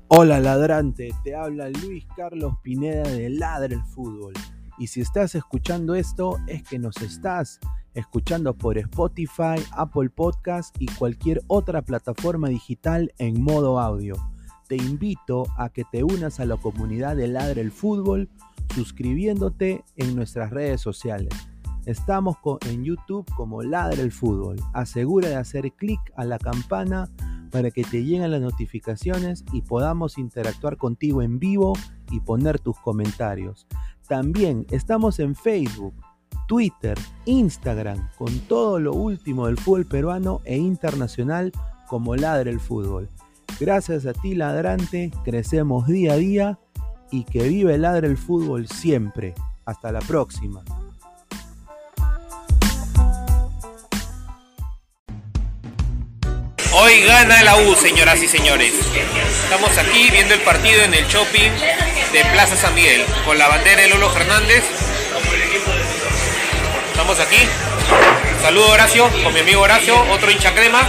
Hola ladrante, te habla Luis Carlos Pineda de Ladra el Fútbol. Y si estás escuchando esto, es que nos estás escuchando por Spotify, Apple Podcast y cualquier otra plataforma digital en modo audio. Te invito a que te unas a la comunidad de Ladra el Fútbol suscribiéndote en nuestras redes sociales. Estamos en YouTube como Ladra el Fútbol. Asegura de hacer clic a la campana para que te lleguen las notificaciones y podamos interactuar contigo en vivo y poner tus comentarios. También estamos en Facebook, Twitter, Instagram, con todo lo último del fútbol peruano e internacional como Ladra el Fútbol. Gracias a ti, ladrante, crecemos día a día y que vive Ladra el Fútbol siempre. Hasta la próxima. Hoy gana la U, señoras y señores. Estamos aquí viendo el partido en el shopping de Plaza San Miguel con la bandera de Lolo Fernández. Estamos aquí. Saludo Horacio, con mi amigo Horacio, otro hincha crema.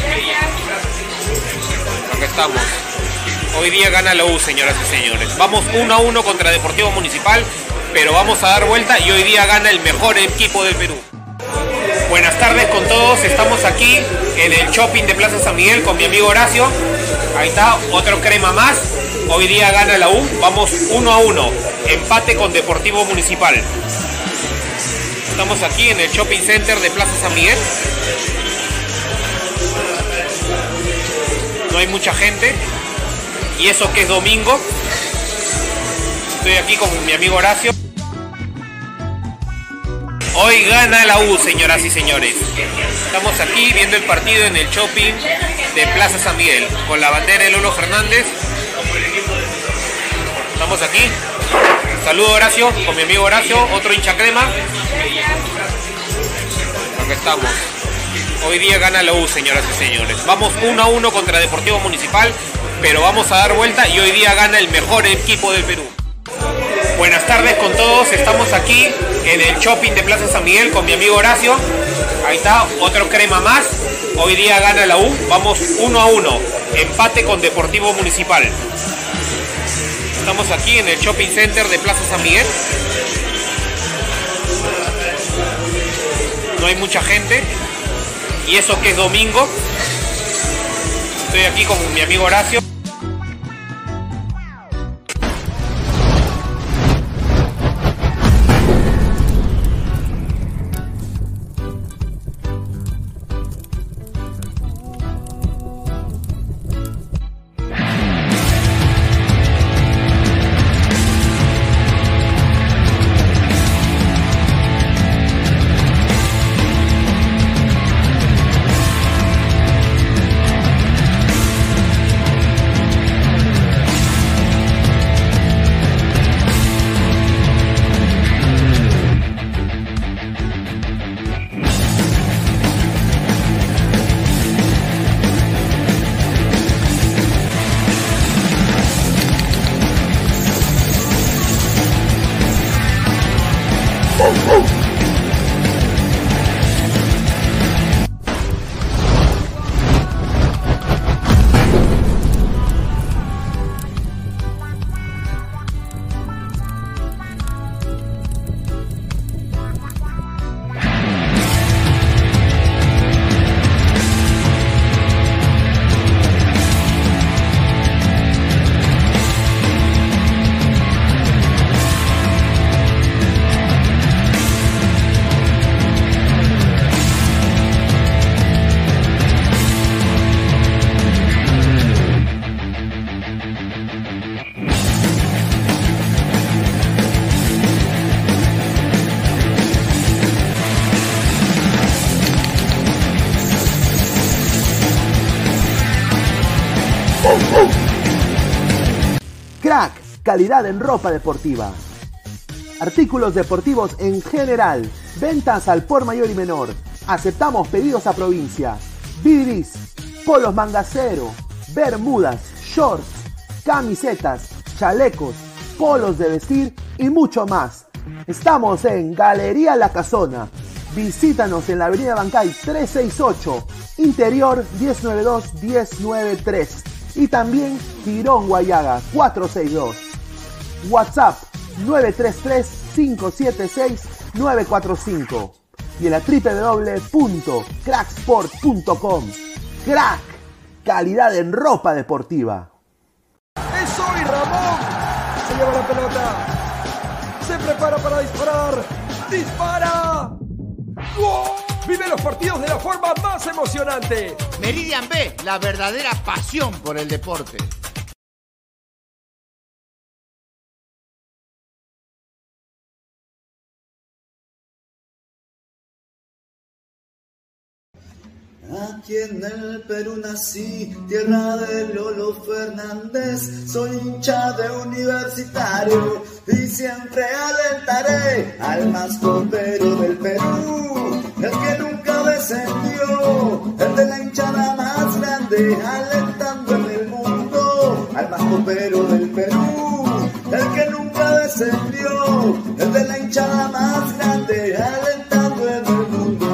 Acá estamos. Hoy día gana la U, señoras y señores. Vamos 1-1 contra Deportivo Municipal, pero vamos a dar vuelta y hoy día gana el mejor equipo del Perú. Buenas tardes con todos, estamos aquí en el shopping de Plaza San Miguel con mi amigo Horacio. Ahí está, otro crema más. Hoy día gana la U, vamos 1-1, empate con Deportivo Municipal. Estamos aquí en el shopping center de Plaza San Miguel. No hay mucha gente, y eso que es domingo. Estoy aquí con mi amigo Horacio. Hoy gana la U, señoras y señores. Estamos aquí viendo el partido en el shopping de Plaza San Miguel con la bandera de Lolo Fernández. Estamos aquí. Saludo Horacio, con mi amigo Horacio, otro hincha crema. Acá estamos. Hoy día gana la U, señoras y señores. Vamos 1-1 contra Deportivo Municipal, pero vamos a dar vuelta y hoy día gana el mejor equipo del Perú. Buenas tardes con todos, estamos aquí en el shopping de Plaza San Miguel con mi amigo Horacio. Ahí está, otro crema más. Hoy día gana la U, vamos 1-1, empate con Deportivo Municipal. Estamos aquí en el shopping center de Plaza San Miguel. No hay mucha gente, y eso que es domingo. Estoy aquí con mi amigo Horacio. Crack, calidad en ropa deportiva. Artículos deportivos en general. Ventas al por mayor y menor. Aceptamos pedidos a provincia. Bidris, polos mangacero, bermudas, shorts, camisetas, chalecos, polos de vestir y mucho más. Estamos en Galería La Casona. Visítanos en la avenida Bancay 368, interior 1092-1093. y también Tirón Guayaga 462. WhatsApp 933-576-945 y en la www.cracksport.com. Crack, calidad en ropa deportiva. ¡Es hoy, Ramón! Se lleva la pelota. Se prepara para disparar. ¡Dispara! ¡Gol! Vive los partidos de la forma más emocionante. Meridian B, la verdadera pasión por el deporte. Aquí en el Perú nací, tierra de Lolo Fernández, soy hincha de Universitario y siempre alentaré al más copero del Perú, el que nunca descendió, el de la hinchada más grande, alentando en el mundo, al más copero del Perú, el que nunca descendió, el de la hinchada más grande, alentando en el mundo.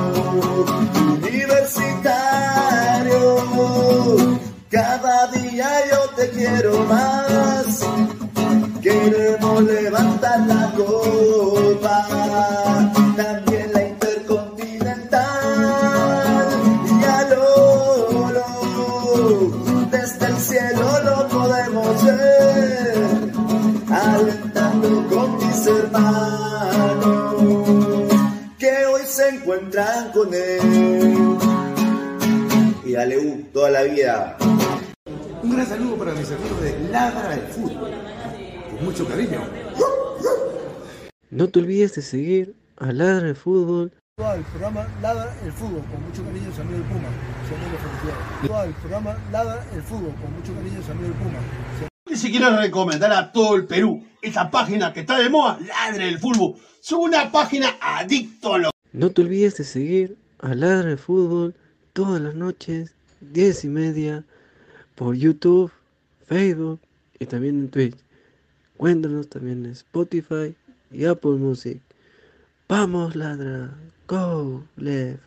Cada día yo te quiero más, queremos levantar la copa, también la intercontinental, y al oro, desde el cielo lo podemos ver, alentando con mis hermanos, que hoy se encuentran con él. Y dale toda la vida. Un gran saludo para mis amigos de Ladra del Fútbol. Con mucho cariño. No te olvides de seguir a Ladra del Fútbol. El programa Ladra el Fútbol, con mucho cariño, su amigo el Puma. El programa Ladra el Fútbol, con mucho cariño, su amigo el Puma. Y si quiero recomendar a todo el Perú esta página que está de moda, Ladra el Fútbol. Es una página adicto a lo... No te olvides de seguir a Ladra el Fútbol todas las noches, 10:30, por YouTube, Facebook y también en Twitch. Cuéntanos también en Spotify y Apple Music. ¡Vamos, Ladra! ¡Go, Left!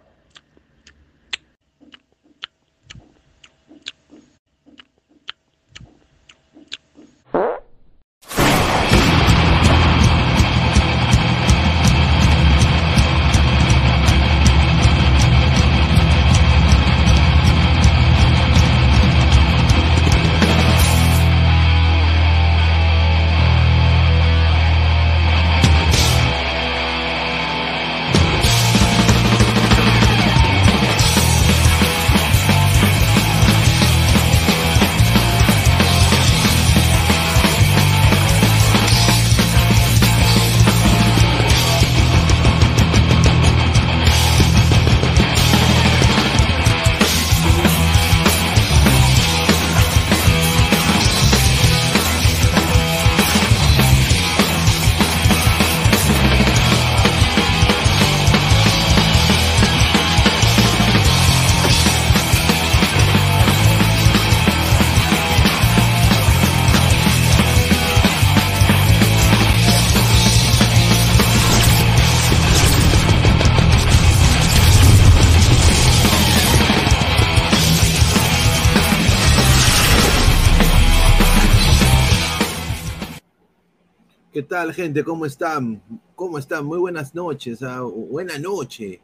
¿Qué tal, gente? ¿Cómo están? ¿Cómo están? Muy buenas noches. Buena noche.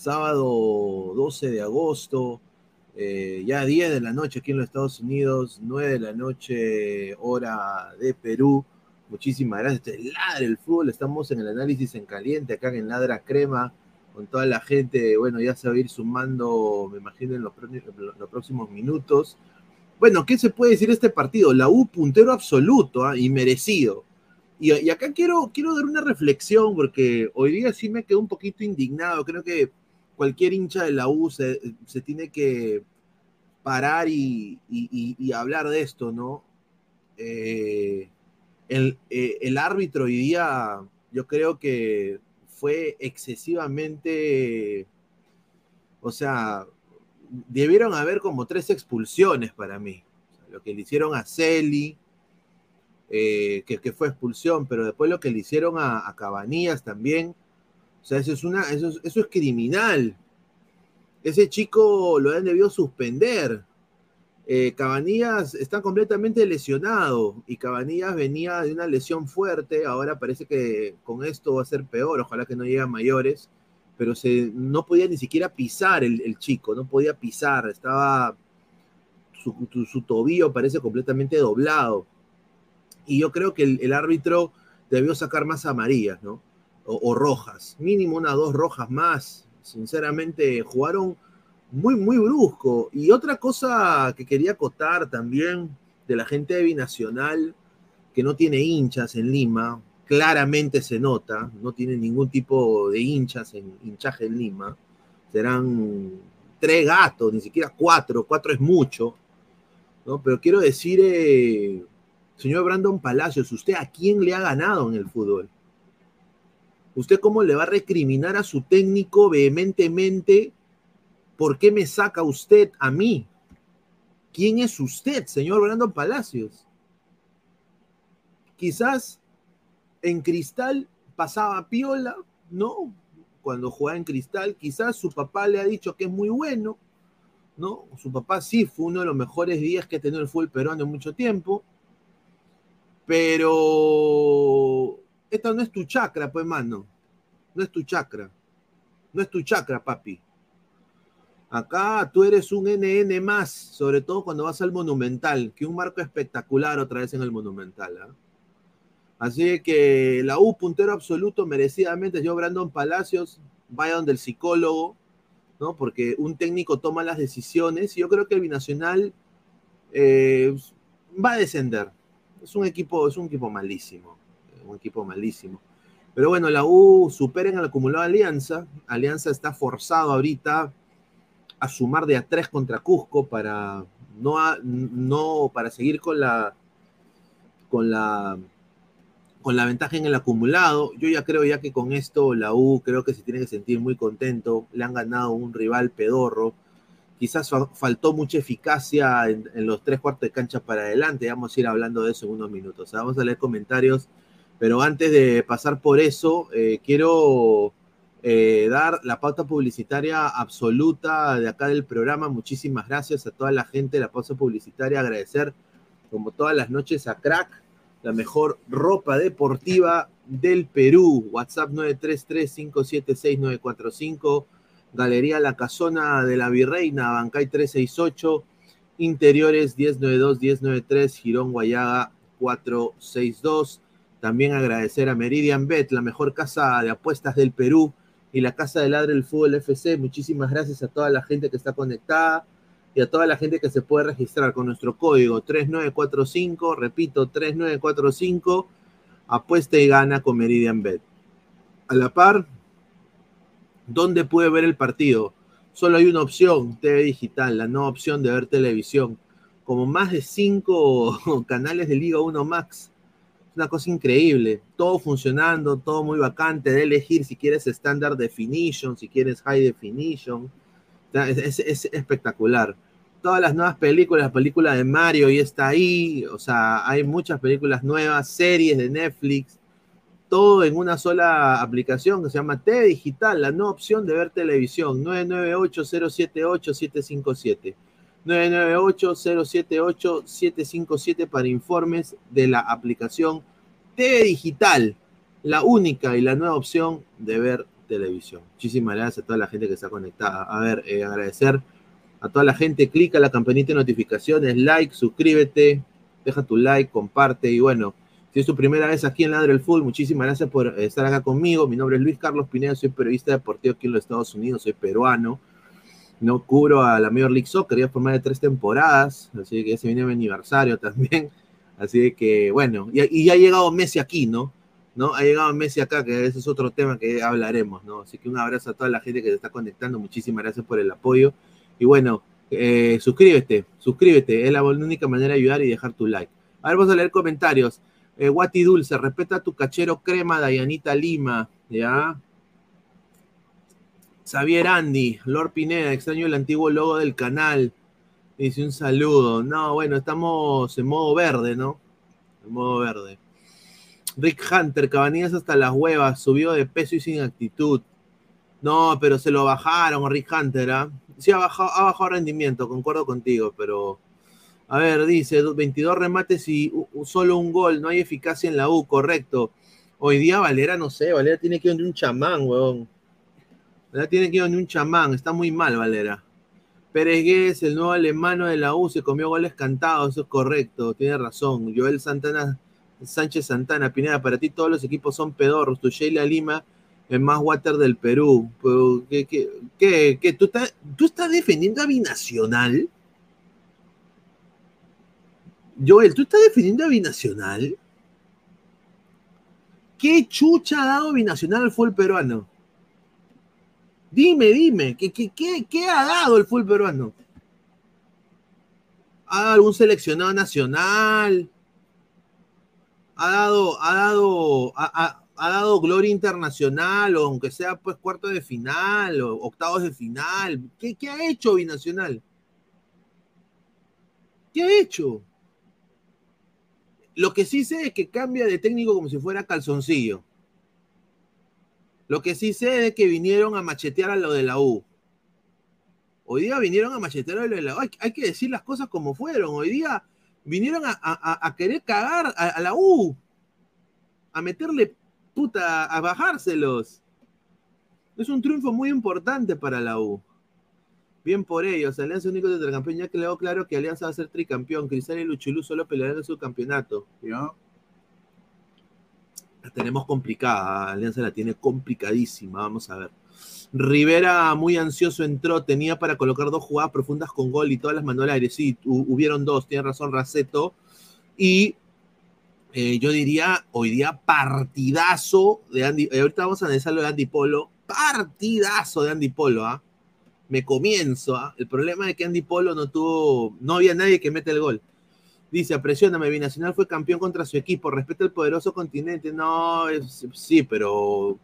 Sábado 12 de agosto, ya 10 de la noche aquí en los Estados Unidos, 9 de la noche hora de Perú. Muchísimas gracias. Este es Ladra el Fútbol. Estamos en el análisis en caliente acá en Ladra Crema con toda la gente. Bueno, ya se va a ir sumando, me imagino, en los próximos minutos. Bueno, ¿qué se puede decir de este partido? La U puntero absoluto, y merecido. Y acá quiero dar una reflexión, porque hoy día sí me quedé un poquito indignado. Creo que cualquier hincha de la U se tiene que parar y hablar de esto, ¿no? El árbitro hoy día, yo creo que fue excesivamente, o sea, debieron haber como 3 expulsiones para mí. O sea, lo que le hicieron a Celi, que fue expulsión, pero después lo que le hicieron a Cabanillas también, o sea, eso es criminal. Ese chico lo han debido suspender. Cabanillas está completamente lesionado y Cabanillas venía de una lesión fuerte, ahora parece que con esto va a ser peor, ojalá que no llegue a mayores, pero no podía ni siquiera pisar el chico, no podía pisar, estaba su tobillo parece completamente doblado y yo creo que el árbitro debió sacar más amarillas, ¿no? O rojas, mínimo 1 o 2 rojas más, sinceramente jugaron muy, muy brusco. Y otra cosa que quería acotar también de la gente de Binacional, que no tiene hinchas en Lima, claramente se nota, no tiene ningún tipo de hinchaje en Lima, serán 3 gatos, ni siquiera 4 es mucho, ¿no? Pero quiero decir, señor Brandon Palacios, ¿usted a quién le ha ganado en el fútbol? ¿Usted cómo le va a recriminar a su técnico vehementemente? ¿Por qué me saca usted a mí? ¿Quién es usted, señor Brandon Palacios? Quizás en Cristal pasaba piola, ¿no? Cuando jugaba en Cristal, quizás su papá le ha dicho que es muy bueno, ¿no? Su papá sí fue uno de los mejores días que ha tenido el fútbol peruano en mucho tiempo, pero esta no es tu chacra, pues, mano. No es tu chacra. No es tu chacra, papi. Acá tú eres un NN más, sobre todo cuando vas al Monumental, que un marco espectacular otra vez en el Monumental, ¿eh? Así que la U, puntero absoluto, merecidamente, yo Brandon Palacios, vaya donde el psicólogo, ¿no? Porque un técnico toma las decisiones y yo creo que el Binacional va a descender. Es un equipo malísimo, un equipo malísimo. Pero bueno, la U supera en el acumulado Alianza. Alianza está forzado ahorita a sumar de a 3 contra Cusco para para seguir con la ventaja en el acumulado. Yo ya creo que con esto la U creo que se tiene que sentir muy contento. Le han ganado un rival pedorro. Quizás faltó mucha eficacia en los 3/4 de cancha para adelante. Vamos a ir hablando de eso en unos minutos. Vamos a leer comentarios. Pero antes de pasar por eso, quiero dar la pauta publicitaria absoluta de acá del programa. Muchísimas gracias a toda la gente de la pauta publicitaria. Agradecer, como todas las noches, a Crack, la mejor ropa deportiva del Perú. WhatsApp 933-576-945. Galería La Casona de la Virreina, Bancay 368. Interiores 1092-1093, Girón Guayaga 462. También agradecer a Meridian Bet, la mejor casa de apuestas del Perú, y la casa de Ladre del Fútbol FC. Muchísimas gracias a toda la gente que está conectada y a toda la gente que se puede registrar con nuestro código 3945, repito, 3945, apuesta y gana con Meridian Bet. A la par, ¿dónde puede ver el partido? Solo hay una opción, TV Digital, la nueva opción de ver televisión. Como más de 5 canales de Liga 1 Max. Una cosa increíble, todo funcionando, todo muy vacante, de elegir si quieres Standard Definition, si quieres High Definition, es espectacular. Todas las nuevas películas, la película de Mario ya está ahí, o sea, hay muchas películas nuevas, series de Netflix, todo en una sola aplicación que se llama TV Digital, la nueva opción de ver televisión, 998-078-757. 998-078-757 para informes de la aplicación TV Digital, la única y la nueva opción de ver televisión. Muchísimas gracias a toda la gente que está conectada. A ver, agradecer a toda la gente. Clica la campanita de notificaciones, like, suscríbete, deja tu like, comparte y bueno, si es tu primera vez aquí en Ladre el Fútbol, muchísimas gracias por estar acá conmigo. Mi nombre es Luis Carlos Pineda, soy periodista deportivo aquí en los Estados Unidos, soy peruano. No cubro a la Major League Soccer, ya por más de 3 temporadas, así que ya se viene mi aniversario también, así que bueno, y ya ha llegado Messi aquí, ¿no? Ha llegado Messi acá, que ese es otro tema que hablaremos, ¿no? Así que un abrazo a toda la gente que se está conectando, muchísimas gracias por el apoyo, y bueno, suscríbete, es la única manera de ayudar y dejar tu like. A ver, vamos a leer comentarios. Guati Dulce, respeta tu cachero crema, Dayanita Lima, ¿ya? Xavier Andy, Lord Pineda, extraño el antiguo logo del canal. Dice un saludo. No, bueno, estamos en modo verde, ¿no? En modo verde. Rick Hunter, Cabanillas hasta las huevas, subió de peso y sin actitud. No, pero se lo bajaron a Rick Hunter, ¿ah? Sí, ha bajado rendimiento, concuerdo contigo, pero A ver, dice, 22 remates y solo un gol, no hay eficacia en la U, correcto. Hoy día Valera, no sé, Valera tiene que ir donde un chamán, weón. Valera tiene que ir donde un chamán, está muy mal Valera. Pérez Guedes, el nuevo alemano de la U, se comió goles cantados, eso es correcto, tiene razón. Joel Santana, Sánchez Santana, Pineda, para ti todos los equipos son pedorros, tu Sheila Lima, el más water del Perú. Pero, ¿qué? ¿Tú estás defendiendo a Binacional? Joel, ¿tú estás defendiendo a Binacional? ¿Qué chucha ha dado Binacional al fútbol peruano? Dime, ¿qué ha dado el fútbol peruano? ¿Ha dado algún seleccionado nacional? ¿Ha dado gloria internacional, o aunque sea pues cuarto de final, o octavos de final? ¿Qué ha hecho Binacional? ¿Qué ha hecho? Lo que sí sé es que cambia de técnico como si fuera calzoncillo. Lo que sí sé es que vinieron a machetear a lo de la U. Hoy día vinieron a machetear a lo de la U. Hay que decir las cosas como fueron. Hoy día vinieron a querer cagar a la U. A meterle puta, a bajárselos. Es un triunfo muy importante para la U. Bien por ellos. Alianza único de tricampeón. Ya quedó claro que Alianza va a ser tricampeón. Cristal y Luchulú solo pelearán en su campeonato. ¿No? La tenemos complicada. Alianza la tiene complicadísima. Vamos a ver. Rivera muy ansioso entró. Tenía para colocar 2 jugadas profundas con gol y todas las mandó al aire. Sí, hubieron 2. Tiene razón Raceto. Y yo diría hoy día partidazo de Andy. Ahorita vamos a analizar lo de Andy Polo. Partidazo de Andy Polo, ¿ah? Me comienzo, ¿ah? El problema es que Andy Polo no había nadie que mete el gol. Dice, apresióname, Binacional fue campeón contra su equipo, respeta el poderoso continente. No, sí, pero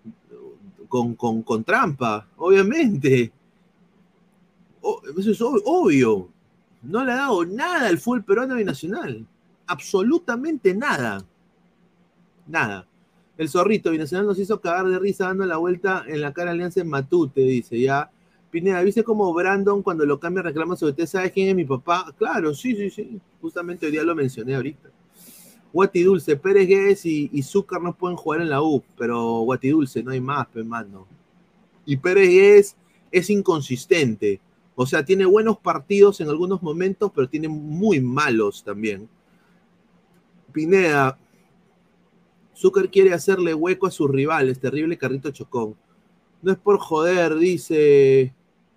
con trampa, obviamente. Eso es obvio. No le ha dado nada al fútbol peruano Binacional. Absolutamente nada. Nada. El zorrito Binacional nos hizo cagar de risa dando la vuelta en la cara Alianza en Matute, dice, ya. Pineda, ¿viste cómo Brandon cuando lo cambia reclama sobre usted? ¿Sabes quién es mi papá? Claro, sí. Justamente hoy día lo mencioné ahorita. Guatidulce, Pérez Guedes y Zúcar no pueden jugar en la U, pero Guatidulce no hay más, hermano. Y Pérez Guedes es inconsistente. O sea, tiene buenos partidos en algunos momentos, pero tiene muy malos también. Pineda, Zúcar quiere hacerle hueco a sus rivales, terrible Carrito Chocón. No es por joder, dice,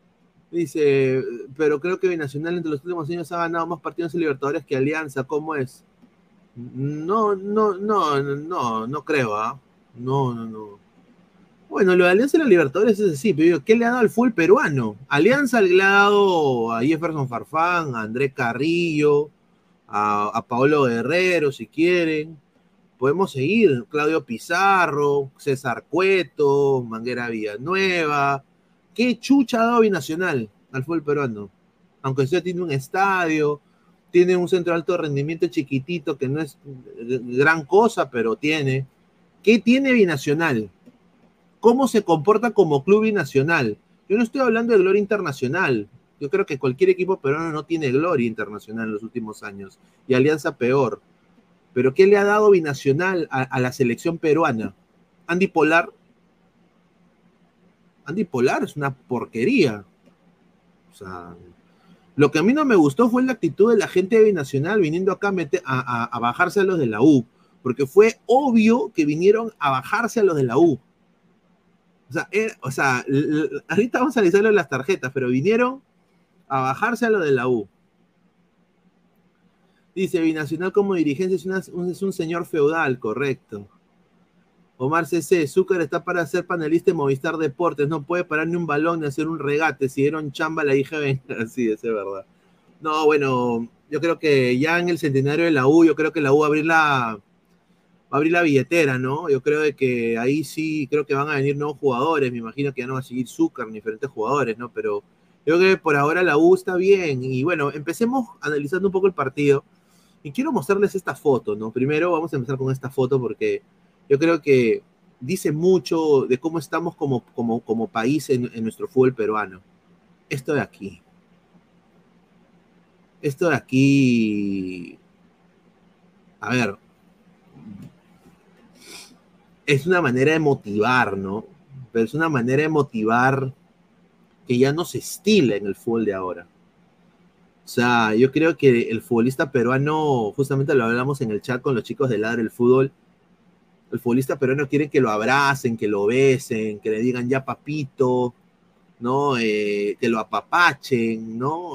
pero creo que Binacional entre los últimos años ha ganado más partidos en Libertadores que Alianza. ¿Cómo es? No creo, ¿ah? No. Bueno, lo de Alianza en la Libertadores es así, pero ¿qué le ha dado al fútbol peruano? Alianza le ha dado a Jefferson Farfán, a Andrés Carrillo, a Paolo Guerrero, si quieren. Podemos seguir, Claudio Pizarro, César Cueto, Manguera Villanueva. ¿Qué chucha ha dado Binacional al fútbol peruano? Aunque sea tiene un estadio, tiene un centro de alto rendimiento chiquitito que no es gran cosa, pero tiene. ¿Qué tiene Binacional? ¿Cómo se comporta como club binacional? Yo no estoy hablando de gloria internacional. Yo creo que cualquier equipo peruano no tiene gloria internacional en los últimos años. Y Alianza peor. Pero ¿qué le ha dado Binacional a la selección peruana? Andy Polar es una porquería. O sea, lo que a mí no me gustó fue la actitud de la gente de Binacional viniendo acá a bajarse a los de la U. Porque fue obvio que vinieron a bajarse a los de la U. O sea, ahorita vamos a analizarlo en las tarjetas, pero vinieron a bajarse a lo de la U. Dice, Binacional como dirigencia es un señor feudal, correcto. Omar CC, Zúcar está para ser panelista en Movistar Deportes, no puede parar ni un balón ni hacer un regate, si dieron chamba a la hija de... Sí, eso es verdad. No, bueno, yo creo que ya en el centenario de la U, yo creo que la U va a abrir la billetera, ¿no? Yo creo de que ahí sí, creo que van a venir nuevos jugadores, me imagino que ya no va a seguir Zúcar ni diferentes jugadores, ¿no? Pero yo creo que por ahora la U está bien, y bueno, empecemos analizando un poco el partido, y quiero mostrarles esta foto, ¿no? Primero vamos a empezar con esta foto porque yo creo que dice mucho de cómo estamos como país en nuestro fútbol peruano. Esto de aquí. esto de aquí, a ver, es una manera de motivar, ¿no? Pero es una manera de motivar que ya no se estila en el fútbol de ahora. O sea, yo creo que el futbolista peruano, justamente lo hablamos en el chat con los chicos de Ladra el Fútbol, el futbolista peruano quiere que lo abracen, que lo besen, que le digan ya papito, ¿no? Que lo apapachen, ¿no?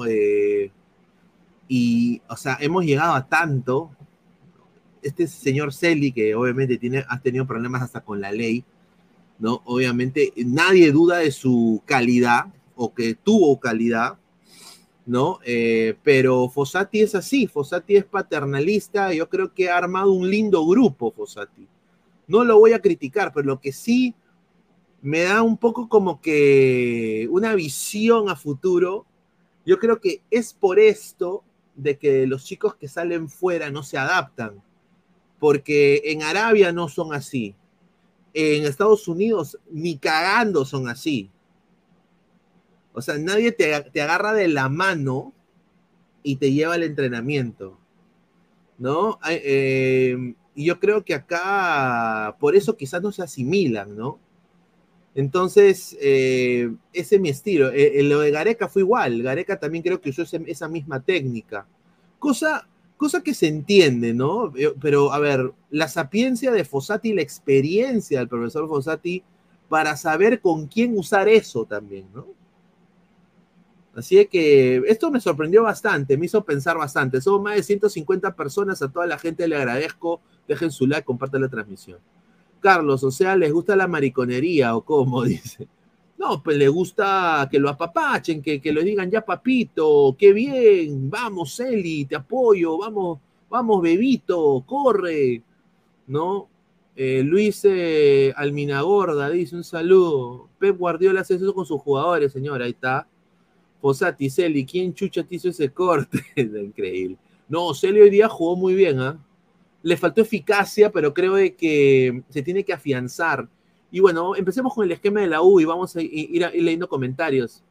Y, o sea, hemos llegado a tanto. Este señor Celi, que obviamente ha tenido problemas hasta con la ley, ¿no? Obviamente nadie duda de su calidad, o que tuvo calidad, ¿no? Pero Fossati es así, Fossati es paternalista, yo creo que ha armado un lindo grupo, Fossati. No lo voy a criticar, pero lo que sí me da un poco como que una visión a futuro. Yo creo que es por esto de que los chicos que salen fuera no se adaptan, porque en Arabia no son así, en Estados Unidos ni cagando son así. O sea, nadie te agarra de la mano y te lleva al entrenamiento, ¿no? Y yo creo que acá, por eso quizás no se asimilan, ¿no? Entonces, ese es mi estilo. Lo de Gareca fue igual. Gareca también creo que usó esa misma técnica. Cosa que se entiende, ¿no? Pero, a ver, la sapiencia de Fossati, la experiencia del profesor Fossati para saber con quién usar eso también, ¿no? Así que esto me sorprendió bastante, me hizo pensar bastante. Somos más de 150 personas, a toda la gente le agradezco. Dejen su like, compartan la transmisión. Carlos, o sea, ¿les gusta la mariconería o cómo? Dice. No, pues le gusta que lo apapachen, que le digan ya papito, qué bien, vamos Celi, te apoyo, vamos bebito, corre, ¿no? Luis Alminagorda dice un saludo. Pep Guardiola hace eso con sus jugadores, señora, ahí está. Fossati, Celi, ¿quién chucha te hizo ese corte? Increíble. No, Celi hoy día jugó muy bien, ¿ah? Le faltó eficacia, pero creo de que se tiene que afianzar. Y bueno, empecemos con el esquema de la U y vamos a ir leyendo comentarios.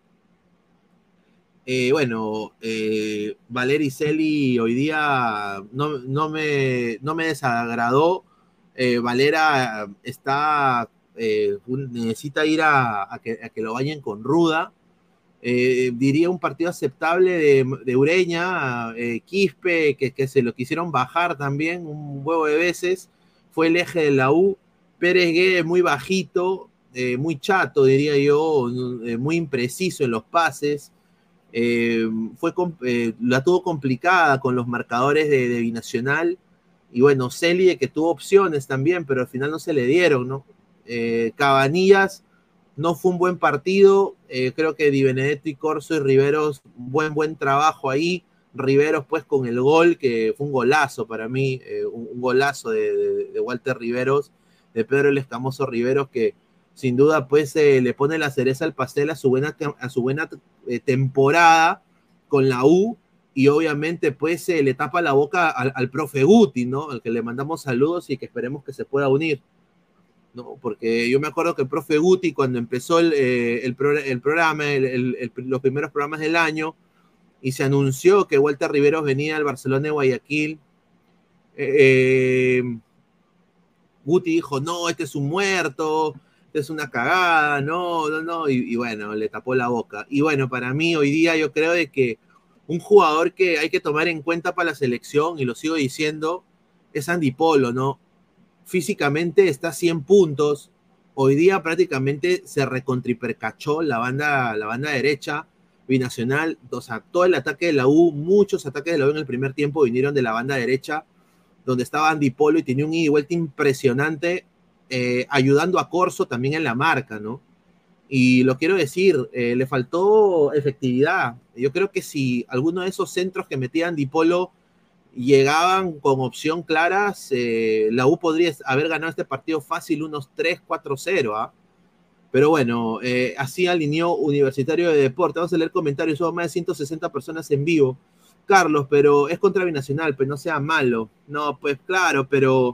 Valeri Celi hoy día no me desagradó. Valera necesita ir a que lo vayan con Ruda. Diría un partido aceptable de Ureña, Quispe, que se lo quisieron bajar también un huevo de veces, fue el eje de la U. Pérez Guedes muy bajito, muy chato diría yo, muy impreciso en los pases, la tuvo complicada con los marcadores de Binacional, y bueno, Celi que tuvo opciones también, pero al final no se le dieron, ¿no? Cabanillas no fue un buen partido, creo que Di Benedetto y Corso y Riveros, buen trabajo ahí. Riveros pues con el gol, que fue un golazo para mí, un golazo de Walter Riveros, de Pedro el Escamoso Riveros, que sin duda pues le pone la cereza al pastel a su buena temporada con la U, y obviamente pues le tapa la boca al profe Guti, ¿no? Al que le mandamos saludos y que esperemos que se pueda unir. ¿No? Porque yo me acuerdo que el profe Guti, cuando empezó el programa, los primeros programas del año, y se anunció que Walter Riveros venía al Barcelona de Guayaquil, Guti dijo, no, este es un muerto, este es una cagada, no, y bueno, le tapó la boca. Y bueno, para mí hoy día yo creo de que un jugador que hay que tomar en cuenta para la selección, y lo sigo diciendo, es Andy Polo, ¿no? Físicamente está a 100 puntos. Hoy día prácticamente se recontripercachó la banda derecha, Binacional. O sea, todo el ataque de la U, muchos ataques de la U en el primer tiempo vinieron de la banda derecha, donde estaba Andy Polo y tenía un ida y vuelta impresionante, ayudando a Corso también en la marca, ¿no? Y lo quiero decir, le faltó efectividad. Yo creo que si alguno de esos centros que metía Andy Polo llegaban con opción clara, la U podría haber ganado este partido fácil, unos 3-4-0, ¿ah? Pero bueno, así alineó Universitario de Deporte. Vamos a leer comentarios, somos más de 160 personas en vivo. Carlos, pero es contra Binacional, pero no sea malo. No, pues claro, pero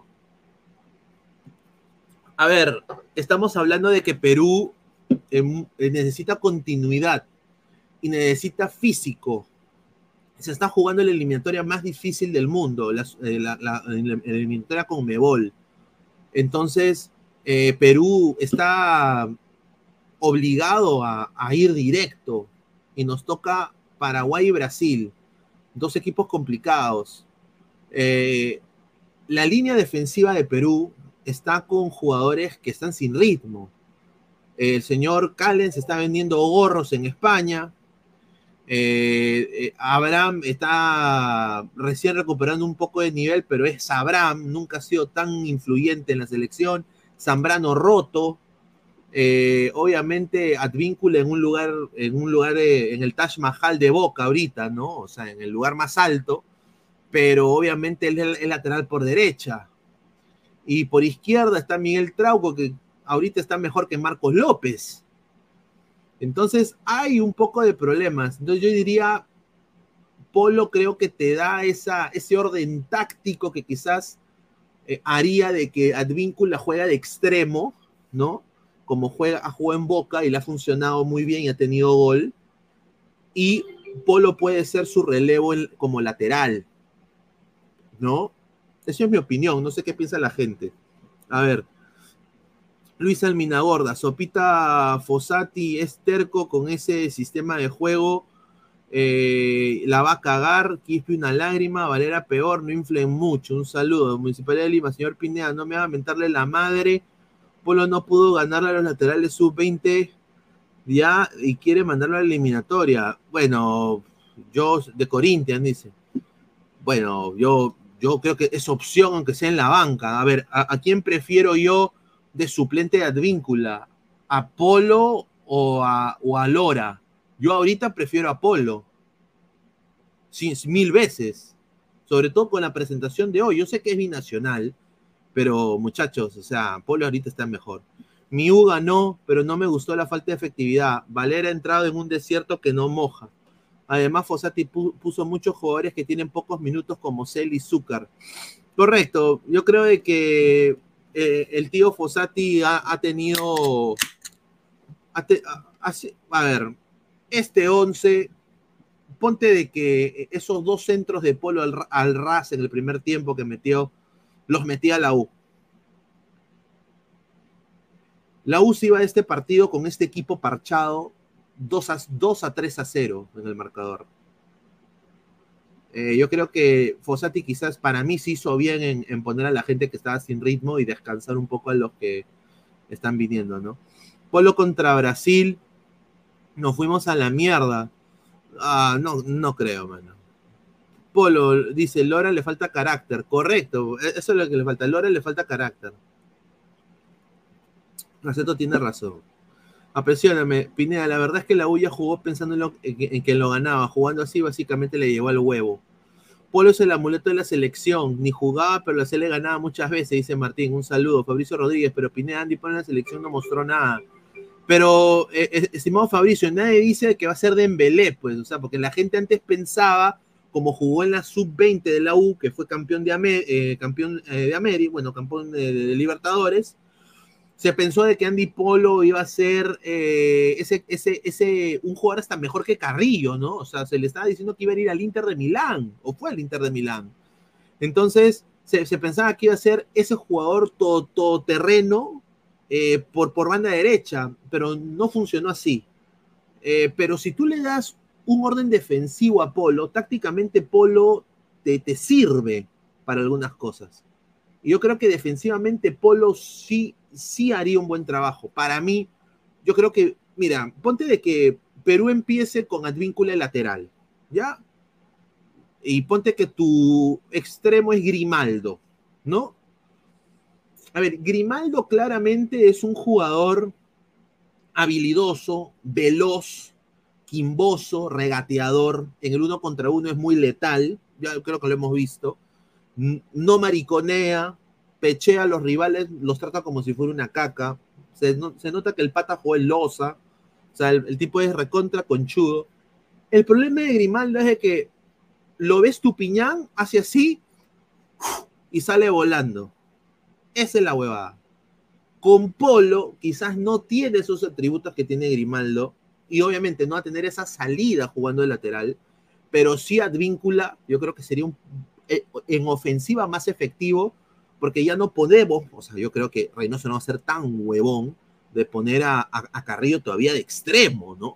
a ver, estamos hablando de que Perú necesita continuidad y necesita físico. se está jugando la eliminatoria más difícil del mundo, la eliminatoria con Conmebol. Entonces, Perú está obligado a ir directo y nos toca Paraguay y Brasil, dos equipos complicados. La línea defensiva de Perú está con jugadores que están sin ritmo. El señor Callens está vendiendo gorros en España. Abraham está recién recuperando un poco de nivel, pero es Abraham, nunca ha sido tan influyente en la selección. Zambrano roto. Obviamente Advíncula en un lugar en el Taj Mahal de Boca ahorita, ¿no? O sea, en el lugar más alto, pero obviamente él es lateral por derecha. Y por izquierda está Miguel Trauco, que ahorita está mejor que Marcos López. Entonces hay un poco de problemas. Entonces yo diría, Polo creo que te da ese orden táctico que quizás haría de que Advíncula juega de extremo, ¿no? Como ha jugado en Boca y le ha funcionado muy bien y ha tenido gol. Y Polo puede ser su relevo como lateral, ¿no? Esa es mi opinión, no sé qué piensa la gente. A ver, Luis Alminagorda, Sopita Fossati es terco con ese sistema de juego, la va a cagar, Quispe una lágrima, Valera peor, no inflen mucho. Un saludo, Municipalidad de Lima, señor Pineda, no me va a mentarle la madre. Polo no pudo ganarle a los laterales sub-20 ya y quiere mandarlo a la eliminatoria. Bueno, yo de Corinthians dice. Bueno, yo creo que es opción aunque sea en la banca. A ver, ¿a quién prefiero yo de suplente de Advíncula? ¿A Polo o a Lora? Yo ahorita prefiero a Polo. Sí, 1000 veces. Sobre todo con la presentación de hoy. Yo sé que es binacional, pero muchachos, o sea, Polo ahorita está mejor. Miu ganó, pero no me gustó la falta de efectividad. Valera ha entrado en un desierto que no moja. Además, Fossati puso muchos jugadores que tienen pocos minutos como Cel y Zúcar. Correcto, yo creo de que el tío Fossati ha tenido... A ver, este 11, ponte de que esos dos centros de Polo al ras en el primer tiempo que metió, los metía la U. La U se iba a este partido con este equipo parchado 2-3-0 en el marcador. Yo creo que Fossati quizás para mí se hizo bien en poner a la gente que estaba sin ritmo y descansar un poco a los que están viniendo, ¿no? Polo contra Brasil, nos fuimos a la mierda. No creo, mano. Polo dice, Lora le falta carácter. Correcto, eso es lo que le falta. Lora le falta carácter. Raceto tiene razón. Apresióname, Pineda, la verdad es que la U ya jugó pensando en que lo ganaba. Jugando así, básicamente le llegó al huevo. Polo es el amuleto de la selección. Ni jugaba, pero la se le ganaba muchas veces, dice Martín. Un saludo. Fabricio Rodríguez, pero Pineda, Andy Polo en la selección no mostró nada. Pero, estimado Fabricio, nadie dice que va a ser Dembélé, pues, o sea, porque la gente antes pensaba, como jugó en la sub-20 de la U, que fue campeón de América, bueno, campeón de Libertadores, se pensó de que Andy Polo iba a ser un jugador hasta mejor que Carrillo, ¿no? O sea, se le estaba diciendo que iba a ir al Inter de Milán, o fue al Inter de Milán. Entonces, se pensaba que iba a ser ese jugador todoterreno por banda derecha, pero no funcionó así. Pero si tú le das un orden defensivo a Polo, tácticamente Polo te sirve para algunas cosas. Y yo creo que defensivamente Polo sí haría un buen trabajo. Para mí, yo creo que, mira, ponte de que Perú empiece con Advíncula lateral, ¿ya? Y ponte que tu extremo es Grimaldo, ¿no? A ver, Grimaldo claramente es un jugador habilidoso, veloz, quimboso, regateador. En el 1 contra 1 es muy letal, ya creo que lo hemos visto. No mariconea, pechea a los rivales, los trata como si fuera una caca. Se nota que el pata jugó en losa. O sea, el tipo es recontra conchudo. El problema de Grimaldo es de que lo ves Tupiñán, hace así y sale volando. Esa es la huevada. Con Polo quizás no tiene esos atributos que tiene Grimaldo y obviamente no va a tener esa salida jugando de lateral, pero sí Advíncula, yo creo que sería en ofensiva más efectivo, porque ya no podemos, o sea, yo creo que Reynoso no va a ser tan huevón de poner a Carrillo todavía de extremo, ¿no?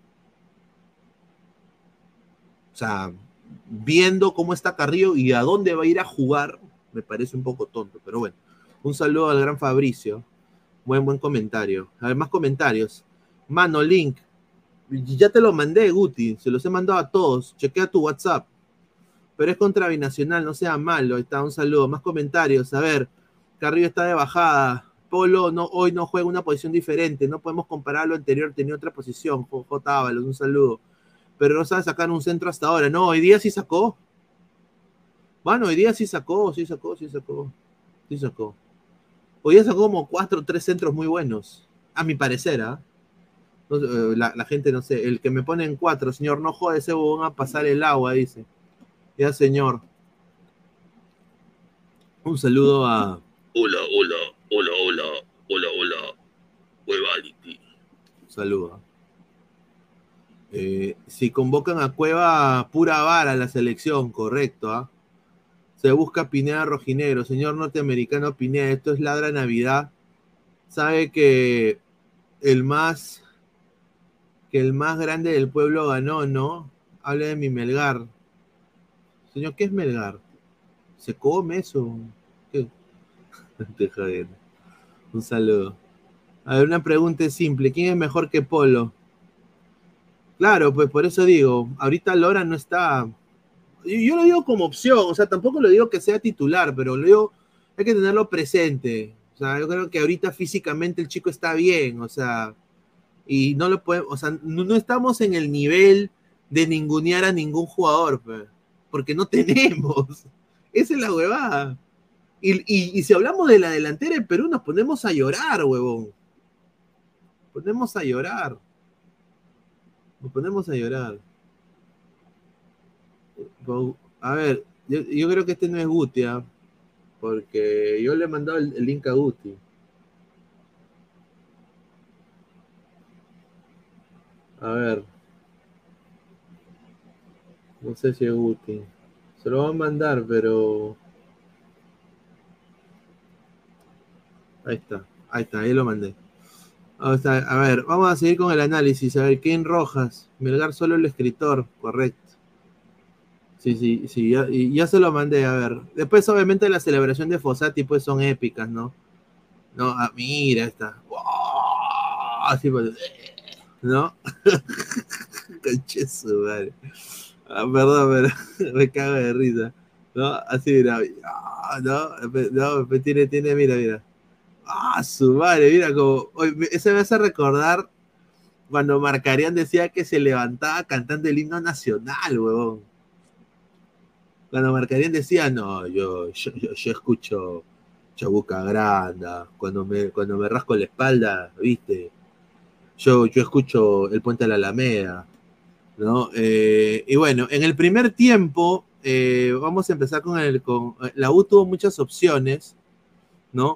O sea, viendo cómo está Carrillo y a dónde va a ir a jugar, me parece un poco tonto, pero bueno. Un saludo al gran Fabricio. Buen comentario. A ver, más comentarios. Mano, link. Ya te lo mandé, Guti. Se los he mandado a todos. Chequea tu WhatsApp. Pero es contra Binacional, no sea malo. Ahí está, un saludo. Más comentarios. A ver, Carrillo está de bajada. Polo hoy no juega una posición diferente. No podemos comparar lo anterior. Tenía otra posición. J. Ábalos, un saludo. Pero no sabe sacar un centro hasta ahora. No, hoy día sí sacó. Bueno, hoy día sí sacó. Hoy día sacó como 4 o 3 centros muy buenos. A mi parecer, ¿ah? No, la gente, no sé, el que me pone en 4, señor, no jode, ese huevón a pasar el agua, dice. Ya, señor. Un saludo a... Hola, Huevality. Un saludo. Si convocan a Cueva, pura vara la selección, correcto, ¿ah? Se busca Pineda Rojinegro. Señor norteamericano Pineda, esto es Ladra Navidad. Sabe que el más grande del pueblo ganó, ¿no? Hable de mi Melgar. Señor, ¿qué es Melgar? ¿Se come eso? ¿Qué? Te joder. Un saludo. A ver, una pregunta simple. ¿Quién es mejor que Polo? Claro, pues por eso digo, ahorita Lora no está... Yo lo digo como opción, o sea, tampoco lo digo que sea titular, pero lo digo, hay que tenerlo presente. O sea, yo creo que ahorita físicamente el chico está bien, o sea, y no lo podemos, o sea, no estamos en el nivel de ningunear a ningún jugador, pues, porque no tenemos. Esa es la huevada. Y si hablamos de la delantera de Perú, nos ponemos a llorar, huevón. Nos ponemos a llorar. A ver, yo creo que este no es Guti, ¿eh? Porque yo le he mandado el link a Guti. A ver. No sé si es Guti. Se lo va a mandar, pero... Ahí está, ahí lo mandé. A ver, vamos a seguir con el análisis. A ver, Ken Rojas. Melgar solo el escritor, correcto. Sí, ya se lo mandé, a ver. Después, obviamente, la celebración de Fossati, pues, son épicas, ¿no? No, mira, esta. ¡Oh! Así, pues, ¿no? Conche su madre. Perdón, pero me cago de risa. ¿No? Así, mira. No, tiene, mira. Su madre, mira, como... Eso me hace recordar cuando Marcarián decía que se levantaba cantando el himno nacional, huevón. Cuando Marcarián decía, no, yo escucho Chabuca Granda, cuando me rasco la espalda, ¿viste? Yo escucho El Puente de la Alameda, ¿no? Y bueno, en el primer tiempo, vamos a empezar con la U tuvo muchas opciones, ¿no?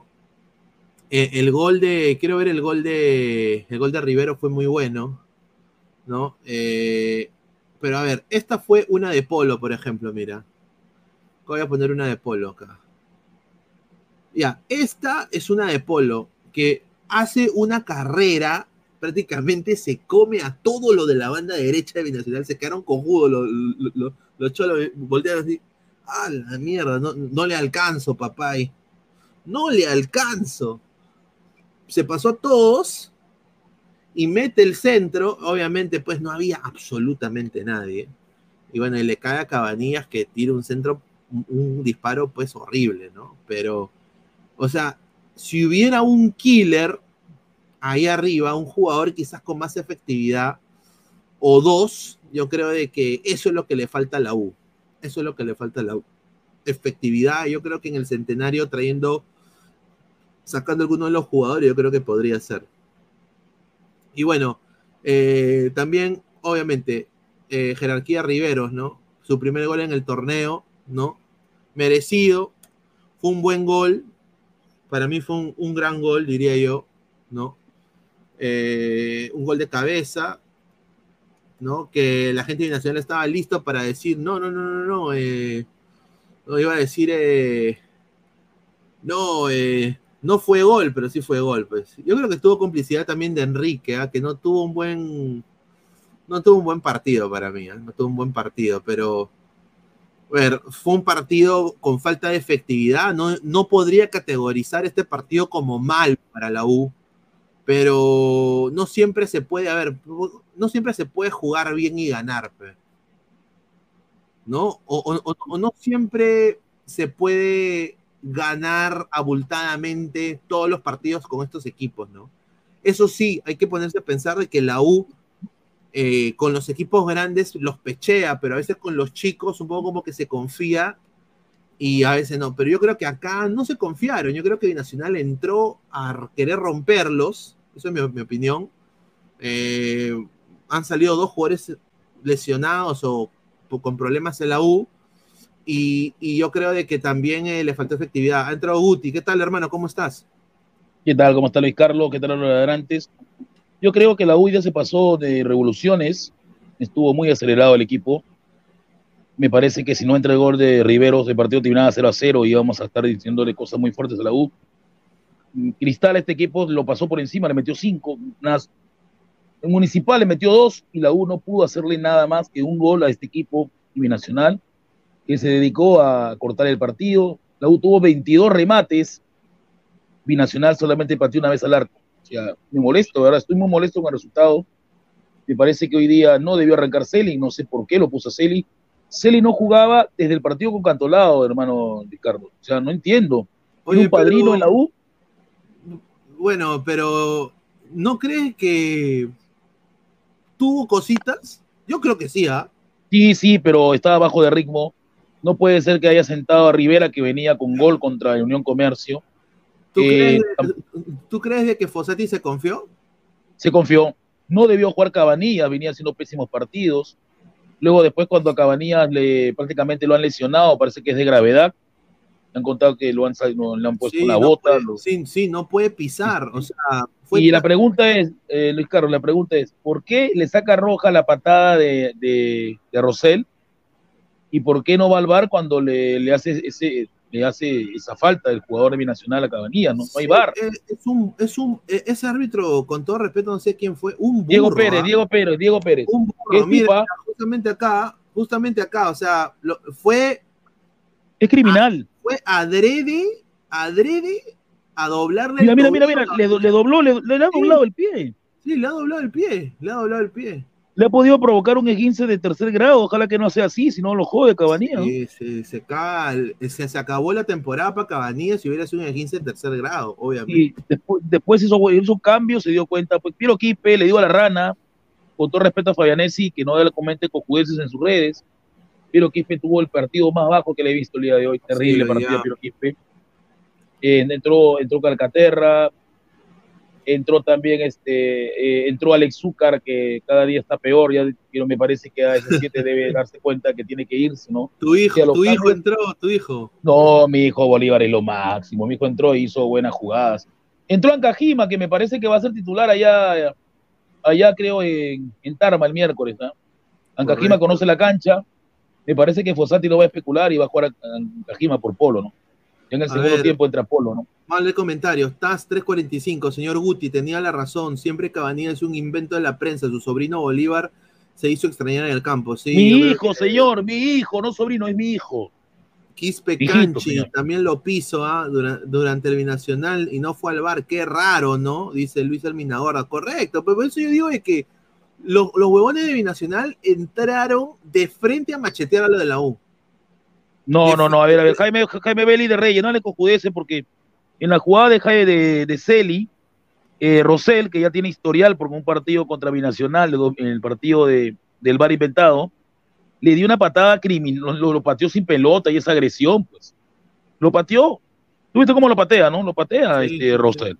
Quiero ver el gol de Rivero fue muy bueno, ¿no? Pero a ver, esta fue una de Polo, por ejemplo, mira. Voy a poner una de Polo acá. Ya, esta es una de Polo que hace una carrera, prácticamente se come a todo lo de la banda derecha de Binacional, se quedaron cojudos los cholos, voltearon así, ¡ah, la mierda! No le alcanzo, papá. No le alcanzo. Se pasó a todos y mete el centro, obviamente pues no había absolutamente nadie. Y bueno, y le cae a Cabanillas que tira un centro, un disparo pues horrible, ¿no? Pero, o sea, si hubiera un killer ahí arriba, un jugador quizás con más efectividad, o dos, yo creo de que eso es lo que le falta a la U. Eso es lo que le falta a la U. Efectividad, yo creo que en el Centenario sacando alguno de los jugadores, yo creo que podría ser. Y bueno, también, obviamente, jerarquía Riveros, ¿no? Su primer gol en el torneo, ¿no? Merecido, fue un buen gol, para mí fue un gran gol, diría yo, ¿no? Un gol de cabeza, ¿no? Que la gente de Binacional estaba listo para decir, no, iba a decir, no fue gol, pero sí fue gol, pues. Yo creo que tuvo complicidad también de Enrique, que no tuvo un buen partido para mí, no tuvo un buen partido, pero a ver, fue un partido con falta de efectividad, no podría categorizar este partido como mal para la U, pero no siempre se puede, no siempre se puede jugar bien y ganar, ¿no? O no siempre se puede ganar abultadamente todos los partidos con estos equipos, ¿no? Eso sí, hay que ponerse a pensar de que la U con los equipos grandes los pechea, pero a veces con los chicos un poco como que se confía y a veces no. Pero yo creo que acá no se confiaron. Yo creo que Binacional entró a querer romperlos. Eso es mi opinión. Han salido 2 jugadores lesionados o con problemas en la U y yo creo de que también le faltó efectividad. Ha entrado Guti. ¿Qué tal, hermano? ¿Cómo estás? ¿Qué tal? ¿Cómo está Luis Carlos? ¿Qué tal los ladrantes? Yo creo que la U ya se pasó de revoluciones, estuvo muy acelerado el equipo. Me parece que si no entra el gol de Riveros, el partido terminaba 0-0 y íbamos a estar diciéndole cosas muy fuertes a la U. Cristal, este equipo lo pasó por encima, le metió 5. En Municipal le metió 2 y la U no pudo hacerle nada más que un gol a este equipo binacional que se dedicó a cortar el partido. La U tuvo 22 remates, Binacional solamente pateó una vez al arco. O sea, me molesto, ¿verdad? Estoy muy molesto con el resultado. Me parece que hoy día no debió arrancar Celi, no sé por qué lo puso a Celi. Celi no jugaba desde el partido con Cantolao, hermano Ricardo. O sea, no entiendo. ¿Tiene un padrino en la U? Bueno, pero ¿no crees que tuvo cositas? Yo creo que sí, ¿ah? Sí, pero estaba bajo de ritmo. No puede ser que haya sentado a Rivera, que venía con gol contra el Unión Comercio. ¿Tú crees de que Fossati se confió? Se confió. No debió jugar Cabanillas, venía haciendo pésimos partidos. Luego después cuando a Cabanillas prácticamente lo han lesionado, parece que es de gravedad. Han contado que le han puesto una bota. Sí, no puede pisar. O sea, y la pregunta es, Luis Carlos, ¿por qué le saca roja la patada de Rosell? ¿Y por qué no va al VAR cuando le hace esa falta del jugador de Binacional a Cabanillas? No hay VAR. Ese árbitro, con todo respeto, no sé quién fue, un burro. Diego Pérez. Un burro. Mira, justamente acá, o sea, es criminal. Fue adrede a doblarle mira, le ha doblado el pie. Sí, le ha doblado el pie. Le ha podido provocar un esguince de 3er grado, ojalá que no sea así, si no lo jode Cabanillas. Sí, se acabó la temporada para Cabanillas si hubiera sido un esguince de 3er grado, obviamente. Y después hizo cambios, se dio cuenta, pues Piero Quispe le dio a la rana, con todo respeto a Fabianesi, que no le comente cojudeces en sus redes. Piero Quispe tuvo el partido más bajo que le he visto el día de hoy, terrible partido de Piero Quispe. Entró Calcaterra, entró también entró Alex Zúcar, que cada día está peor, pero me parece que a ese 7 debe darse cuenta que tiene que irse, ¿no? Tu hijo entró. No, mi hijo Bolívar es lo máximo, mi hijo entró e hizo buenas jugadas. Entró Ancajima, que me parece que va a ser titular allá creo en Tarma el miércoles, ¿no? Ancajima conoce la cancha, me parece que Fossati lo va a especular y va a jugar a Ancajima por Polo, ¿no? Ya en el segundo tiempo entra Polo, ¿no? Vale, comentarios. TAS 345, señor Guti, tenía la razón. Siempre Cabanillas es un invento de la prensa. Su sobrino Bolívar se hizo extrañar en el campo. Sí, mi hijo, no sobrino, es mi hijo. Quispe Canchi también lo piso durante el binacional y no fue al VAR. Qué raro, ¿no? Dice Luis Alminagorda. Correcto, pero por eso yo digo que los huevones de binacional entraron de frente a machetear a lo de la U. No, a ver, Jaime Belli de Reyes, no le cojudece porque en la jugada de Celi, Rosell, que ya tiene historial por un partido contra Binacional, en el partido del VAR inventado, le dio una patada criminal, lo pateó sin pelota y esa agresión, pues. Lo pateó. ¿Tú viste cómo lo patea, no? Lo patea Rosell.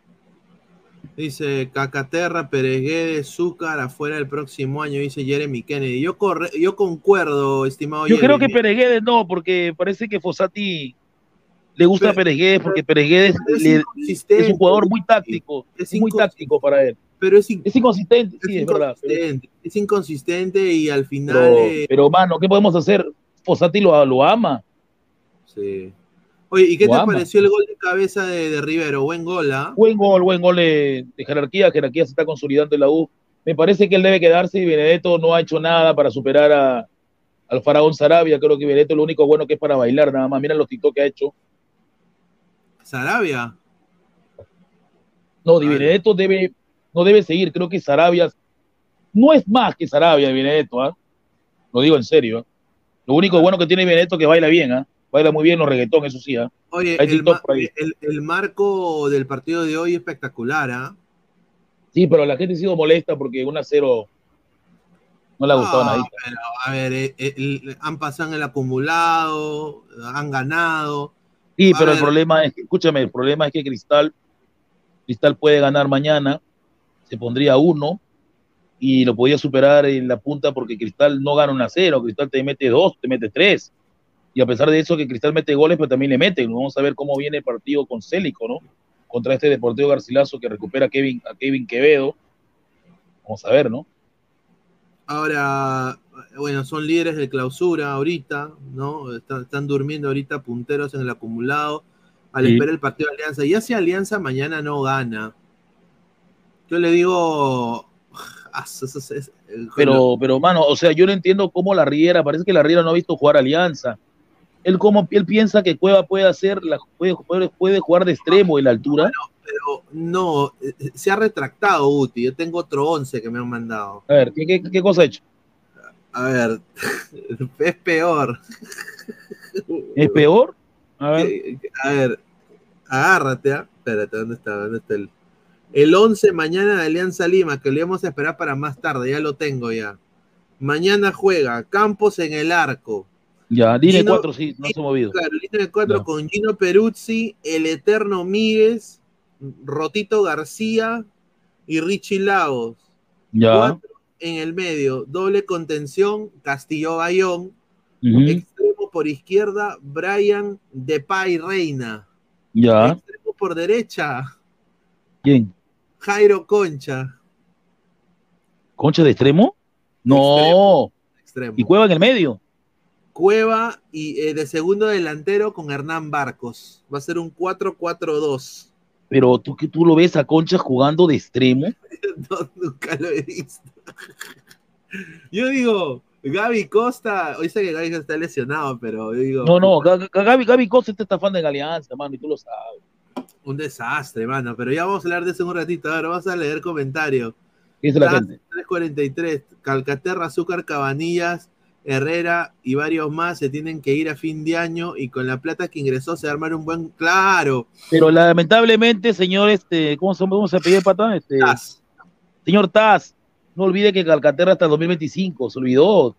Dice Cacaterra, Peregué, Zúcar, afuera el próximo año, dice Jeremy Kennedy. Yo concuerdo, estimado Yo Jeremy. creo que Peregué no, porque parece que Fossati le gusta a Peregués, porque Peregués es un jugador muy táctico, es muy táctico para él. Pero es inconsistente, sí, es verdad. Es inconsistente y al final... Pero, mano, ¿qué podemos hacer? Fossati lo ama. Sí. Oye, ¿y qué te pareció el gol de cabeza de Rivero? Buen gol, ¿ah? Buen gol de jerarquía. Jerarquía se está consolidando en la U. Me parece que él debe quedarse y Benedetto no ha hecho nada para superar al faraón Sarabia. Creo que Benedetto lo único bueno que es para bailar, nada más. Mira los TikTok que ha hecho. ¿Sarabia? No, Di Benedetto no debe seguir. Creo que Sarabia no es más que Sarabia de Benedetto, ¿ah? Lo digo en serio. Lo único bueno que tiene Benedetto es que baila bien, ¿ah? Baila muy bien los reggaetón, eso sí, ¿ah? Oye, el marco del partido de hoy es espectacular, ¿ah? Sí, pero la gente ha sido molesta porque 1-0 no le ha gustado nada. Pero, a ver, han pasado en el acumulado, han ganado. Sí, pero el problema es que, escúchame, el problema es que Cristal puede ganar mañana, se pondría 1 y lo podía superar en la punta porque Cristal no gana 1-0, Cristal te mete 2, te mete 3. Y a pesar de eso que Cristal mete goles, pero también le mete. Vamos a ver cómo viene el partido con Célico, ¿no? Contra este Deportivo Garcilaso que recupera a Kevin Quevedo. Vamos a ver, ¿no? Ahora, bueno, son líderes de clausura ahorita, ¿no? Están durmiendo ahorita punteros en el acumulado al esperar el partido de Alianza. Y si Alianza mañana no gana, yo le digo... Pero, mano, o sea, yo no entiendo cómo la Riera, parece que la Riera no ha visto jugar Alianza. Él piensa que Cueva puede jugar de extremo en la altura. Bueno, pero no, se ha retractado Uti. Yo tengo otro 11 que me han mandado. A ver, ¿qué cosa ha hecho? A ver, es peor. ¿Es peor? A ver, agárrate, ¿ah? Espérate, ¿dónde está el 11 mañana de Alianza Lima, que lo íbamos a esperar para más tarde, ya lo tengo ya. Mañana juega Campos en el arco. Ya, Línea 4 sí, no se ha movido. Claro, Línea 4 con Gino Peruzzi, el Eterno Míguez, Rotito García y Richie Lagos. Ya. 4 en el medio, doble contención, Castillo Bayón. Extremo por izquierda, Brian Depay Reina. Ya. Extremo por derecha. ¿Quién? Jairo Concha. ¿Concha de extremo? No. Extremo. ¿Y Cueva en el medio? Cueva y de segundo delantero con Hernán Barcos. Va a ser un 4-4-2. Pero tú lo ves a Concha jugando de extremo. No, nunca lo he visto. Yo digo, Gaby Costa, hoy sé que Gaby está lesionado, pero yo digo... No, Gaby Costa está estafando en Alianza, mano, y tú lo sabes. Un desastre, mano, pero ya vamos a hablar de eso en un ratito. Ahora vamos a leer comentarios. ¿Qué dice la gente? 343, Calcaterra, Azúcar, Cabanillas, Herrera y varios más se tienen que ir a fin de año y con la plata que ingresó se va a armar un buen... ¡Claro! Pero lamentablemente, señor, ¿cómo se pedir pata? Taz. Señor Taz, no olvide que Calcaterra hasta el 2025, se olvidó,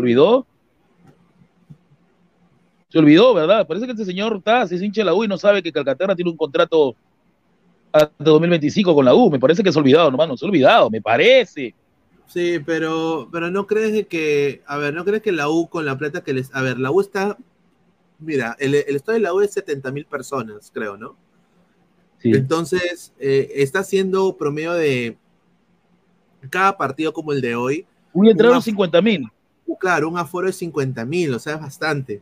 ¿verdad? Parece que este señor Taz es hincha de la U y no sabe que Calcaterra tiene un contrato hasta 2025 con la U, me parece que se ha olvidado, hermano, se ha olvidado, me parece. Sí, pero no crees de que, a ver, no crees que la U con la plata que les, a ver, la U está, mira, el estadio de la U es 70,000 personas, creo, ¿no? Sí. Entonces, está haciendo promedio de cada partido como el de hoy. Uy, entraron 50,000. Claro, un aforo de 50,000, o sea, es bastante.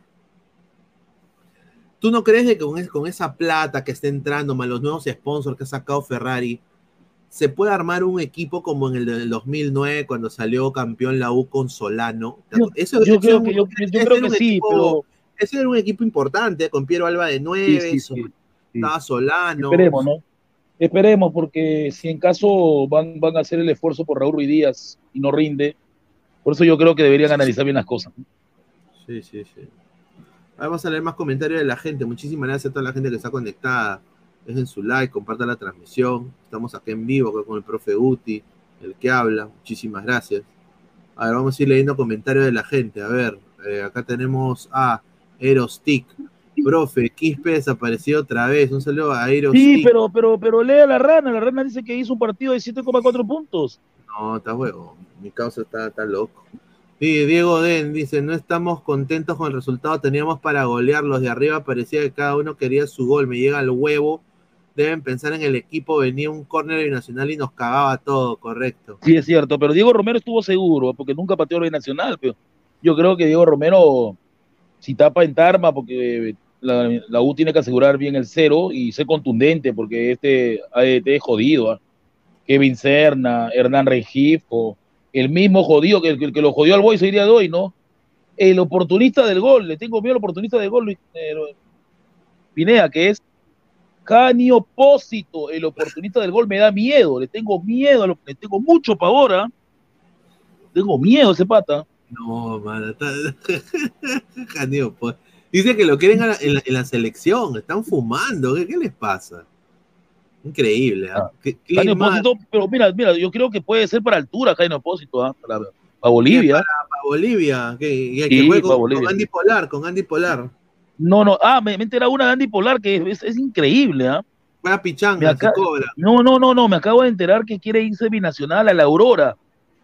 ¿Tú no crees de que con esa plata que está entrando, más los nuevos sponsors que ha sacado Ferrari, se puede armar un equipo como en el del 2009 cuando salió campeón la U con Solano? Yo creo que sí, pero... Ese era un equipo importante, con Piero Alba de 9, sí. estaba Solano. Esperemos, ¿no? Esperemos, porque si en caso van a hacer el esfuerzo por Raúl Ruiz Díaz y no rinde, por eso yo creo que deberían analizar bien las cosas. Sí. Ahora vamos a leer más comentarios de la gente. Muchísimas gracias a toda la gente que está conectada. Dejen su like, compartan la transmisión. Estamos aquí en vivo con el profe Uti, el que habla. Muchísimas gracias. A ver, vamos a ir leyendo comentarios de la gente. A ver, acá tenemos a Aerostick. Profe, Quispe desapareció otra vez. Un saludo a Aerostick. Sí, pero lea la rana dice que hizo un partido de 7,4 puntos. No, está huevo. Mi causa está loco. Sí, Diego Den dice, no estamos contentos con el resultado, teníamos para golear, los de arriba parecía que cada uno quería su gol, me llega al huevo Deben pensar en el equipo, venía un córner de Binacional y nos cagaba todo, correcto. Sí, es cierto, pero Diego Romero estuvo seguro, porque nunca pateó el Nacional, pero yo creo que Diego Romero, si tapa en tarma, porque la U tiene que asegurar bien el cero y ser contundente, porque este ADT es jodido, ¿ah? Kevin Serna, Hernán Regifo, el mismo jodido que lo jodió al Boys el día de hoy, ¿no? El oportunista del gol, le tengo miedo al oportunista del gol, Pineda, que es Cani Opósito, el oportunista del gol me da miedo, le tengo miedo, le tengo mucho pavor, ¿eh? Tengo miedo a ese pata. No, mano, Cani Opósito. Dice que lo quieren en la selección, están fumando, ¿qué les pasa? Increíble, ¿eh? Cani Opósito, pero mira, yo creo que puede ser para altura Cani Opósito, ¿eh? Para Bolivia. Para Bolivia, que Sí, juegue para Bolivia. con Andy Polar. No, me entera una de Andy Polar que es increíble, ¿ah? Juega pichanga, se cobra. No, me acabo de enterar que quiere irse binacional a la Aurora.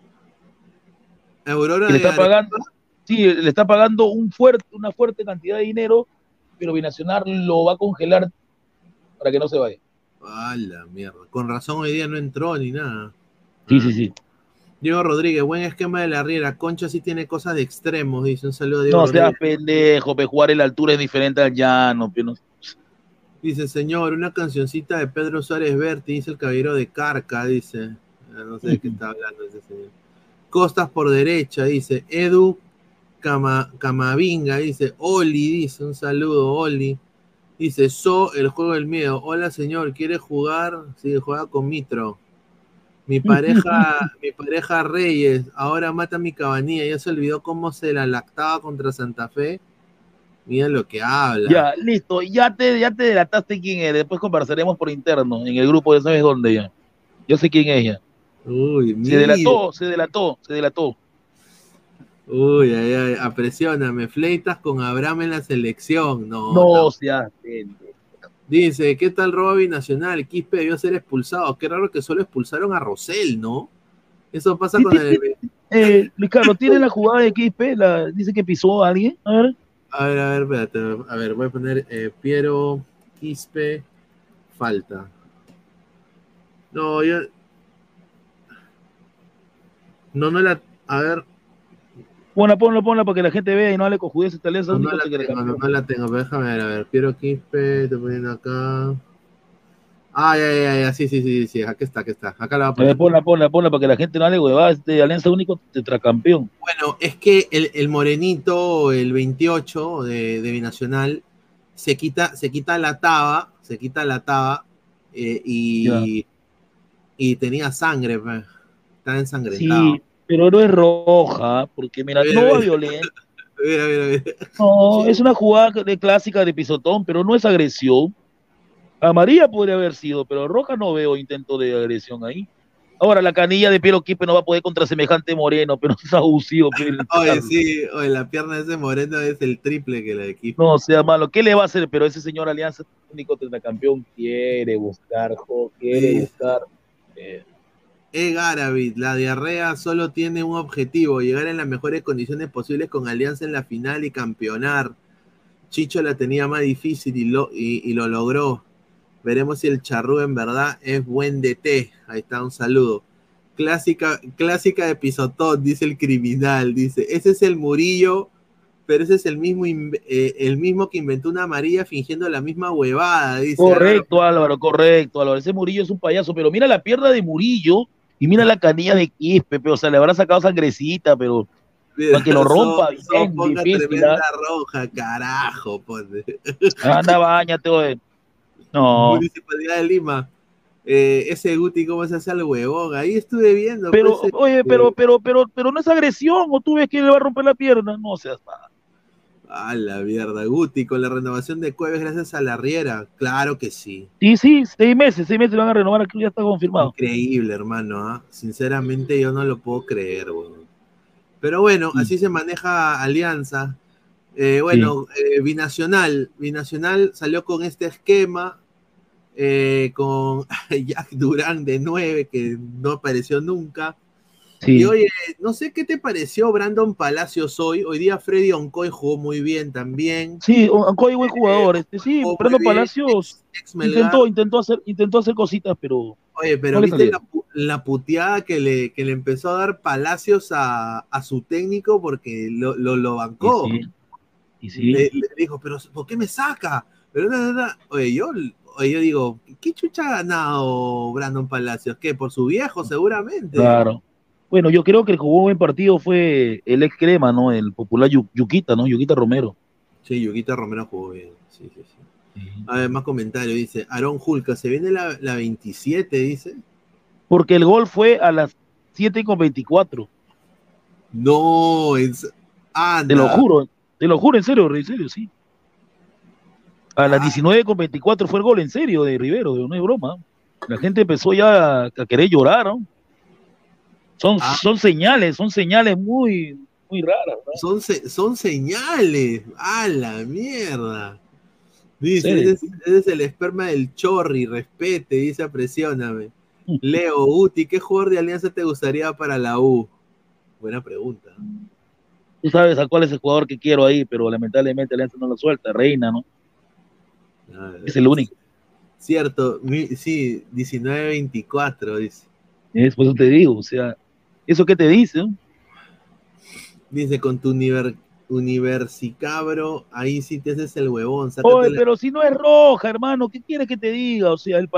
Aurora que le está pagando, sí, le está pagando una fuerte cantidad de dinero, pero binacional lo va a congelar para que no se vaya. A la mierda. Con razón hoy día no entró ni nada. Sí. Diego Rodríguez, buen esquema de la Riera. Concha sí tiene cosas de extremos, dice. Un saludo a Diego No Rodríguez. seas pendejo, jugar en la altura es diferente al llano. No. Dice, señor, una cancioncita de Pedro Suárez Berti, dice el caballero de Carca, dice. No sé de qué está hablando ese señor. Costas por derecha, dice. Edu Camavinga, dice. Oli, dice. Un saludo, Oli. Dice, el juego del miedo. Hola, señor, ¿quiere jugar? Sí, juega con Mitro. Mi pareja Reyes, ahora mata a mi Cabanilla, ya se olvidó cómo se la lactaba contra Santa Fe. Mira lo que habla. Ya, listo, ya te delataste quién es, después conversaremos por interno, en el grupo, ya sabes dónde ya. Yo sé quién es ella. Uy, se delató. Uy, ay, apresióname, Fleitas con Abraham en la selección. No seas pendejo. Dice, ¿qué tal robo binacional? Quispe debió ser expulsado. Qué raro que solo expulsaron a Rosell, ¿no? Eso pasa con el... Luis Carlos, ¿tiene la jugada de Quispe? Dice que pisó a alguien. A ver. A ver, espérate. A ver, voy a poner Piero Quispe falta. No, yo... No la... A ver... Ponla para que la gente vea y no hable con judíos. No la tengo, pero déjame ver, Piero Quispe, te poniendo acá. Ya, sí, acá está. Acá la voy a poner. Ponla para que la gente no hable huevadas de Alianza Único tetracampeón. Bueno, es que el morenito, el 28 de Binacional, se quita la taba, y tenía sangre, pues. Estaba ensangrentado. Sí. Pero no es roja, porque mira, no va violenta. Mira. No, es una jugada clásica de pisotón, pero no es agresión. Amarilla podría haber sido, pero roja no veo intento de agresión ahí. Ahora, la canilla de Piero Quispe no va a poder contra semejante Moreno, pero es abusivo. Oye, la pierna de ese Moreno es el triple que la de Quispe. No, sea malo. ¿Qué le va a hacer? Pero ese señor Alianza Único tetracampeón quiere buscar. Garavit, la diarrea solo tiene un objetivo, llegar en las mejores condiciones posibles con Alianza en la final y campeonar. Chicho la tenía más difícil y lo logró. Veremos si el Charrúa en verdad es buen DT. Ahí está, un saludo. Clásica de pisotón, dice el criminal. Dice, ese es el Murillo, pero ese es el mismo que inventó una amarilla fingiendo la misma huevada. Dice, correcto, Álvaro. Ese Murillo es un payaso, pero mira la pierna de Murillo y mira la canilla de Quispe, o sea, le habrá sacado sangrecita, pero para que lo rompa bien, difícil. Tremenda roja, carajo, ponte. Anda, bañate, oye. No. Municipalidad de Lima. Ese Guti, ¿cómo se hace al huevón? Ahí estuve viendo. Pero, pues, oye, pero no es agresión, o tú ves que le va a romper la pierna, no seas mal. A la mierda, Guti, con la renovación de Cueves gracias a la Riera, claro que sí. Sí, 6 meses lo van a renovar, aquí ya está confirmado. Increíble, hermano, ¿eh? Sinceramente yo no lo puedo creer, weón. Pero bueno, así se maneja Alianza. Binacional salió con este esquema, con Jack Durán de 9, que no apareció nunca. Y Sí, oye, no sé qué te pareció Brandon Palacios hoy. Hoy día Freddy Oncoy jugó muy bien también. sí, Ancoy buen jugador. Sí, Jugó muy Brandon bien. Palacios Ex Melgar. intentó hacer cositas, pero Oye, no pero le ¿viste salieron. la puteada que le empezó a dar Palacios a su técnico porque lo Y bancó? sí, y sí. Le dijo, pero ¿por qué me saca? Pero, Oye, yo digo, ¿qué chucha ha ganado Brandon Palacios? ¿Qué? ¿Por su viejo seguramente? Claro. Bueno, yo creo que el que jugó un buen partido fue el ex crema, ¿no? El popular Yuquita, ¿no? Yuquita Romero. Sí, Yuquita Romero jugó bien. Sí, sí, sí. A ver, más comentarios. Dice, Aarón Julca, se viene la 27, dice. Porque el gol fue a las 7:24. No, anda. Te lo juro, en serio, sí. A las 19:24 fue el gol, en serio, de Rivero, no es broma. La gente empezó ya a querer llorar, ¿no? Son señales muy, muy raras, ¿no? Son señales. ¡A la mierda! Dice, Sí. ese es el esperma del Chorri, respete, dice, apresióname. Leo, Uti, ¿qué jugador de Alianza te gustaría para la U? Buena pregunta. Tú sabes a cuál es el jugador que quiero ahí, pero lamentablemente Alianza no lo suelta, Reina, ¿no? Es el único. Cierto, sí, 19-24, dice. Es por eso te digo, o sea, ¿eso qué te dice? Dice, con tu Universicabro, ahí sí te haces el huevón. Oye, pero si no es roja, hermano, ¿qué quieres que te diga? O sea, este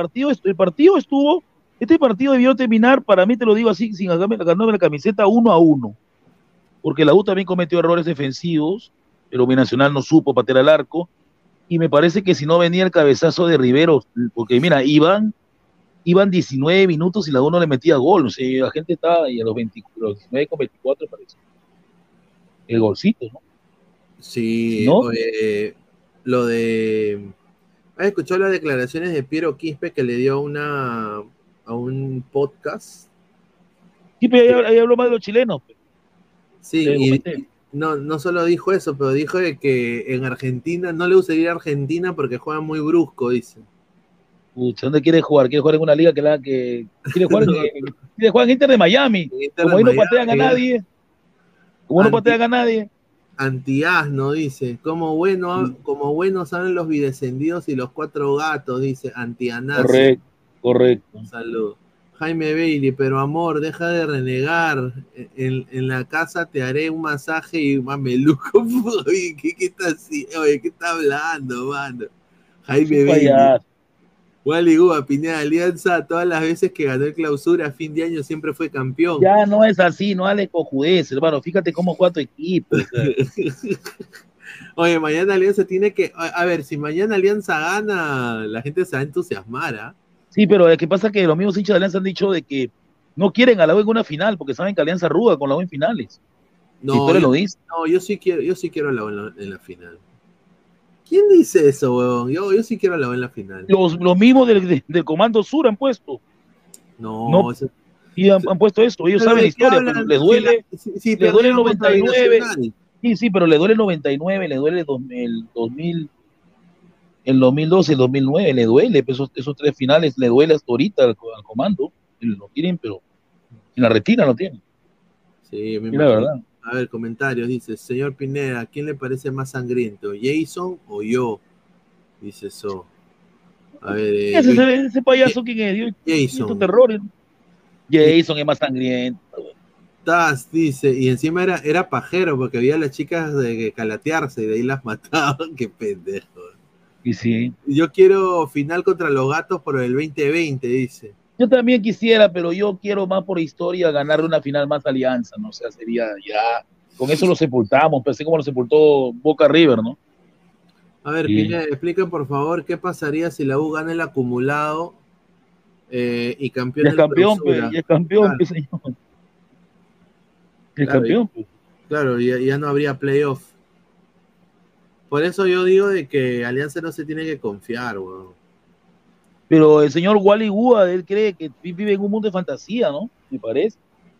partido debió terminar, para mí te lo digo así, sin ganarme la camiseta 1-1, porque la U también cometió errores defensivos, pero Binacional no supo patear al arco, y me parece que si no venía el cabezazo de Rivero, porque mira, iban 19 minutos y la U no le metía gol, o sea, la gente estaba y a los 19:24 parece el golcito, ¿no? Sí, ¿No? oye, lo de... ¿Has escuchado las declaraciones de Piero Quispe que le dio a un podcast? Sí, pero ahí habló más de los chilenos. Sí, y no solo dijo eso, pero dijo de que en Argentina no le gustaría ir a Argentina porque juega muy brusco, dice. Pucha, ¿dónde quiere jugar? ¿Quiere jugar en una liga que quiere jugar en Inter de Miami? Como ahí no patean a nadie. Como no patean a nadie. Antiasno, dice. Como bueno saben los bidescendidos y los cuatro gatos, dice. Antianazo. Correcto. Salud. Jaime Bailey, pero amor, deja de renegar. En la casa te haré un masaje y mameluco. Oye, ¿qué está así? Oye, ¿qué está hablando, mano? Jaime Bailey. Wally Gua, Pineda Alianza, todas las veces que ganó el clausura a fin de año siempre fue campeón. Ya no es así, no hables cojudez, hermano. Fíjate cómo juega tu equipo. O sea. Oye, mañana Alianza tiene que. A ver, si mañana Alianza gana, la gente se va a entusiasmar, ¿ah? Sí, pero lo que pasa es que los mismos hinchas de Alianza han dicho de que no quieren a la U en una final porque saben que Alianza ruda con la U en finales. No, yo sí quiero a la U en la final. ¿Quién dice eso, weón? Yo sí quiero a la U en la final. Los mismos del Comando Sur han puesto. No. Y han puesto esto. Ellos saben la historia, pero les duele. Les duele el 99. Sí, pero le duele el 99, le duele el 2000. El 2012 y el 2009 le duele, pues esos tres finales le duele hasta ahorita al Comando. Lo tienen, pero en la retina lo tienen. Sí, me la verdad. A ver, comentarios, dice, señor Pineda, ¿quién le parece más sangriento, Jason o yo? Dice eso. A ver, ese payaso que Jason. Terror. Jason es más sangriento. Taz dice, y encima era pajero porque había las chicas de calatearse y de ahí las mataban. Qué pendejo. Y sí. Yo quiero final contra los gatos por el 2020, dice. Yo también quisiera, pero yo quiero más por historia ganar una final más Alianza, ¿no? O sea, sería ya, con eso lo sepultamos, pensé como lo sepultó Boca River, ¿no? A ver, sí. Pineda, expliquen por favor qué pasaría si la U gana el acumulado y campeón del clausura. Y es campeón, claro. Señor. Es campeón. Claro, ya no habría playoff. Por eso yo digo de que Alianza no se tiene que confiar, weón. Pero el señor Wally Gua, él cree que vive en un mundo de fantasía, ¿no? Me parece.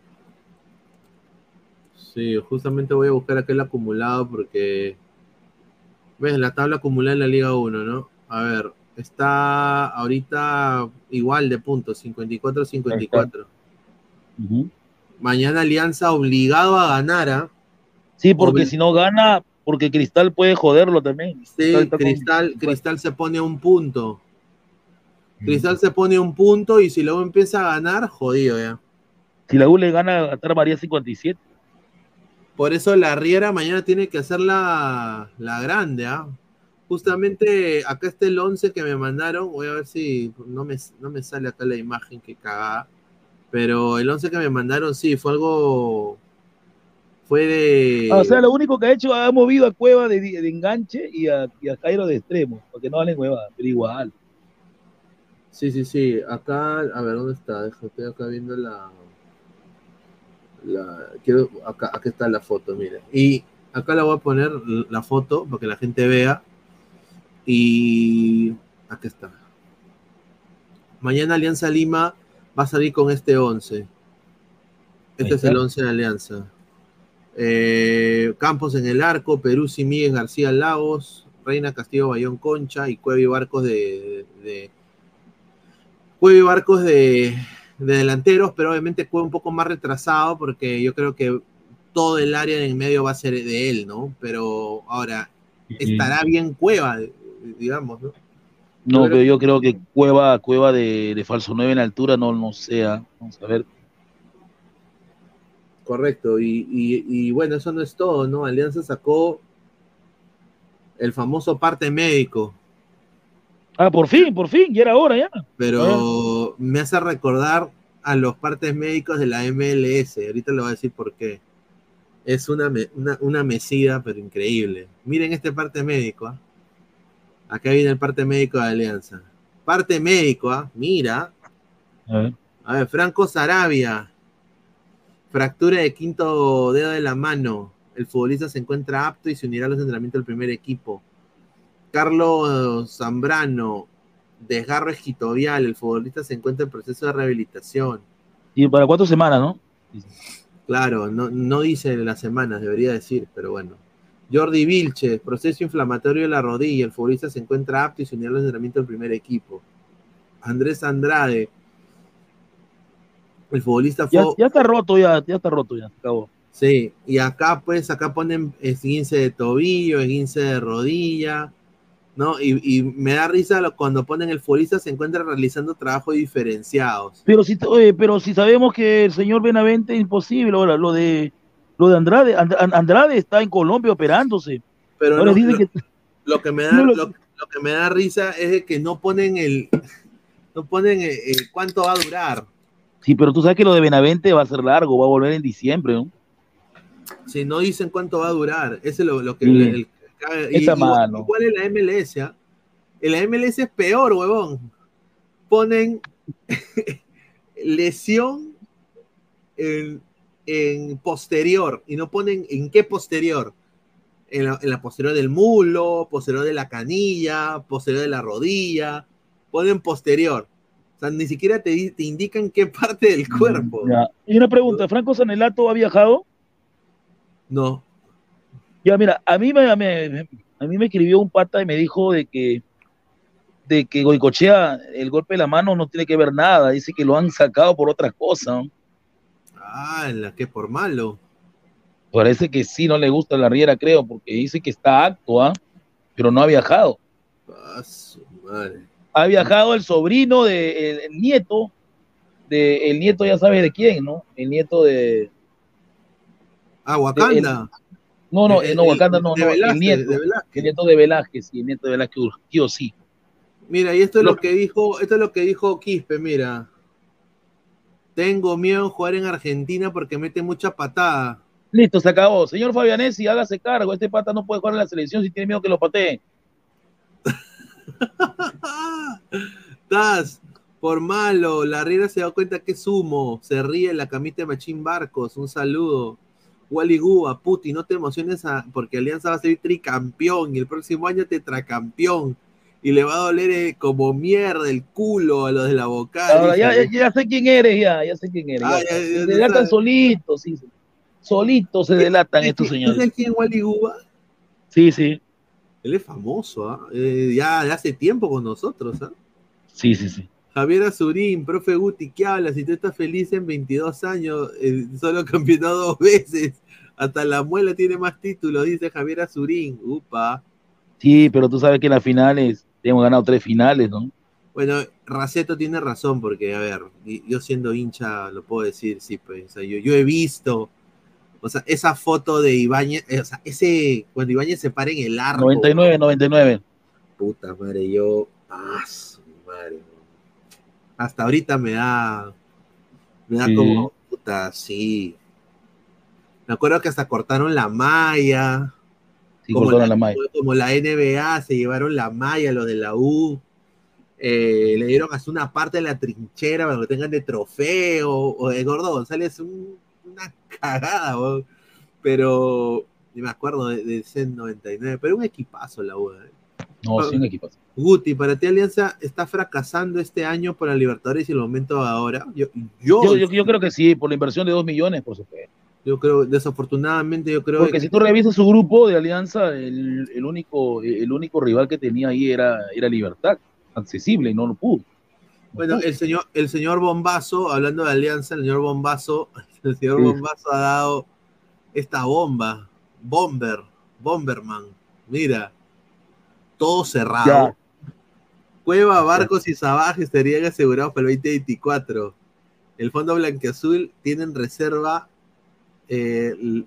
Sí, justamente voy a buscar aquel acumulado porque... ¿Ves? La tabla acumulada en la Liga 1, ¿no? A ver, está ahorita igual de puntos, 54-54. Mañana Alianza obligado a ganar, ¿ah? Sí, porque si no gana, porque Cristal puede joderlo también. Sí, Cristal se pone a un punto. Cristal se pone a un punto y si luego empieza a ganar, jodido ya. Si la U le gana a Qatar María 57. Por eso la Riera mañana tiene que hacer la grande, ¿ah? Justamente acá está el 11 que me mandaron. Voy a ver si no me sale acá la imagen, que cagada. Pero el 11 que me mandaron, sí, fue algo... Fue de... O sea, lo único que ha hecho, ha movido a Cueva de enganche y a Jairo de extremo, porque no valen huevadas, pero igual. Sí. Acá, a ver, ¿dónde está? Estoy acá viendo acá está la foto, mira. Y acá la voy a poner la foto para que la gente vea. Y aquí está. Mañana Alianza Lima va a salir con este 11. Este es el 11 de Alianza. Campos en el arco, Peruzzi, Míguez, García Lagos, Reina, Castillo, Bayón, Concha y Cueva y Barcos de delanteros, pero obviamente Cueva un poco más retrasado porque yo creo que todo el área en medio va a ser de él, ¿no? Pero ahora estará bien Cueva, digamos, ¿no? No, pero yo creo que Cueva de falso 9 en altura no sea. Vamos a ver. Correcto, y bueno, eso no es todo, ¿no? Alianza sacó el famoso parte médico. Ah, por fin, ya era hora ya. Pero me hace recordar a los partes médicos de la MLS. Ahorita le voy a decir por qué. Es una mesida, pero increíble. Miren este parte médico, ¿ah? Acá viene el parte médico de Alianza. Parte médico, ¿ah? Mira. A ver, Franco Sarabia. Fractura de quinto dedo de la mano. El futbolista se encuentra apto y se unirá a los entrenamientos del primer equipo. Carlos Zambrano, desgarro esquitovial. El futbolista se encuentra en proceso de rehabilitación. ¿Y para 4 semanas, no? Claro, no dice las semanas, debería decir, pero bueno. Jordi Vilches, proceso inflamatorio de la rodilla. El futbolista se encuentra apto y se unirá a los entrenamientos del primer equipo. Andrés Andrade. El futbolista fue... Ya está roto, ya acabó. Sí, y acá ponen esguince de tobillo, esguince de rodilla, ¿no? Y me da risa cuando ponen el futbolista se encuentra realizando trabajos diferenciados. Pero si sabemos que el señor Benavente es imposible, ahora lo de Andrade, Andrade está en Colombia operándose. Pero ahora dice que... lo que me da risa es que no ponen cuánto va a durar. Sí, pero tú sabes que lo de Benavente va a ser largo, va a volver en diciembre, ¿no? Si no dicen cuánto va a durar, eso es lo que... Sí. Igual en la MLS, ¿eh? En la MLS es peor, huevón. Ponen lesión en posterior, y no ponen en qué posterior. En la posterior del muslo, posterior de la canilla, posterior de la rodilla. Ponen posterior. O sea, ni siquiera te indican qué parte del cuerpo. Ya. Y una pregunta, ¿Franco Sanelato ha viajado? No. Ya, mira, a mí me escribió un pata y me dijo de que Goicoechea, el golpe de la mano no tiene que ver nada, dice que lo han sacado por otras cosas, ¿no? Ah, en la que por malo. Parece que sí, no le gusta la Riera, creo, porque dice que está acto, ¿ah? Pero no ha viajado. Ah, su madre. Ha viajado el sobrino el nieto ya sabes de quién, ¿no? El nieto de... Ah, Wakanda. No, Wakanda no, Velázquez, el nieto de Velázquez, sí, el nieto de Velázquez Urquijo, sí. Mira, y esto es lo que dijo Quispe, mira. Tengo miedo de jugar en Argentina porque mete mucha patada. Listo, se acabó. Señor Fabianesi, hágase cargo. Este pata no puede jugar en la selección si tiene miedo que lo pateen. Taz, por malo, la Riera se da cuenta que es humo. Se ríe en la camita de Machín Barcos. Un saludo. Wally Guba, Puti, no te emociones porque Alianza va a ser tricampeón y el próximo año tetracampeón. Y le va a doler como mierda el culo a los de la Vocal. Ahora, ya sé quién eres, ya sé quién eres. Se delatan solitos, sí. Solitos se delatan estos señores. ¿Sabes quién es Wally Guba? Sí, sí. Él es famoso, ¿ah? Ya de hace tiempo con nosotros, ¿ah? Sí. Javier Azurín, profe Guti, ¿qué hablas? Si tú estás feliz en 22 años, solo campeonado 2 veces. Hasta la muela tiene más títulos, dice Javier Azurín. Upa. Sí, pero tú sabes que en las finales hemos ganado 3 finales, ¿no? Bueno, Raceto tiene razón, porque, a ver, yo siendo hincha, lo puedo decir, sí, pues, o sea, yo he visto, o sea, esa foto de Ibáñez, o sea, cuando Ibáñez se para en el arco. 99. Puta madre, su madre. Hasta ahorita me da Sí. como, puta, sí. Me acuerdo que hasta cortaron la malla. Sí, cortaron la malla. Como la NBA, se llevaron la malla, los de la U. Le dieron hasta una parte de la trinchera para que tengan de trofeo. O de Gordo González, una cagada, bro. Pero ni me acuerdo de ese 99. Pero un equipazo la U. No, sí, un equipazo. Guti, ¿para ti Alianza está fracasando este año por la Libertadores y el momento de ahora? Yo creo que sí, por la inversión de 2 millones, por supuesto. Yo creo, desafortunadamente, Porque si tú revisas su grupo de Alianza, el único rival que tenía ahí era Libertad, accesible, y no lo pudo. Bueno, el señor Bombazo, hablando de Alianza, el señor Bombazo ha dado esta bomba, Bomberman, mira, todo cerrado. Ya. Cueva, barcos y Sabaje estarían asegurados para el 2024. El Fondo Blanquiazul tiene en reserva en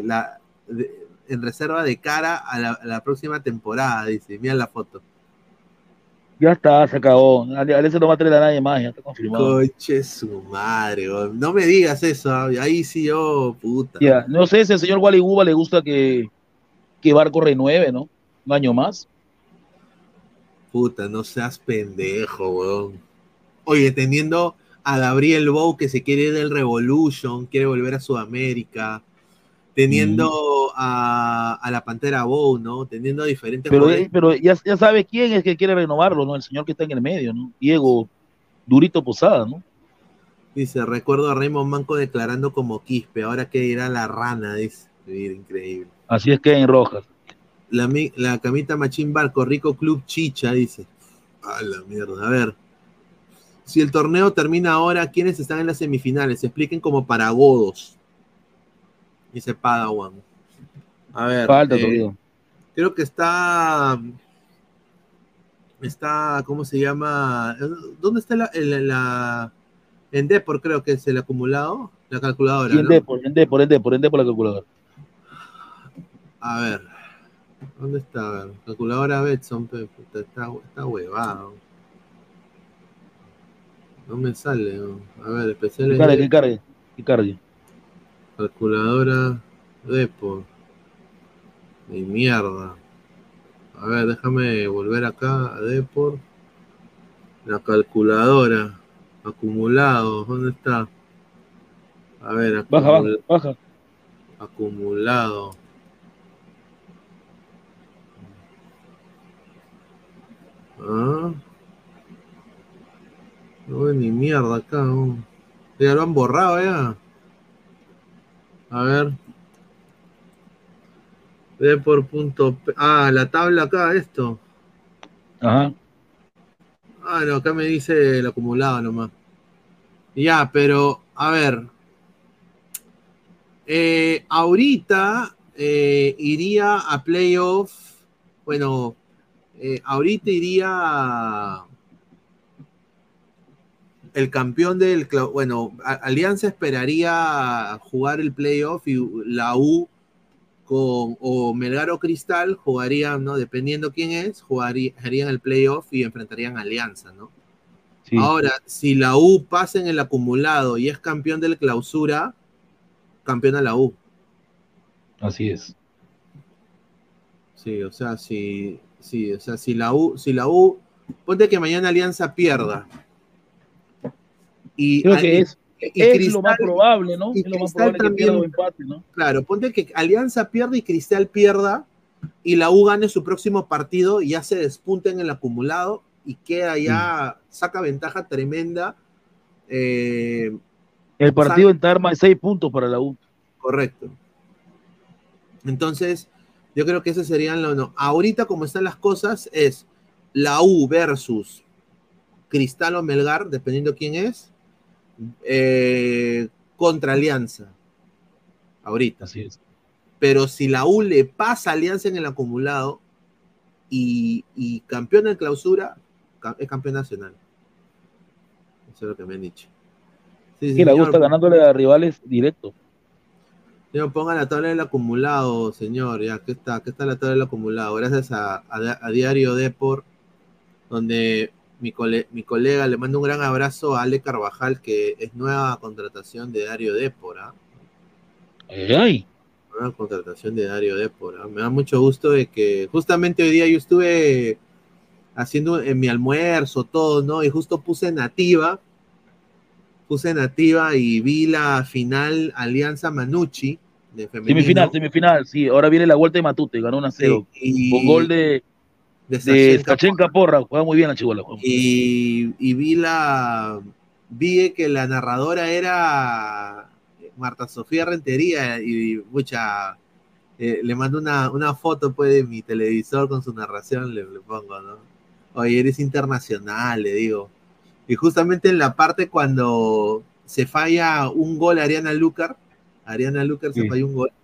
reserva de cara a la próxima temporada, dice. Mira la foto. Ya está, se acabó. Alianza no va a traer a nadie más, ya está confirmado. Coche su madre, bro. No me digas eso. Ahí sí yo, puta. Ya, no sé si al señor Wally Guba le gusta que Barco renueve, ¿no? Un año más. Puta, no seas pendejo, weón. Oye, teniendo a Gabriel Bou que se quiere ir del Revolution, quiere volver a Sudamérica, teniendo a la Pantera Bou, ¿no? Teniendo diferentes pero ya sabe quién es que quiere renovarlo, ¿no? El señor que está en el medio, ¿no? Diego Durito Posada, ¿no? Dice, recuerdo a Raymond Manco declarando como Quispe, ahora que irá la rana, dice. Increíble. Así es que en Rojas. La camita Machín Barco, Rico Club Chicha, dice. A la mierda, a ver. Si el torneo termina ahora, ¿quiénes están en las semifinales? Expliquen como para godos. Dice Padawan. A ver. Falta todavía. Creo que está, ¿cómo se llama? ¿Dónde está en Depor creo que es el acumulado? La calculadora, Sí, en ¿no? Depor la calculadora. A ver. ¿Dónde está? A ver, calculadora Betson, está huevado. No me sale, ¿no? A ver, especiales. ¿Qué cargue? Calculadora Depor. Ni mierda. A ver, déjame volver acá a Depor. La calculadora. Acumulados, ¿dónde está? A ver, baja. Acumulado. Ah. No veo ni mierda acá, ¿no? Ya lo han borrado ya. A ver. La tabla acá, esto. Ajá. No, acá me dice el acumulado nomás. Ya, pero, a ver. Ahorita iría a playoff. Bueno, ahorita iría el campeón del... Bueno, Alianza esperaría jugar el playoff y la U o Melgar o Cristal jugarían, ¿no? Dependiendo quién es, jugarían el playoff y enfrentarían a Alianza, ¿no? Sí. Ahora, si la U pasa en el acumulado y es campeón del clausura, campeona la U. Así es. Sí, o sea, si la U, ponte que mañana Alianza pierda. Y creo que es Cristal, lo más probable, ¿no? Y es lo más Cristal probable también, que pierda o empate, ¿no? Claro, ponte que Alianza pierda y Cristal pierda y la U gane su próximo partido y ya se despunta en el acumulado y queda ya, saca ventaja tremenda. El partido en Tarma es 6 puntos para la U. Correcto. Entonces, yo creo que ese serían los... No. Ahorita, como están las cosas, es la U versus Cristal o Melgar, dependiendo quién es, contra Alianza. Ahorita. Así es. Pero si la U le pasa a Alianza en el acumulado y campeón de clausura, es campeón nacional. Eso es lo que me han dicho. Sí, Que la U está ganándole a rivales directos. Señor, ponga la tabla del acumulado, señor. Ya, aquí está la tabla del acumulado. Gracias a Diario Depor, donde mi colega le manda un gran abrazo a Ale Carvajal, que es nueva contratación de Diario Depor. Ay. Nueva contratación de Diario Depor. Me da mucho gusto de que justamente hoy día yo estuve haciendo en mi almuerzo todo, ¿no? Y justo puse nativa y vi la final Alianza Manucci de femenino. Semifinal, sí. Ahora viene la vuelta de Matute, ganó 1-0. Sí, con gol de Sachenka Porra. Juega muy bien la chibola. Y vi que la narradora era Marta Sofía Rentería y le mando una foto pues de mi televisor con su narración, le pongo, ¿no? Oye, eres internacional, le digo. Y justamente en la parte cuando se falla un gol a Ariana Lucar se falla un gol.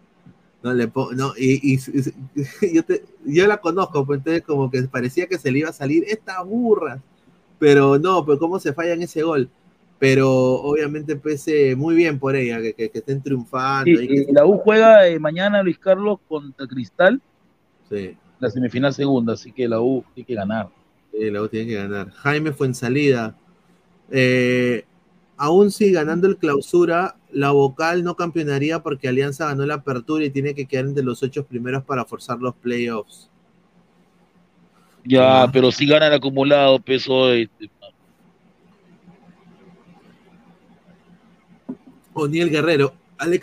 Yo la conozco, pues entonces como que parecía que se le iba a salir esta burra. Pero no, pues cómo se falla en ese gol. Pero obviamente pues muy bien por ella, que estén triunfando. Y la U juega mañana, Luis Carlos, contra Cristal. Sí. La semifinal segunda, así que la U tiene que ganar. La U tiene que ganar. Jaime Fuensalida. Aún si ganando el clausura, la Vocal no campeonaría porque Alianza ganó la apertura y tiene que quedar entre los 8 primeros para forzar los playoffs. Ya, pero si gana el acumulado, peso. O'Neill Guerrero. Ale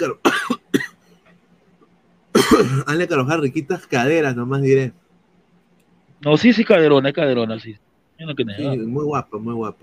Carvajal, riquitas caderas, nomás diré. No, sí, caderona, sí. Sí, muy guapa.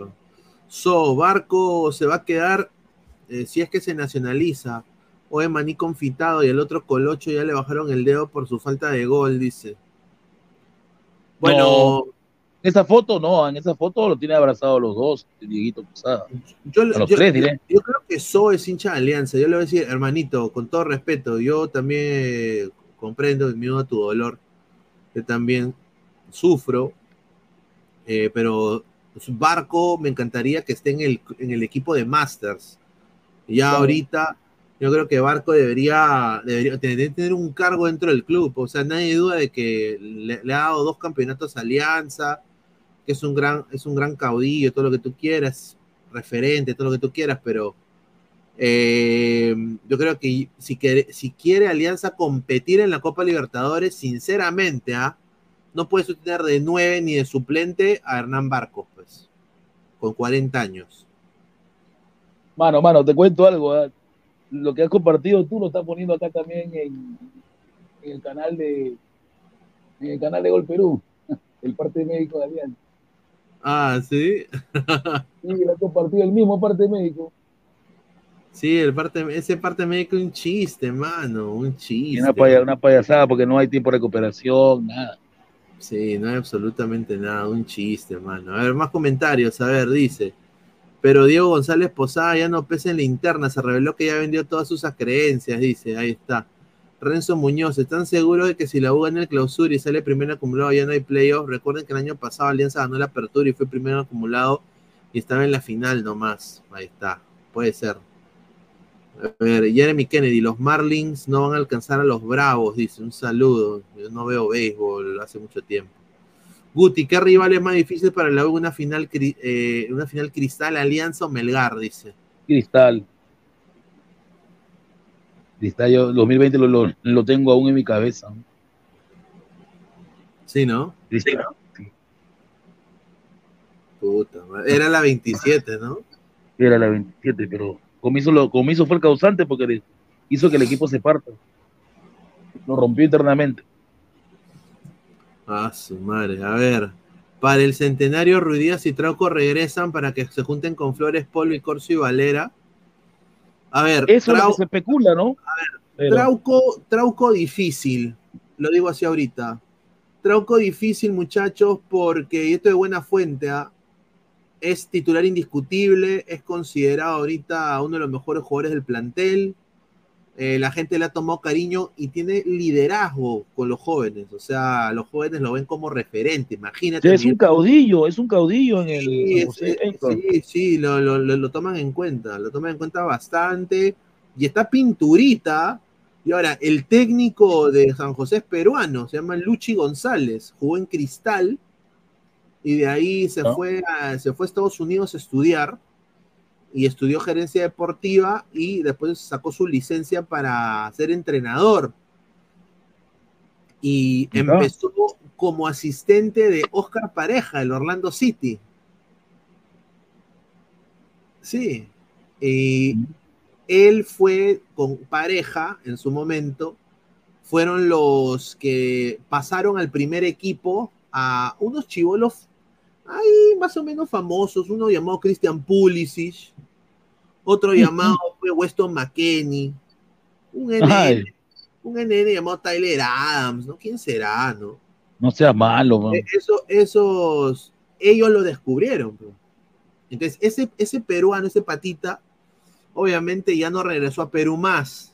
Barco se va a quedar si es que se nacionaliza. O es maní confitado y el otro Colocho ya le bajaron el dedo por su falta de gol, dice. Bueno, no, en esa foto lo tiene abrazado los dos, Dieguito Posada. Los tres, diré. Yo creo que So es hincha de Alianza. Yo le voy a decir, hermanito, con todo respeto, yo también comprendo, me uno a tu dolor. Yo también sufro, pero Barco me encantaría que esté en el equipo de Masters. Ya ahorita yo creo que Barco debería tener un cargo dentro del club. O sea, nadie duda de que le ha dado 2 campeonatos a Alianza, que es un gran caudillo, todo lo que tú quieras, referente, todo lo que tú quieras, pero yo creo que si quiere Alianza competir en la Copa Libertadores, sinceramente, no puede tener de 9 ni de suplente a Hernán Barcos, pues, con 40 años. Mano, te cuento algo. Lo que has compartido tú lo estás poniendo acá también en el canal de Gol Perú, el parte médico de Alianza. Ah, ¿sí? Sí, lo has compartido el mismo parte médico. Sí, ese parte médico es un chiste, mano, un chiste. Una payasada porque no hay tiempo de recuperación, nada. Sí, no hay absolutamente nada, un chiste, mano. A ver, más comentarios, a ver, dice. Pero Diego González Posada ya no pesa en la interna, se reveló que ya vendió todas sus creencias, dice, ahí está. Renzo Muñoz, ¿están seguros de que si la U gana el clausura y sale primero acumulado ya no hay playoff? Recuerden que el año pasado Alianza ganó la apertura y fue primero acumulado y estaba en la final nomás. Ahí está, puede ser. A ver, Jeremy Kennedy, los Marlins no van a alcanzar a los Bravos, dice, un saludo. Yo no veo béisbol hace mucho tiempo. Guti, ¿qué rival es más difícil para la U? Una final Cristal, Alianza o Melgar, dice. Cristal, yo 2020 lo tengo aún en mi cabeza. Sí, ¿no? Cristal. Sí. Puta, era la 27, ¿no? Era la 27, pero Comiso fue el causante porque hizo que el equipo se parta. Lo rompió internamente. Ah, su madre. A ver, para el centenario, Ruidías y Trauco regresan para que se junten con Flores, Polo y Corso y Valera. A ver, eso es lo que se especula, ¿no? A ver, Trauco difícil. Lo digo así ahorita. Trauco difícil, muchachos, porque, y esto de buena fuente, es titular indiscutible, es considerado ahorita uno de los mejores jugadores del plantel. La gente le ha tomado cariño y tiene liderazgo con los jóvenes. O sea, los jóvenes lo ven como referente. Imagínate. Es un caudillo en el San José. Sí, lo toman en cuenta. Lo toman en cuenta bastante. Y está pinturita. Y ahora, el técnico de San José es peruano, se llama Luchi González. Jugó en Cristal. Y de ahí se fue a Estados Unidos a estudiar. Y estudió gerencia deportiva y después sacó su licencia para ser entrenador. Y empezó como asistente de Oscar Pareja, del Orlando City. Sí. Y él fue con Pareja en su momento. Fueron los que pasaron al primer equipo a unos chibolos ahí más o menos famosos, uno llamado Christian Pulisic, otro llamado fue Weston McKennie, un NN llamado Tyler Adams, ¿no? ¿Quién será, no? No sea malo, man. Ellos lo descubrieron, bro. Entonces, ese peruano, ese patita, obviamente ya no regresó a Perú más.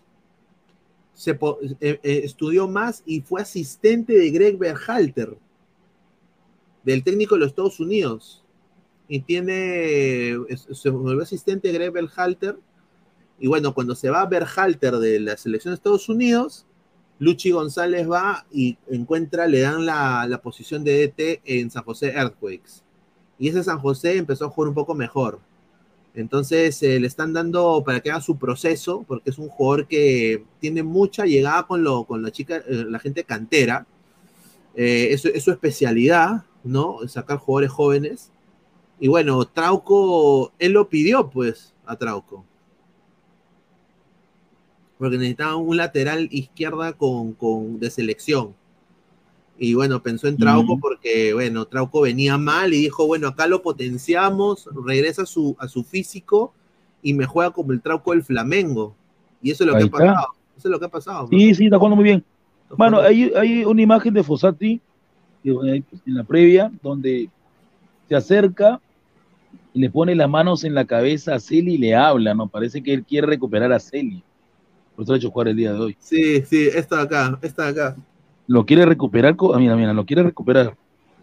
Estudió más y fue asistente de Greg Berhalter, del técnico de los Estados Unidos, y se volvió asistente de Greg Berhalter, y bueno, cuando se va Berhalter de la selección de Estados Unidos, Luchi González va y le dan la posición de DT en San José Earthquakes, y ese San José empezó a jugar un poco mejor, entonces le están dando para que haga su proceso, porque es un jugador que tiene mucha llegada con la gente cantera, es su especialidad, ¿no? Sacar jugadores jóvenes. Y bueno, Trauco, él lo pidió, pues, a Trauco. Porque necesitaba un lateral izquierda de selección. Y bueno, pensó en Trauco porque, bueno, Trauco venía mal y dijo, bueno, acá lo potenciamos, regresa a su físico y me juega como el Trauco del Flamengo. Y eso es lo que ha pasado. Eso es lo que ha pasado. Sí, está jugando muy bien. Bueno, hay una imagen de Fossati en la previa, donde se acerca y le pone las manos en la cabeza a Celi y le habla, ¿no? Parece que él quiere recuperar a Celi. Por eso lo ha hecho jugar el día de hoy. Sí, esta de acá. Lo quiere recuperar, mira, lo quiere recuperar.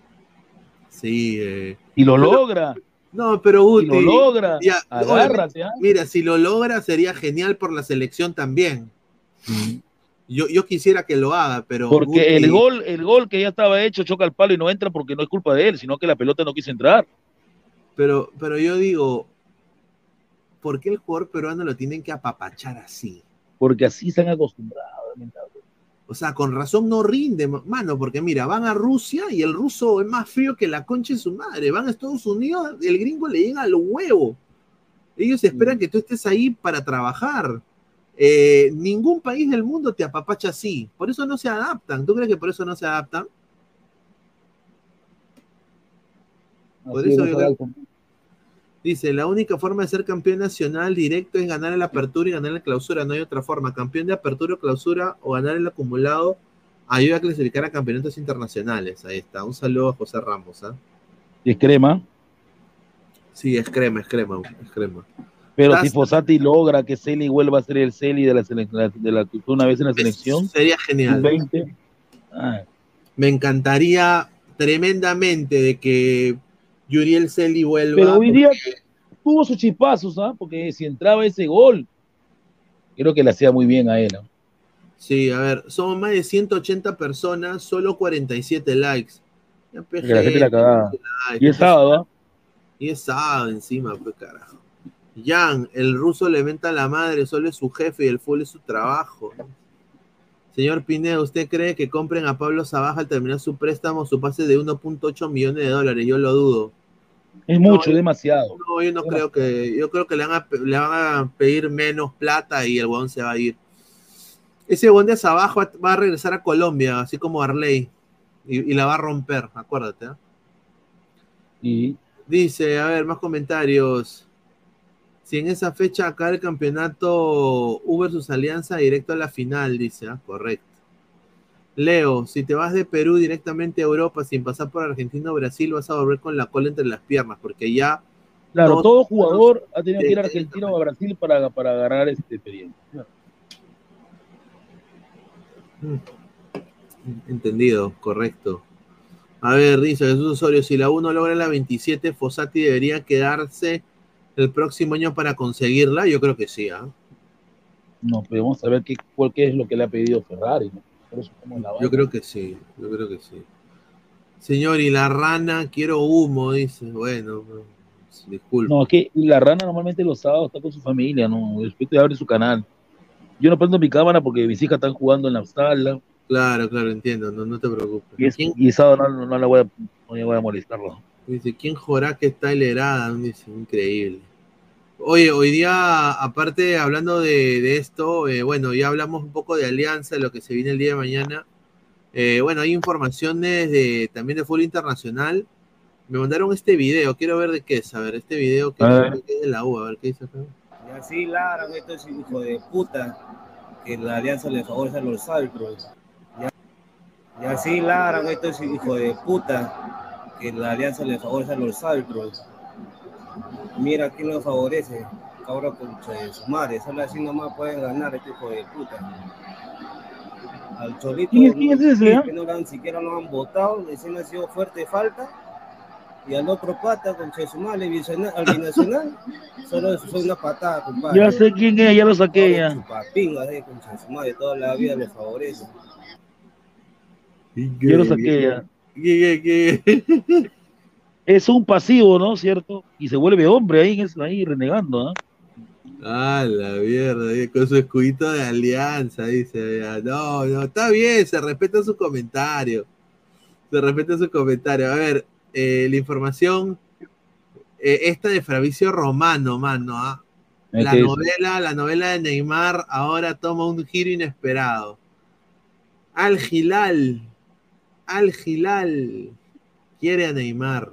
Sí. Y lo logra. No, pero Guti, si lo logra, agárrate. Mira, si lo logra sería genial por la selección también. Yo quisiera que lo haga, pero... Porque Guti, el gol que ya estaba hecho choca al palo y no entra porque no es culpa de él, sino que la pelota no quiso entrar. Pero yo digo, ¿por qué el jugador peruano lo tienen que apapachar así? Porque así se han acostumbrado. O sea, con razón no rinde, mano, porque mira, van a Rusia y el ruso es más frío que la concha de su madre. Van a Estados Unidos, el gringo le llega al huevo. Ellos esperan que tú estés ahí para trabajar. Ningún país del mundo te apapacha así. Por eso no se adaptan. ¿Tú crees que por eso no se adaptan? Por eso dice, la única forma de ser campeón nacional directo es ganar en la apertura y ganar en la clausura, no hay otra forma. Campeón de apertura o clausura o ganar el acumulado ayuda a clasificar a campeonatos internacionales. Ahí está, un saludo a José Ramos. ¿Es crema? Sí, es crema. Pero si Fossati logra que Celi vuelva a ser el Celi de la una vez en la selección, sería genial. Me encantaría tremendamente de que Yuriel Celi vuelva. Pero hoy día tuvo sus chispazos, ¿ah? Porque si entraba ese gol, creo que le hacía muy bien a él, ¿no? Sí, a ver, somos más de 180 personas, solo 47 likes. Que la gente la cagaba. Y es sábado, ¿ah? Y es sábado encima, pues carajo. Jan, el ruso le menta a la madre, solo es su jefe y el fútbol es su trabajo. Señor Pineda, ¿usted cree que compren a Pablo Sabaja al terminar su préstamo, su pase de 1.8 millones de dólares? Yo lo dudo. Es mucho, es demasiado. No, yo no creo que, yo creo que le van a pedir menos plata y el huevón se va a ir. Ese huevón de Sabaja va a regresar a Colombia, así como Arley, y la va a romper, acuérdate. Y dice, a ver, más comentarios. Si en esa fecha acá el campeonato U versus Alianza directo a la final, dice, correcto. Leo, si te vas de Perú directamente a Europa sin pasar por Argentina o Brasil, vas a volver con la cola entre las piernas, porque ya Claro, todo jugador ha tenido que ir a Argentina o a Brasil para agarrar experiencia. Entendido, correcto. A ver, dice Jesús Osorio, si la U no logra la 27, Fossati debería quedarse el próximo año para conseguirla. Yo creo que sí, ¿ah? No, pero vamos a ver qué es lo que le ha pedido Ferrari, ¿no? Por eso como la Yo creo que sí, yo creo que sí. Señor, y la rana, quiero humo, dice. Bueno, disculpe. No, es que la rana normalmente los sábados está con su familia, ¿no? Después te abre su canal. Yo no prendo mi cámara porque mis hijas están jugando en la sala. Claro, entiendo, no te preocupes. Y sábado no la voy a molestarlo. Dice, ¿quién jurá que está helerada? Dice, increíble. Oye, hoy día, aparte, hablando de esto, bueno, ya hablamos un poco de Alianza, de lo que se viene el día de mañana. Bueno, hay informaciones también de fútbol internacional. Me mandaron este video, quiero ver de qué es. A ver, este video que es de la U, a ver qué dice acá. Y así ladran estos hijos de puta que la Alianza le favorece a los árbitros. Y así ladran estos hijos de puta que la Alianza le favorece a los árbitros. Mira quién lo favorece, cabrón, concha de su madre. Solo así nomás pueden ganar este hijo de puta. Al Cholito ¿Quién es ese, que no ni siquiera lo han votado, le ha sido fuerte falta. Y al otro pata, concha de su madre, al binacional, solo es una patada, compadre. Ya sé quién es, ya lo saqué ya. Chupapingas, concha de su madre, toda la vida lo favorece. Ya lo saqué ya. ¿Qué? Es un pasivo, ¿no? ¿Cierto? Y se vuelve hombre ahí renegando, ¿no? Ah, la mierda, con su escudito de Alianza, dice. No, está bien, se respeta su comentario. A ver, la información, esta de Fabricio Romano, mano, ¿ah? La novela de Neymar ahora toma un giro inesperado. Al Hilal quiere a Neymar.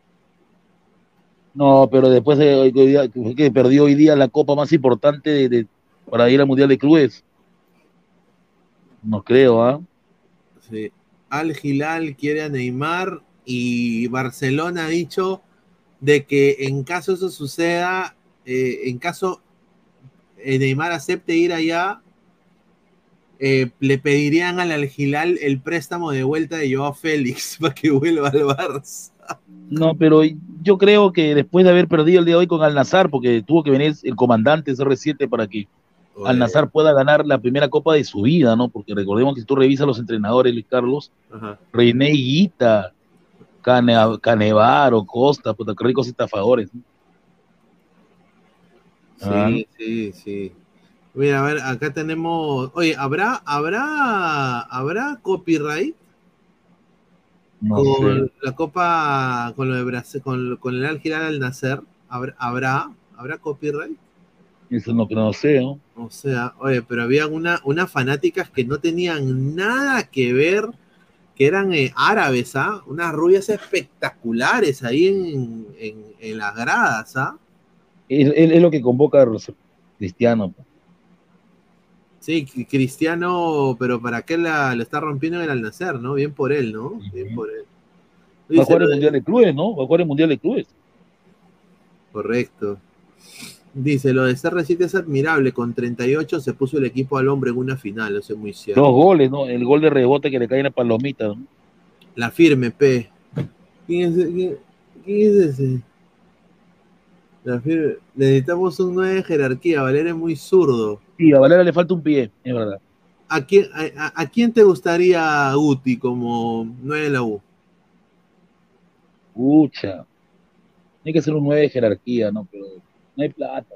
No, pero después que perdió hoy día la copa más importante para ir al Mundial de Clubes. No creo, ¿ah? Sí. Al Hilal quiere a Neymar y Barcelona ha dicho de que en caso eso suceda, en caso Neymar acepte ir allá, le pedirían al Al Hilal el préstamo de vuelta de Joao Félix para que vuelva al Barça. No, pero yo creo que después de haber perdido el día de hoy con Al Nassr, porque tuvo que venir el comandante CR7 para que Al Nassr pueda ganar la primera copa de su vida, ¿no? Porque recordemos que si tú revisas los entrenadores, Luis Carlos, René Higuita, Canevaro, Costa, puta, qué ricos estafadores, ¿no? Sí. Mira, a ver, acá tenemos. Oye, ¿habrá copyright? No con sé. la Copa, con lo de Brasil, con el Al Hilal Al Nassr, ¿habrá copyright? Eso no, no sé, ¿no? O sea, oye, pero había unas fanáticas que no tenían nada que ver, que eran árabes, ¿ah? Unas rubias espectaculares ahí en las gradas, ¿ah? Es lo que convoca a Cristiano. Sí, Cristiano, pero ¿para qué la está rompiendo en el Al Nassr, no? Bien por él, ¿no? Bien por él. Va a jugar el Mundial de Clubes, ¿no? Va a jugar el Mundial de Clubes. Correcto. Dice, lo de CR7 es admirable. Con 38 se puso el equipo al hombre en una final. Eso es muy cierto. 2 goles, ¿no? El gol de rebote que le cae en la palomita, ¿no? La firme, P. ¿Quién es ese? La firme. Necesitamos un 9 de jerarquía. Valera es muy zurdo. Sí, a Valera le falta un pie, es verdad. ¿A quién te gustaría Guti como 9 de la U? Pucha. Hay que ser un 9 de jerarquía, ¿no? Pero no hay plata.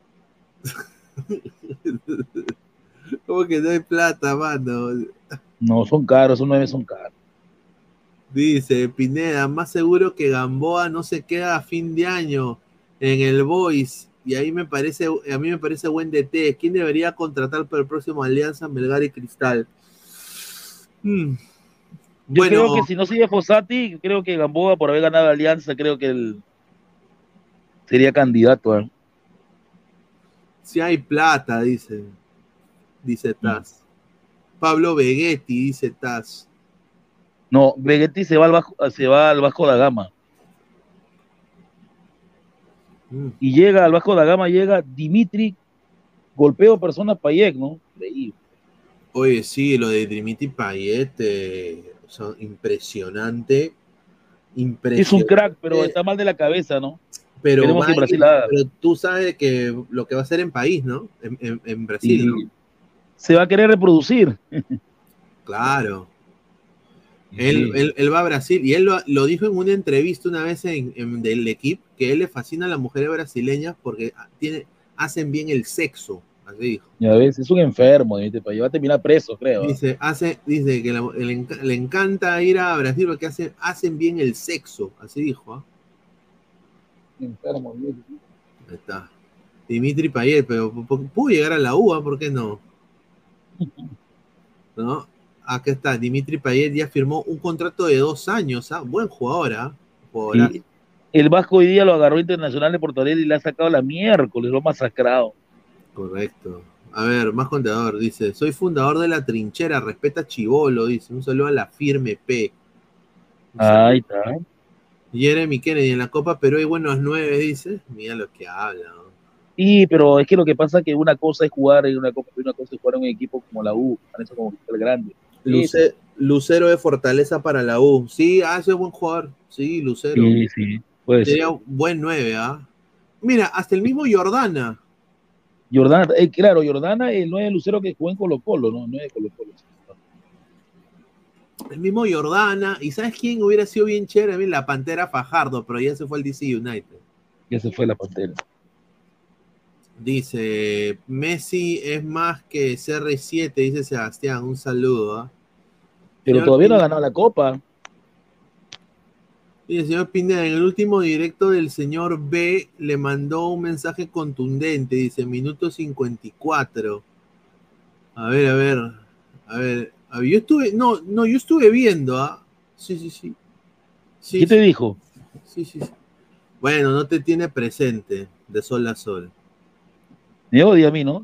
¿Cómo que no hay plata, mano? No, son caros, esos 9 son caros. Dice Pineda, más seguro que Gamboa no se queda a fin de año en el Boys. Y a mí me parece buen DT. ¿Quién debería contratar para el próximo Alianza, Melgar y Cristal? Yo creo que si no sigue Fossati, creo que Gamboa, por haber ganado Alianza, creo que él sería candidato, ¿eh? Si hay plata, dice Taz. Pablo Vegetti, dice Taz. No, Vegetti se va al Vasco da Gama. Y llega al Vasco da Gama, llega Dimitri, golpeo persona Payet, ¿no? Increíble. Oye, sí, lo de Dimitri Payet, o sea, impresionante. Es un crack, pero está mal de la cabeza, ¿no? Pero, Queremos que Brasil haga. pero tú sabes que lo que va a hacer en país, ¿no? En Brasil, ¿no? Se va a querer reproducir. Claro. Él va a Brasil y él lo dijo en una entrevista una vez del equipo, que él le fascina a las mujeres brasileñas porque hacen bien el sexo, así dijo. Ya ves, es un enfermo, va a terminar preso, creo. Dice que le encanta ir a Brasil porque hacen bien el sexo, así dijo. ¿Ah? Enfermo, bien. Ahí está. Dimitri Payet, pero pudo llegar a la UA, ¿por qué no? ¿No? Aquí está, Dimitri Payet ya firmó un contrato de 2 años, ¿ah? Buen jugador, ¿ah? Sí. El Vasco hoy día lo agarró Internacional de Porto Alegre y le ha sacado la miércoles, lo ha masacrado. Correcto. A ver, más contador, dice, soy fundador de La Trinchera, respeta Chibolo, dice, un saludo a la firme P. Ahí está. Jeremy Kennedy, en la Copa Perú hay buenos 9, dice, mira lo que habla, ¿no? Sí, pero es que lo que pasa es que una cosa es jugar en una Copa, una cosa es jugar en un equipo como la U, parece como el grande. Lucero de Fortaleza para la U. Sí, hace buen jugador. Sí, Lucero. Sí, puede ser. Sería un buen 9, ¿ah? Mira, hasta el mismo Jordana. Claro, Jordana, el 9 de Lucero que jugó en Colo-Colo, ¿no? 9 de Colo-Colo. El mismo Jordana. ¿Y sabes quién hubiera sido bien chévere? La Pantera Fajardo, pero ya se fue al DC United. Ya se fue la Pantera. Dice, Messi es más que CR7, dice Sebastián, un saludo. ¿Eh? Pero señor todavía no ha ganado la Copa. Dice, señor Pineda, en el último directo del señor B le mandó un mensaje contundente, dice, minuto 54. A ver, yo estuve viendo, ¿ah? Sí. ¿Qué te dijo? Sí. Bueno, no te tiene presente, de sol a sol. Me odia a mí, ¿no?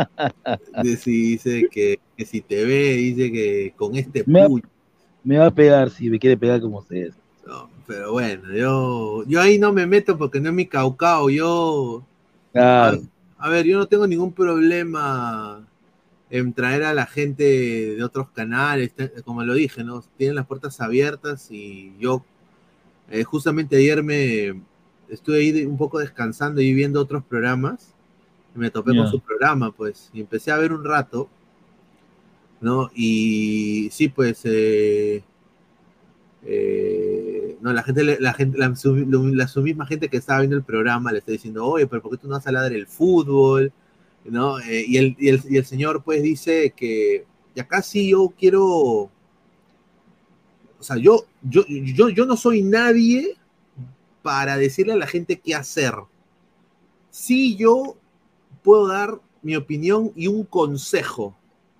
Dice que si te ve, dice que con este puño. Me va a pegar si me quiere pegar como ustedes. No, pero bueno, yo ahí no me meto porque no es mi caucao. Claro. A ver, yo no tengo ningún problema en traer a la gente de otros canales, como lo dije, ¿no? Tienen las puertas abiertas y yo justamente ayer estuve ahí un poco descansando y viendo otros programas. Me topé con su programa, pues, y empecé a ver un rato, ¿no? Y sí, pues, su misma gente que estaba viendo el programa le está diciendo, oye, pero ¿por qué tú no vas a ladrar el fútbol? ¿No? Y el señor, pues, dice que acá sí yo quiero, o sea, yo no soy nadie para decirle a la gente qué hacer. Sí, yo puedo dar mi opinión y un consejo.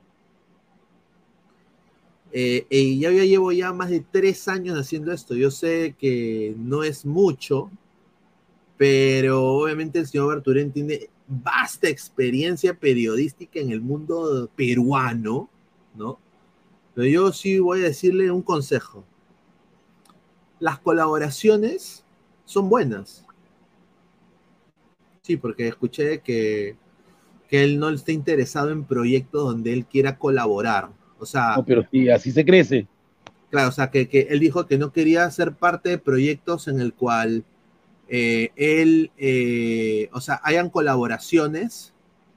Llevo ya más de 3 años haciendo esto. Yo sé que no es mucho, pero obviamente el señor Barturén tiene vasta experiencia periodística en el mundo peruano, ¿no? Pero yo sí voy a decirle un consejo. Las colaboraciones son buenas. Sí, porque escuché que él no está interesado en proyectos donde él quiera colaborar. O sea, no, pero sí, así se crece. Claro, o sea, que él dijo que no quería ser parte de proyectos en el cual hayan colaboraciones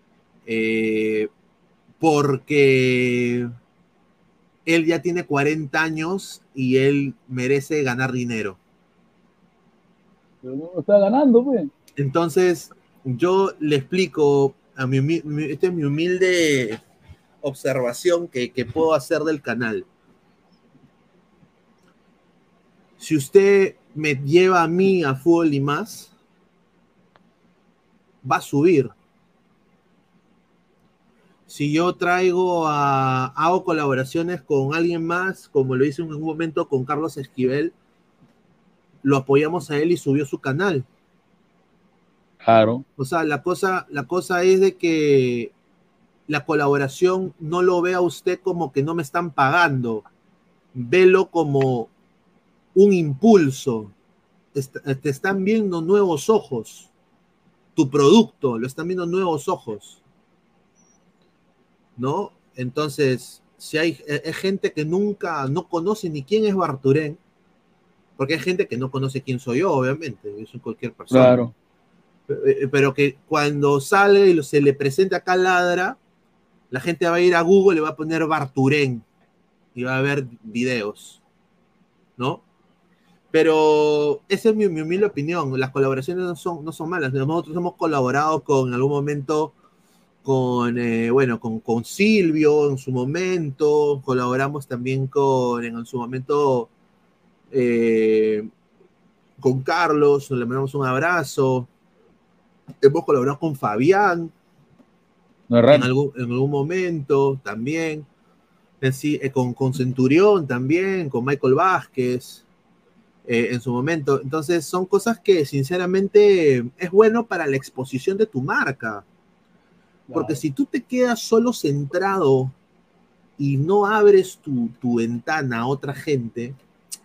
porque él ya tiene 40 años y él merece ganar dinero. Pero no lo está ganando, pues. Entonces, yo le explico esta es mi humilde observación que puedo hacer del canal. Si usted me lleva a mí a Fútbol y Más, va a subir. Si yo hago colaboraciones con alguien más, como lo hice en un momento con Carlos Esquivel, lo apoyamos a él y subió su canal. Claro. O sea, la cosa es de que la colaboración no lo vea usted como que no me están pagando. Velo como un impulso. Te están viendo nuevos ojos. tu producto, lo están viendo nuevos ojos, ¿no? Entonces, si hay gente que nunca, no conoce ni quién es Barturén, porque hay gente que no conoce quién soy yo, obviamente, yo soy cualquier persona. Claro. Pero que cuando sale y se le presenta acá Ladra, la gente va a ir a Google y va a poner Barturén y va a ver videos, ¿no? Pero esa es mi humilde opinión. Las colaboraciones no son malas. Nosotros hemos colaborado en algún momento con Silvio en su momento, colaboramos también en su momento con Carlos, le mandamos un abrazo. Hemos colaborado con Fabián en algún momento también. Con Centurión también, con Michael Vázquez en su momento. Entonces son cosas que sinceramente es bueno para la exposición de tu marca. Porque si tú te quedas solo centrado y no abres tu ventana a otra gente,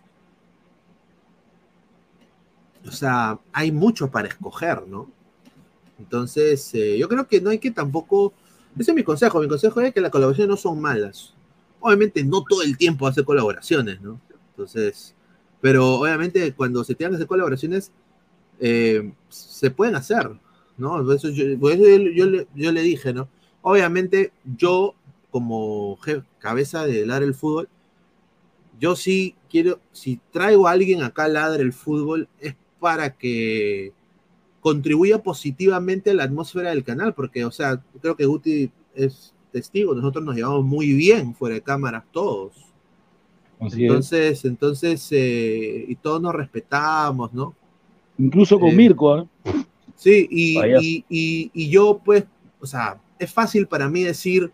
o sea, hay mucho para escoger, ¿no? Entonces, yo creo que no hay que tampoco... Ese es mi consejo. Mi consejo es que las colaboraciones no son malas. Obviamente no todo el tiempo hace colaboraciones, ¿no? Entonces, pero obviamente cuando se tengan que hacer colaboraciones, se pueden hacer, ¿no? Por eso yo le dije, ¿no? Obviamente yo, como cabeza de Ladra el Fútbol, yo sí quiero, si traigo a alguien acá a Ladra el Fútbol, es para que contribuya positivamente a la atmósfera del canal, porque, o sea, creo que Guti es testigo, nosotros nos llevamos muy bien fuera de cámaras todos. Entonces, y todos nos respetamos, ¿no? Incluso con Mirko, ¿eh? Sí, y yo, pues, o sea, es fácil para mí decir,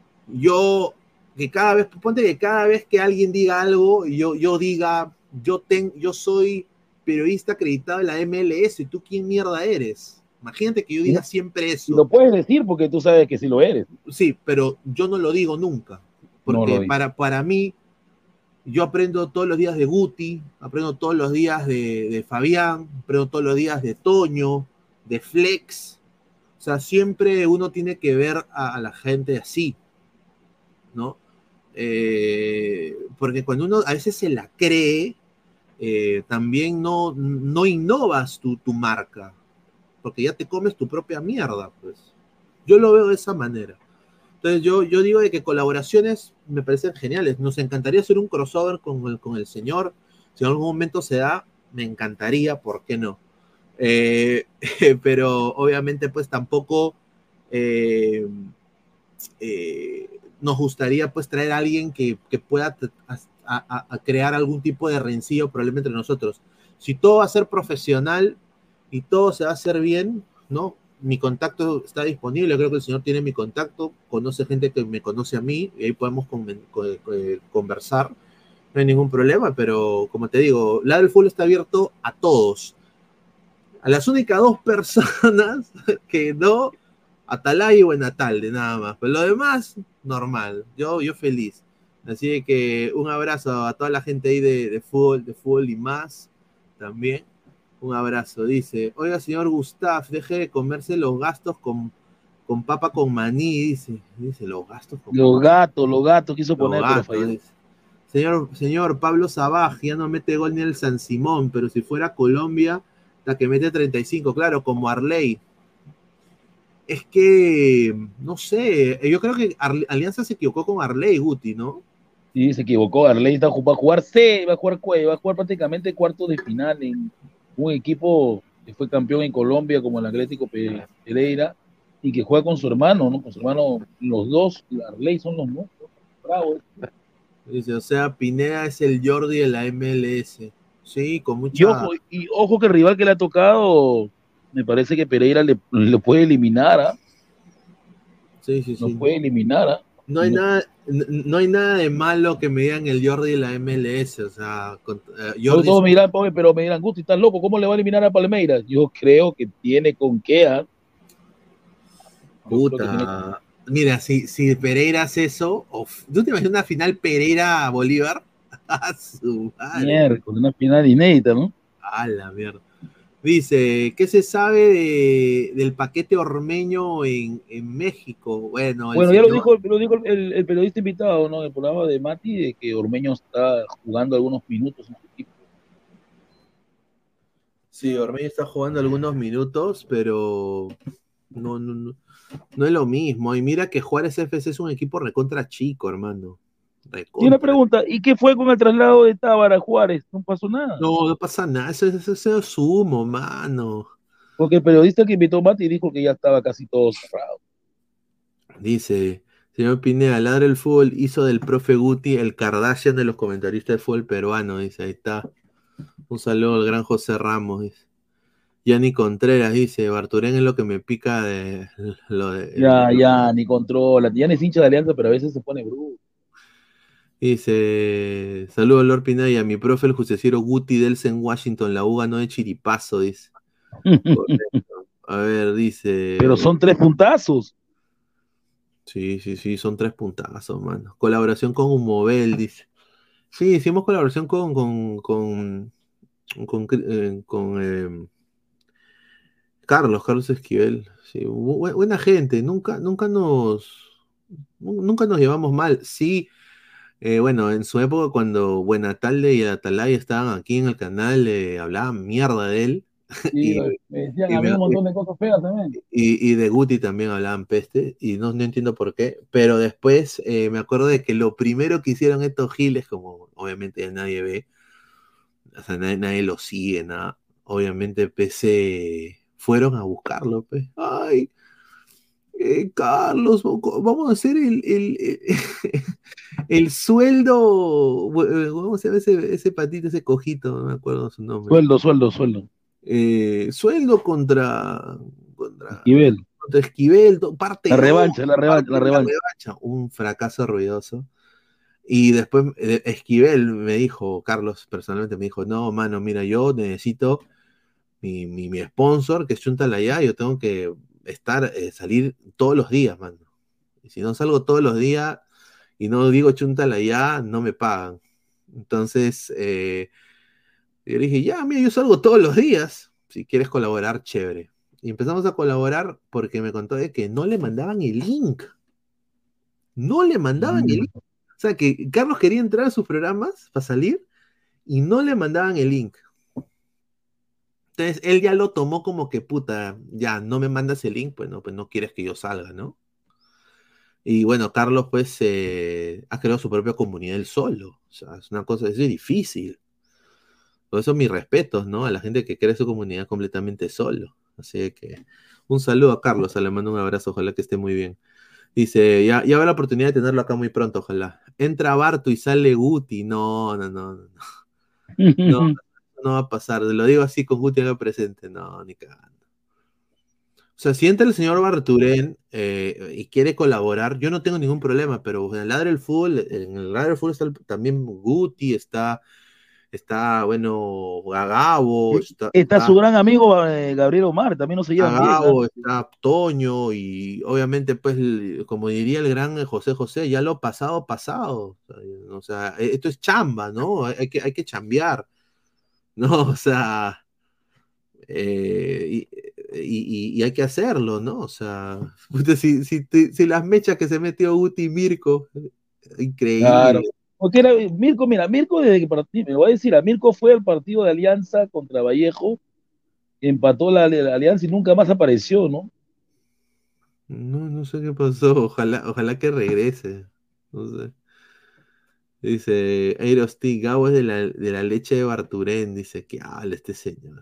ponte que cada vez que alguien diga algo, yo diga, yo soy periodista acreditado en la MLS, ¿y tú quién mierda eres? Imagínate que yo diga siempre eso. Lo puedes decir porque tú sabes que sí lo eres. Sí, pero yo no lo digo nunca, porque para mí, yo aprendo todos los días de Guti, aprendo todos los días de Fabián, aprendo todos los días de Toño, de Flex. O sea, siempre uno tiene que ver a la gente así, ¿no? Porque cuando uno a veces se la cree, también no innovas tu marca, porque ya te comes tu propia mierda, pues. Yo lo veo de esa manera. Entonces yo digo de que colaboraciones me parecen geniales. Nos encantaría hacer un crossover con el señor. Si en algún momento se da, me encantaría, ¿por qué no? Pero obviamente pues tampoco nos gustaría pues traer a alguien que pueda a crear algún tipo de rencillo probablemente entre nosotros. Si todo va a ser profesional y todo se va a hacer bien, ¿no? Mi contacto está disponible, creo que el señor tiene mi contacto, conoce gente que me conoce a mí, y ahí podemos conversar, no hay ningún problema, pero como te digo, Ladra el Fútbol está abierto a todos. A las únicas dos personas que no, Atalay y Buenatalde, nada más, pero lo demás, normal, yo feliz. Así que un abrazo a toda la gente ahí de fútbol y más, también. Un abrazo, dice, oiga señor Gustav, deje de comerse los gastos con papa con maní, dice los gastos con los gatos, quiso poner, pero falló. Señor Pablo Sabaj, ya no mete gol ni el San Simón, pero si fuera Colombia, la que mete 35, claro, como Arley. Es que, no sé, yo creo que Alianza se equivocó con Arley, Guti, ¿no? Sí, se equivocó, Arley va a jugar prácticamente cuartos de final en un equipo que fue campeón en Colombia como el Atlético Pereira y que juega con su hermano, ¿no? Con su hermano, los dos, Arley son los nuestros. Bravo. Dice, o sea, Pineda es el Jordi de la MLS. Sí, con mucha... Y ojo que el rival que le ha tocado, me parece que Pereira le puede eliminar, ¿ah? Sí. Lo puede eliminar, ¿ah? No hay nada de malo que me digan el Jordi de la MLS, o sea, Jordi... Todos me dirán, Gusti, estás loco, ¿cómo le va a eliminar a Palmeiras? Yo creo que tiene con qué, ¿ah? Puta, mira, si Pereira hace eso, ¿tú te imaginas una final Pereira-Bolívar? Miércoles, una final inédita, ¿no? A la mierda. Dice, ¿qué se sabe del paquete ormeño en México? Bueno, Bueno, ya lo dijo el periodista invitado, ¿no? Del programa de Mati, de que Ormeño está jugando algunos minutos en su equipo. Sí, Ormeño está jugando algunos minutos, pero no es lo mismo. Y mira que Juárez FC es un equipo recontra chico, hermano. Y una pregunta, ¿y qué fue con el traslado de Tábara a Juárez? No pasó nada. No pasa nada, eso es humo, mano. Porque el periodista que invitó a Mati dijo que ya estaba casi todo cerrado. Dice, señor Pineda, Ladra el Fútbol hizo del profe Guti el Kardashian de los comentaristas de fútbol peruano, dice, ahí está. Un saludo al gran José Ramos, dice. Yanni Contreras dice, Barturén es lo que me pica de lo de... Ya, ni controla. Ya ni es hincha de Alianza, pero a veces se pone bruto. Dice, saludos Lord Pineda y a mi profe el justiciero Guti Delsen Washington, la U ganó de chiripazo, dice. Correcto. A ver, dice... Pero son 3 puntazos. Sí, son 3 puntazos, mano. Colaboración con Humovel, dice. Sí, hicimos colaboración con Carlos Esquivel. Sí, buena gente, nunca nos llevamos mal. Sí, bueno, en su época cuando Buenatalde y Atalay estaban aquí en el canal, hablaban mierda de él. Sí, me decían a mí un montón de cosas feas también. Y de Guti también hablaban peste, y no entiendo por qué, pero después me acuerdo de que lo primero que hicieron estos giles, como obviamente ya nadie ve, o sea, nadie lo sigue, nada, obviamente PC fueron a buscarlo, pues. Ay, Carlos, vamos a hacer el sueldo, ¿cómo se llama ese patito, ese cojito? No me acuerdo su nombre. Sueldo. Sueldo contra Esquivel. Contra Esquivel, parte La revancha. Un fracaso ruidoso. Y después Esquivel me dijo, Carlos personalmente me dijo, no, mano, mira, yo necesito mi sponsor, que es Chuntalaya, yo tengo que salir todos los días, mano. Y si no salgo todos los días y no digo Chuntalaya, no me pagan. Entonces, yo le dije, ya, mira, yo salgo todos los días. Si quieres colaborar, chévere. Y empezamos a colaborar porque me contó de que no le mandaban el link. No le mandaban el link. O sea, que Carlos quería entrar a sus programas para salir y no le mandaban el link. Entonces, él ya lo tomó como que, puta, ya, no me mandas el link, pues no quieres que yo salga, ¿no? Y bueno, Carlos, pues, ha creado su propia comunidad él solo. O sea, es una cosa, es difícil. Por eso mis respetos, ¿no? A la gente que crea su comunidad completamente solo. Así que un saludo a Carlos, le mando un abrazo, ojalá que esté muy bien. Dice, ya habrá la oportunidad de tenerlo acá muy pronto, ojalá. Entra Bartu y sale Guti. No. No va a pasar. Lo digo así con Guti acá presente. No, ni cagando. O sea, si entra el señor Barturén y quiere colaborar, yo no tengo ningún problema, pero en el Ladre del Fútbol, está también Guti, está bueno, Gabo, está su gran amigo Gabriel Omar, también no se llevan Gabo, bien. está Toño, y obviamente, pues, como diría el gran José, ya lo pasado. O sea, esto es chamba, ¿no? Hay que chambear, ¿no? O sea, y hay que hacerlo, ¿no? O sea, si las mechas que se metió Guti y Mirko, increíble. Claro. Porque era Mirko, mira, Mirko desde que partió, me voy a decir, a Mirko fue al partido de Alianza contra Vallejo, empató la Alianza y nunca más apareció, ¿no? No sé qué pasó, ojalá que regrese. No sé. Dice Aerostick, Gabo es de la leche de Barturén, dice que habla este señor.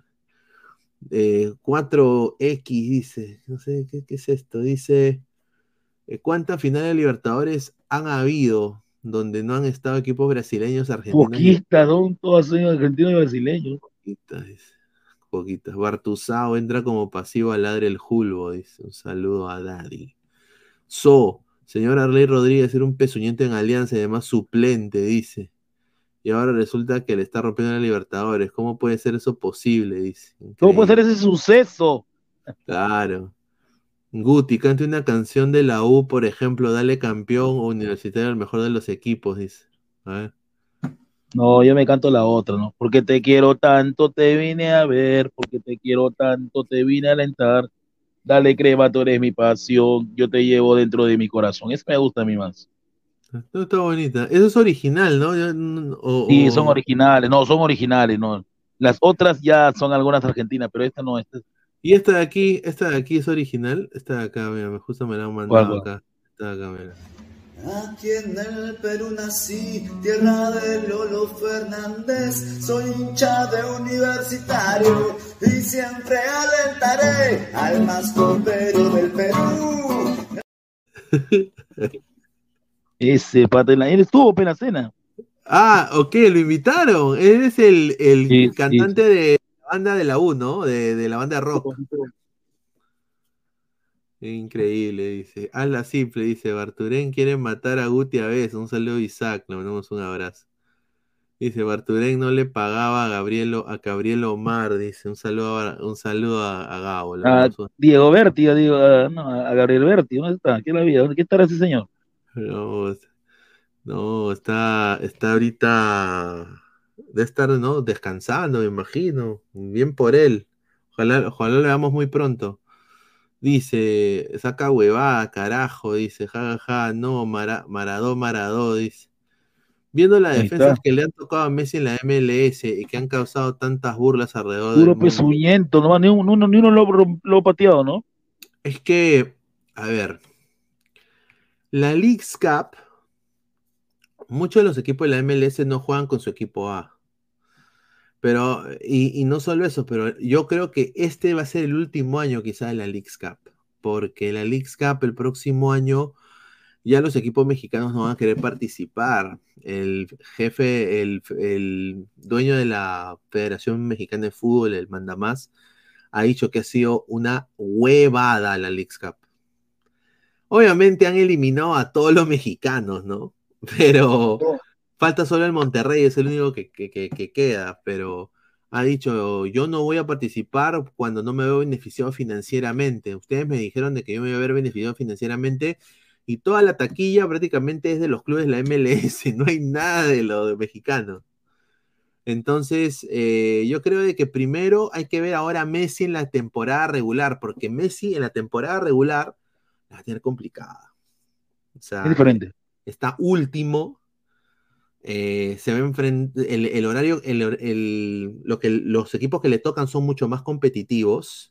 4X dice, no sé qué es esto, dice, ¿cuántas finales de Libertadores han habido donde no han estado equipos brasileños, argentinos? Poquitas, ¿no? Todas son argentinos y brasileños. Poquitas. Bartuzao entra como pasivo al Ladre el Julbo, dice. Un saludo a Daddy. Señor Arley Rodríguez era un pezuñente en Alianza y además suplente, dice. Y ahora resulta que le está rompiendo a Libertadores. ¿Cómo puede ser eso posible? Dice. Increíble. ¿Cómo puede ser ese suceso? Claro. Guti, cante una canción de la U, por ejemplo, Dale Campeón o Universitario, el mejor de los equipos, dice. A ver. No, yo me canto la otra, ¿no? Porque te quiero tanto, te vine a ver, porque te quiero tanto, te vine a alentar. Dale crema, tú eres mi pasión, yo te llevo dentro de mi corazón. Eso me gusta a mí más. No, está bonita. Eso es original, ¿no? Sí, son originales, no, son originales, no. Las otras ya son algunas argentinas, pero esta no, esta es Y esta de aquí es original. Esta de acá, mira, justo me la han cual, mandado acá. Esta de acá, mira. Aquí en el Perú nací, tierra de Lolo Fernández. Soy hincha de Universitario y siempre alentaré al más copero del Perú. Ese pata en la... Él estuvo apenas cena. Ah, ok, lo invitaron. Él es el Sí, cantante de la banda de la U, ¿no? De la banda de rock. Increíble, dice. Hazla simple, dice. Barturén quiere matar a Guti a veces. Un saludo a Isaac, le mandamos un abrazo. Dice, Barturén no le pagaba a Gabriel Omar, dice. Un saludo a Gabo. A Diego Berti, yo digo, no, a Gabriel Berti, ¿dónde está? ¿Qué la vida? ¿Qué estará ese señor? No, no, está ahorita, debe estar, ¿no? Descansando, me imagino. Bien por él. Ojalá lo veamos muy pronto. Dice, saca huevada, carajo, dice, jajaja, no, Maradó, dice. Viendo las Ahí defensas está. que le han tocado a Messi en la MLS y que han causado tantas burlas alrededor del Puro mundo. pezuñento, no, ni uno lo ha pateado, ¿no? Es que, a ver, la Leagues Cup, muchos de los equipos de la MLS no juegan con su equipo A. Pero, y no solo eso, pero yo creo que este va a ser el último año quizás de la Leagues Cup, porque la Leagues Cup el próximo año ya los equipos mexicanos no van a querer participar. El jefe, el dueño de la Federación Mexicana de Fútbol, el mandamás, ha dicho que ha sido una huevada la Leagues Cup. Obviamente han eliminado a todos los mexicanos, ¿no? Pero falta solo el Monterrey, es el único que queda, pero ha dicho, yo no voy a participar cuando no me veo beneficiado financieramente. Ustedes me dijeron de que yo me iba a ver beneficiado financieramente y toda la taquilla prácticamente es de los clubes de la MLS, no hay nada de lo mexicano. Entonces, yo creo de que primero hay que ver ahora a Messi en la temporada regular, porque Messi en la temporada regular la va a tener complicada. O sea, Es diferente. está último. Se va el horario, los equipos que le tocan son mucho más competitivos.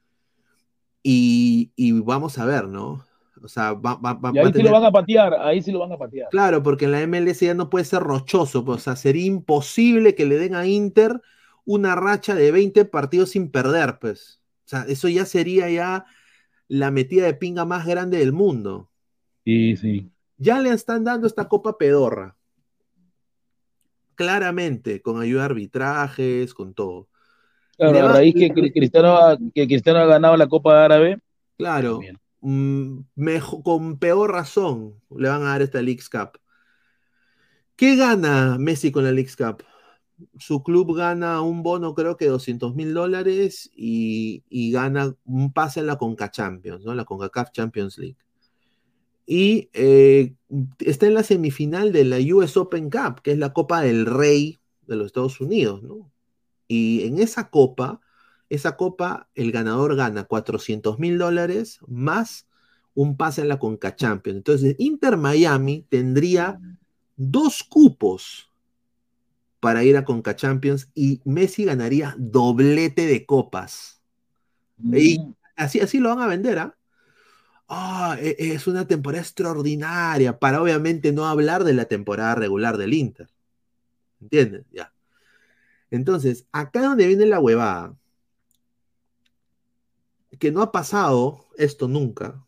Y vamos a ver, ¿no? O sea, Y ahí sí lo van a patear, ahí sí lo van a patear. Claro, porque en la MLS ya no puede ser rochoso, pues, o sea, sería imposible que le den a Inter una racha de 20 partidos sin perder, pues. O sea, eso ya sería ya la metida de pinga más grande del mundo. Sí, sí. Ya le están dando esta Copa Pedorra. Claramente, con ayuda de arbitrajes, con todo. Claro, a raíz que Cristiano ha ganado la Copa Árabe. Claro, con peor razón le van a dar esta Leagues Cup. ¿Qué gana Messi con la Leagues Cup? Su club gana un bono, creo que $200,000 y gana un pase en la Conca Champions, ¿no? La CONCACAF Champions League. Y está en la semifinal de la US Open Cup, que es la Copa del Rey de los Estados Unidos, ¿no? Y en esa copa, el ganador gana $400,000 más un pase en la Conca Champions. Entonces, Inter Miami tendría 2 cupos para ir a Conca Champions y Messi ganaría doblete de copas. Y así lo van a vender, ¿ah? Es una temporada extraordinaria, para obviamente no hablar de la temporada regular del Inter. ¿Entiendes? Ya. Entonces, acá donde viene la huevada, que no ha pasado esto nunca.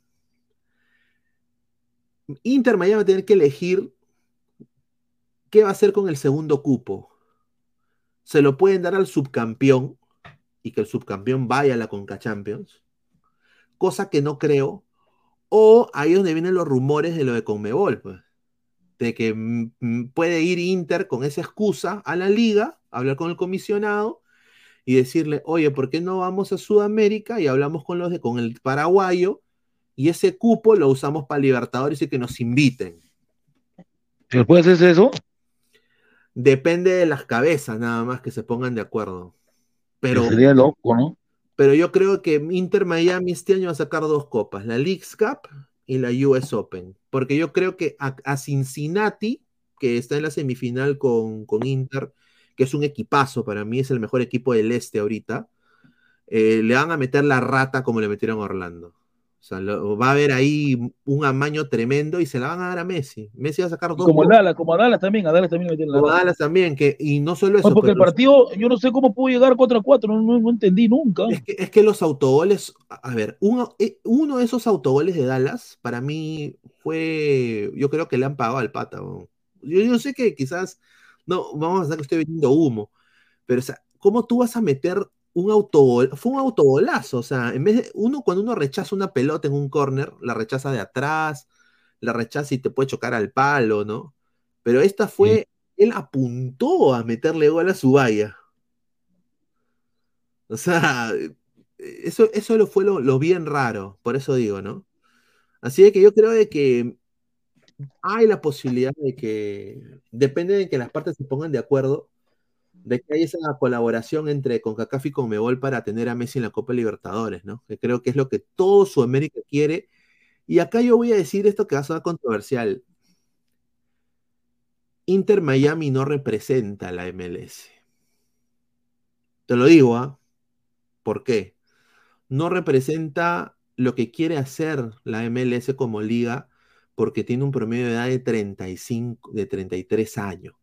Inter Miami va a tener que elegir qué va a hacer con el segundo cupo. Se lo pueden dar al subcampeón y que el subcampeón vaya a la Conca Champions, cosa que no creo. O ahí es donde vienen los rumores de lo de Conmebol, pues, de que puede ir Inter con esa excusa a la liga, hablar con el comisionado y decirle, oye, ¿por qué no vamos a Sudamérica y hablamos con el paraguayo y ese cupo lo usamos para Libertadores y que nos inviten? ¿Pero puede hacerse eso? Depende de las cabezas nada más que se pongan de acuerdo. Pero Sería loco, ¿no? Pero yo creo que Inter Miami este año va a sacar 2 copas, la Leagues Cup y la US Open. Porque yo creo que a Cincinnati, que está en la semifinal con Inter, que es un equipazo, para mí es el mejor equipo del este ahorita, le van a meter la rata como le metieron a Orlando. O sea, va a haber ahí un amaño tremendo y se la van a dar a Messi. Messi va a sacar Y 2 copas. como a Dallas también, le metieron la Como a rata. Dallas también, y no solo eso, No, porque pero el partido, yo no sé cómo pudo llegar 4-4, no entendí nunca. es que los autogoles, a ver, uno de esos autogoles de Dallas, para mí fue, yo creo que le han pagado al pata. ¿No? Yo sé que quizás, no, vamos a pensar que estoy vendiendo humo, pero o sea, ¿cómo tú vas a meter un autogol? Fue un autogolazo, o sea, en vez de, cuando uno rechaza una pelota en un corner, la rechaza de atrás, la rechaza y te puede chocar al palo, ¿no? Pero esta fue, él apuntó a meterle gol a su valla. O sea, eso fue lo bien raro, por eso digo, ¿no? Así que yo creo de que hay la posibilidad de que, depende de que las partes se pongan de acuerdo, de que haya esa colaboración entre CONCACAF y CONMEBOL para tener a Messi en la Copa Libertadores, ¿no? Que creo que es lo que todo Sudamérica quiere. Y acá yo voy a decir esto que va a sonar controversial. Inter Miami no representa a la MLS. Te lo digo, ¿ah? ¿Por qué? No representa lo que quiere hacer la MLS como liga porque tiene un promedio de edad de 33 años.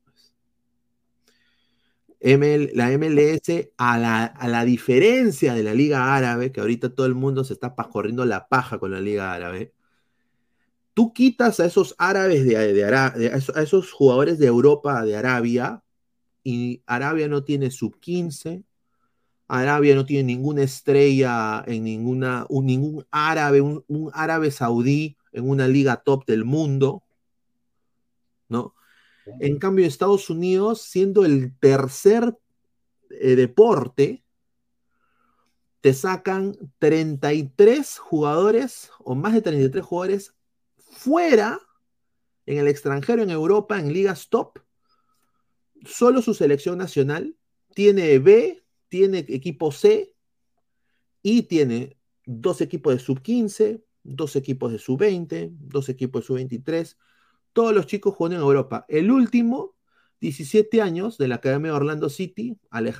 La MLS, a la diferencia de la Liga Árabe, que ahorita todo el mundo se está corriendo la paja con la Liga Árabe, tú quitas a esos árabes a esos jugadores de Europa, de Arabia, y Arabia no tiene sub-15, Arabia no tiene ninguna estrella en ningún árabe, un árabe saudí en una liga top del mundo, ¿no? En cambio, Estados Unidos, siendo el tercer deporte, te sacan 33 jugadores o más de 33 jugadores fuera, en el extranjero, en Europa, en ligas top. Solo su selección nacional tiene B, tiene equipo C y tiene 2 equipos de sub-15, 2 equipos de sub-20, 2 equipos de sub-23. Todos los chicos juegan en Europa. El último, 17 años, de la Academia de Orlando City, Alex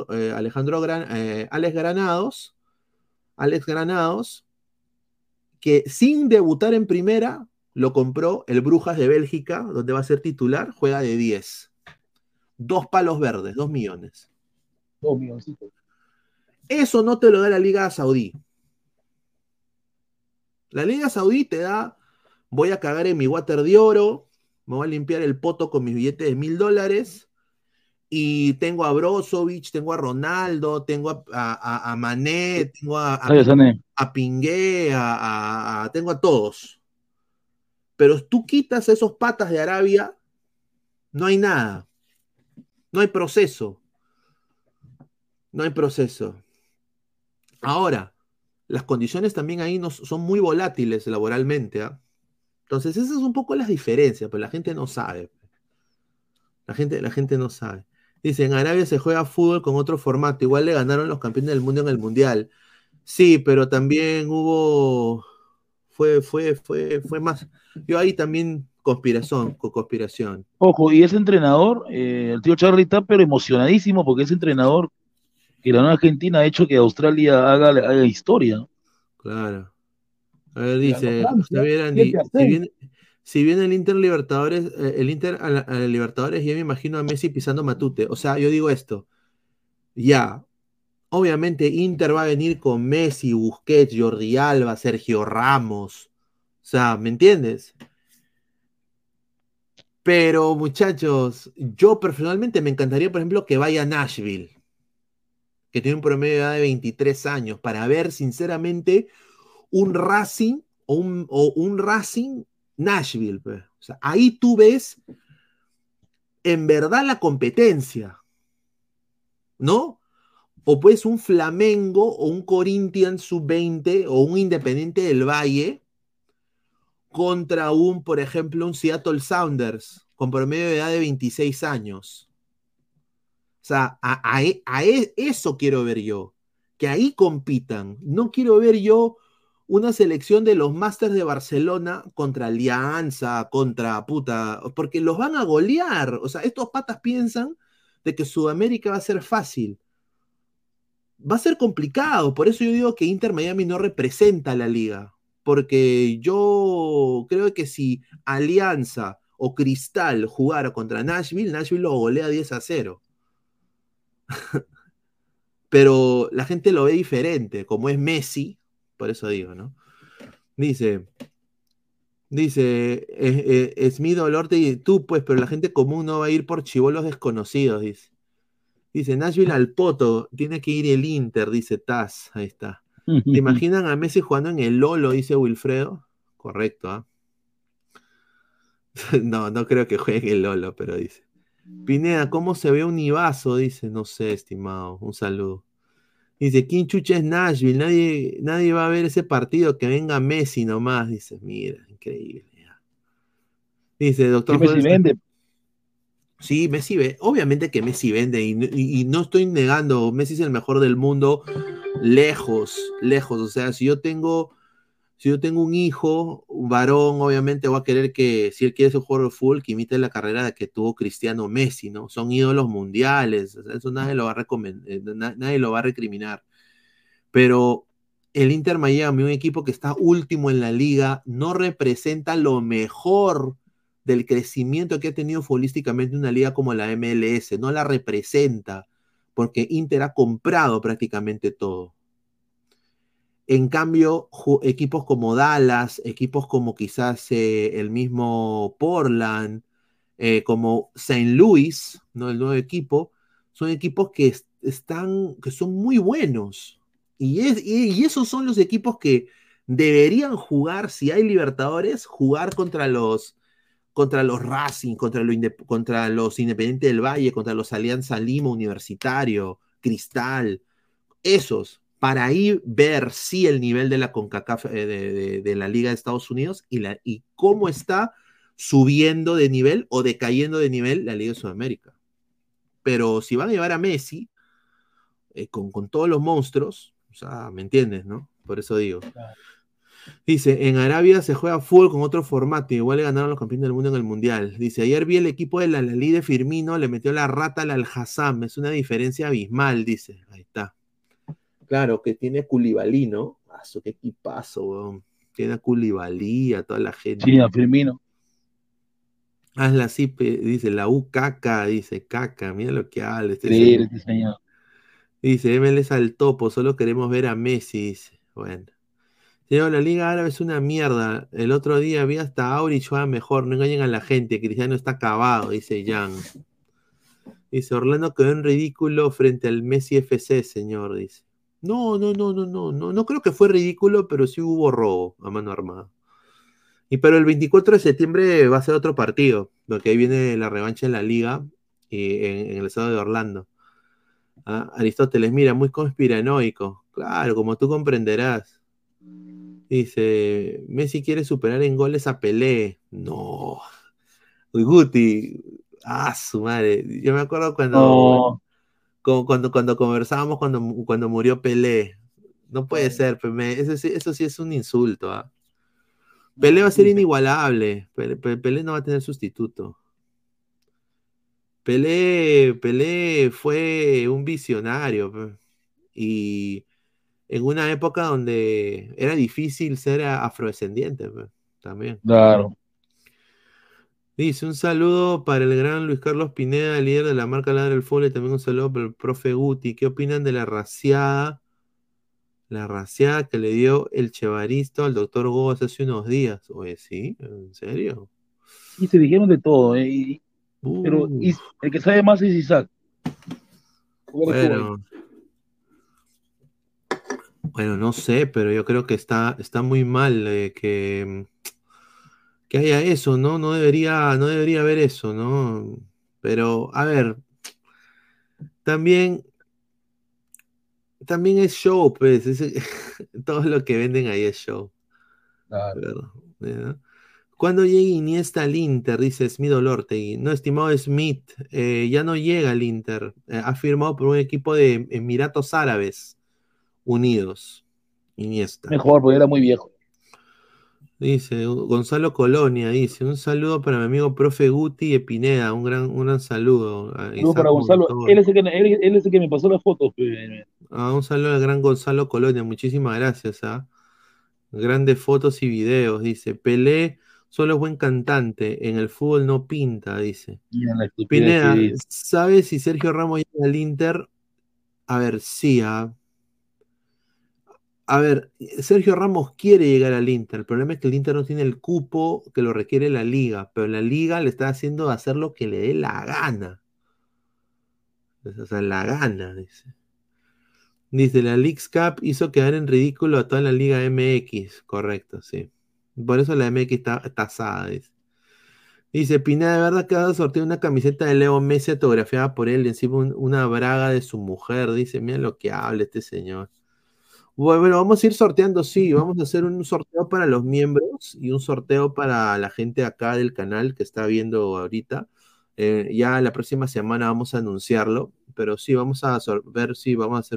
Granados, que sin debutar en primera, lo compró el Brujas de Bélgica, donde va a ser titular, juega de 10. 2 palos verdes, 2 millones. 2 milloncitos. Eso no te lo da la Liga Saudí. La Liga Saudí te da, voy a cagar en mi water de oro, me voy a limpiar el poto con mis billetes de $1,000 y tengo a Brozovic, tengo a Ronaldo, tengo a Mané, tengo a Pingué, tengo a todos. Pero tú quitas esos patas de Arabia, no hay nada. No hay proceso. No hay proceso. Ahora, las condiciones también ahí son muy volátiles laboralmente, ¿eh? Entonces, esas son un poco las diferencias, pero la gente no sabe. La gente no sabe. Dice, en Arabia se juega fútbol con otro formato. Igual le ganaron los campeones del mundo en el Mundial. Sí, pero también fue más. Yo ahí también conspiración. Ojo, y ese entrenador, el tío Charlie está pero emocionadísimo porque ese entrenador que la nueva Argentina ha hecho que Australia haga historia. Claro. A ver, dice, si viene el Inter Libertadores, el Inter a la Libertadores, ya me imagino a Messi pisando Matute. O sea, yo digo esto. Ya. Obviamente Inter va a venir con Messi, Busquets, Jordi Alba, Sergio Ramos. O sea, ¿me entiendes? Pero, muchachos, yo personalmente me encantaría, por ejemplo, que vaya a Nashville, que tiene un promedio de edad de 23 años, para ver, sinceramente, un Racing o un Racing Nashville. Pues. O sea, ahí tú ves en verdad la competencia, ¿no? O pues un Flamengo o un Corinthians sub-20 o un Independiente del Valle contra por ejemplo, un Seattle Sounders con promedio de edad de 26 años. O sea, eso quiero ver yo, que ahí compitan. No quiero ver yo una selección de los Masters de Barcelona contra Alianza, contra puta, porque los van a golear. O sea, estos patas piensan de que Sudamérica va a ser fácil. Va a ser complicado, por eso yo digo que Inter Miami no representa a la liga, porque yo creo que si Alianza o Cristal jugara contra Nashville, Nashville lo golea 10-0. Pero la gente lo ve diferente, como es Messi, por eso digo, ¿no? Dice Smith Olorte y tú, pues, pero la gente común no va a ir por chibolos desconocidos, dice. Dice, Nashville al poto, tiene que ir el Inter, dice Taz, ahí está. ¿Te imaginan a Messi jugando en el Lolo, dice Wilfredo? Correcto, ¿ah? No creo que juegue en el Lolo, pero dice. Pineda, ¿cómo se ve un Ibazo? Dice, no sé, estimado, un saludo. Dice, ¿quién chucha es Nashville? Nadie va a ver ese partido, que venga Messi nomás. Dice, mira, increíble. Ya. Dice, doctor. Messi vende. Sí, Messi vende. Obviamente que Messi vende y no estoy negando, Messi es el mejor del mundo, lejos. O sea, si yo tengo un hijo, un varón, obviamente va a querer que, si él quiere ser jugador de fútbol, que imite la carrera que tuvo Cristiano Messi, ¿no? Son ídolos mundiales, o sea, eso nadie lo va a nadie lo va a recriminar. Pero el Inter Miami, un equipo que está último en la liga, no representa lo mejor del crecimiento que ha tenido futbolísticamente una liga como la MLS, no la representa, porque Inter ha comprado prácticamente todo. En cambio, equipos como Dallas, equipos como quizás el mismo Portland, como St. Louis, ¿no? El nuevo equipo, son equipos que son muy buenos. Y esos son los equipos que deberían jugar, si hay Libertadores, jugar contra los Racing, contra los Independiente del Valle, contra los Alianza Lima, Universitario, Cristal, esos, para ahí ver si el nivel de la CONCACAF, de la Liga de Estados Unidos y cómo está subiendo de nivel o decayendo de nivel la Liga de Sudamérica. Pero si van a llevar a Messi, con todos los monstruos, o sea, ¿me entiendes, no? Por eso digo. Dice, en Arabia se juega fútbol con otro formato, igual le ganaron los campeones del mundo en el Mundial. Dice, ayer vi el equipo de la Lali de Firmino, le metió la rata al Al-Hassam, es una diferencia abismal, dice. Ahí está. Claro, que tiene Koulibaly, ¿no? Qué equipazo, weón. Tiene a Koulibaly, a toda la gente. Sí, a Firmino. Hazla así, dice, la U caca, dice, caca, mira lo que habla. Sí, señor. Dice, MLS al topo, solo queremos ver a Messi, dice. Bueno. Señor, la Liga Árabe es una mierda. El otro día vi hasta Aurich juega mejor, no engañen a la gente, Cristiano está acabado, dice Jan. Dice, Orlando quedó en ridículo frente al Messi FC, señor, dice. No creo que fue ridículo, pero sí hubo robo a mano armada. Pero el 24 de septiembre va a ser otro partido, porque ahí viene la revancha en la liga en el estado de Orlando. Aristóteles, mira, muy conspiranoico. Claro, como tú comprenderás. Dice, Messi quiere superar en goles a Pelé. No. Uy, Guti. Su madre. Yo me acuerdo cuando conversábamos cuando murió Pelé. No puede ser, eso sí es un insulto. Pelé va a ser inigualable. Pelé no va a tener sustituto. Pelé fue un visionario. Y en una época donde era difícil ser afrodescendiente, también. Claro. Dice, un saludo para el gran Luis Carlos Pineda, líder de la marca Ladra del Fútbol, y también un saludo para el profe Guti. ¿Qué opinan de la raciada que le dio el chevaristo al doctor Gómez hace unos días? Oye, ¿sí? ¿En serio? Y se dijeron de todo, pero el que sabe más es Isaac. Bueno, no sé, pero yo creo que está muy mal que haya eso, ¿no? No debería haber eso, ¿no? Pero, a ver, también es show, pues. Todo lo que venden ahí es show. Claro. ¿Cuándo llega Iniesta al Inter? Dice Smith Olortegui. No, estimado Smith, ya no llega al Inter. Ha firmado por un equipo de Emiratos Árabes Unidos. Iniesta. Mejor, porque era muy viejo. Dice Gonzalo Colonia, dice, un saludo para mi amigo profe Guti y Pineda, un gran saludo. Saludos para Gonzalo. Él es el que me pasó las fotos. Un saludo al gran Gonzalo Colonia, muchísimas gracias. Grandes fotos y videos, dice. Pelé solo es buen cantante, en el fútbol no pinta, dice. Pineda, ¿sabes si Sergio Ramos llega al Inter? A ver, sí, A ver, Sergio Ramos quiere llegar al Inter. El problema es que el Inter no tiene el cupo que lo requiere la liga, pero la liga le está haciendo hacer lo que le dé la gana. O sea, la gana, dice. Dice, la Leagues Cup hizo quedar en ridículo a toda la Liga MX. Correcto, sí. Por eso la MX está tasada, dice. Dice, Pineda, ¿de verdad que vas a sortear una camiseta de Leo Messi autografiada por él y encima una braga de su mujer? Dice, mira lo que habla este señor. Bueno, vamos a ir sorteando, sí, vamos a hacer un sorteo para los miembros y un sorteo para la gente acá del canal que está viendo ahorita. Ya la próxima semana vamos a anunciarlo, pero sí, vamos a ver si vamos a hacer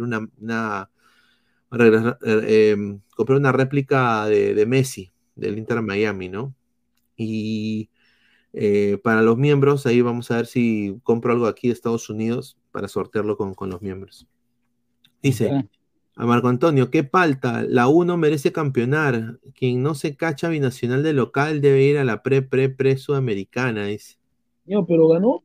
comprar una réplica de Messi, del Inter Miami, ¿no? Y para los miembros, ahí vamos a ver si compro algo aquí de Estados Unidos para sortearlo con los miembros. Dice... A Marco Antonio, qué palta, la U no merece campeonar. Quien no se cacha binacional de local debe ir a la pre sudamericana, dice. No, pero ganó.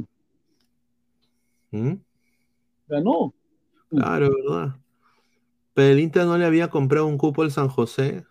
¿Mm? Ganó. Claro, ¿verdad? Pero el Inter no le había comprado un cupo al San José.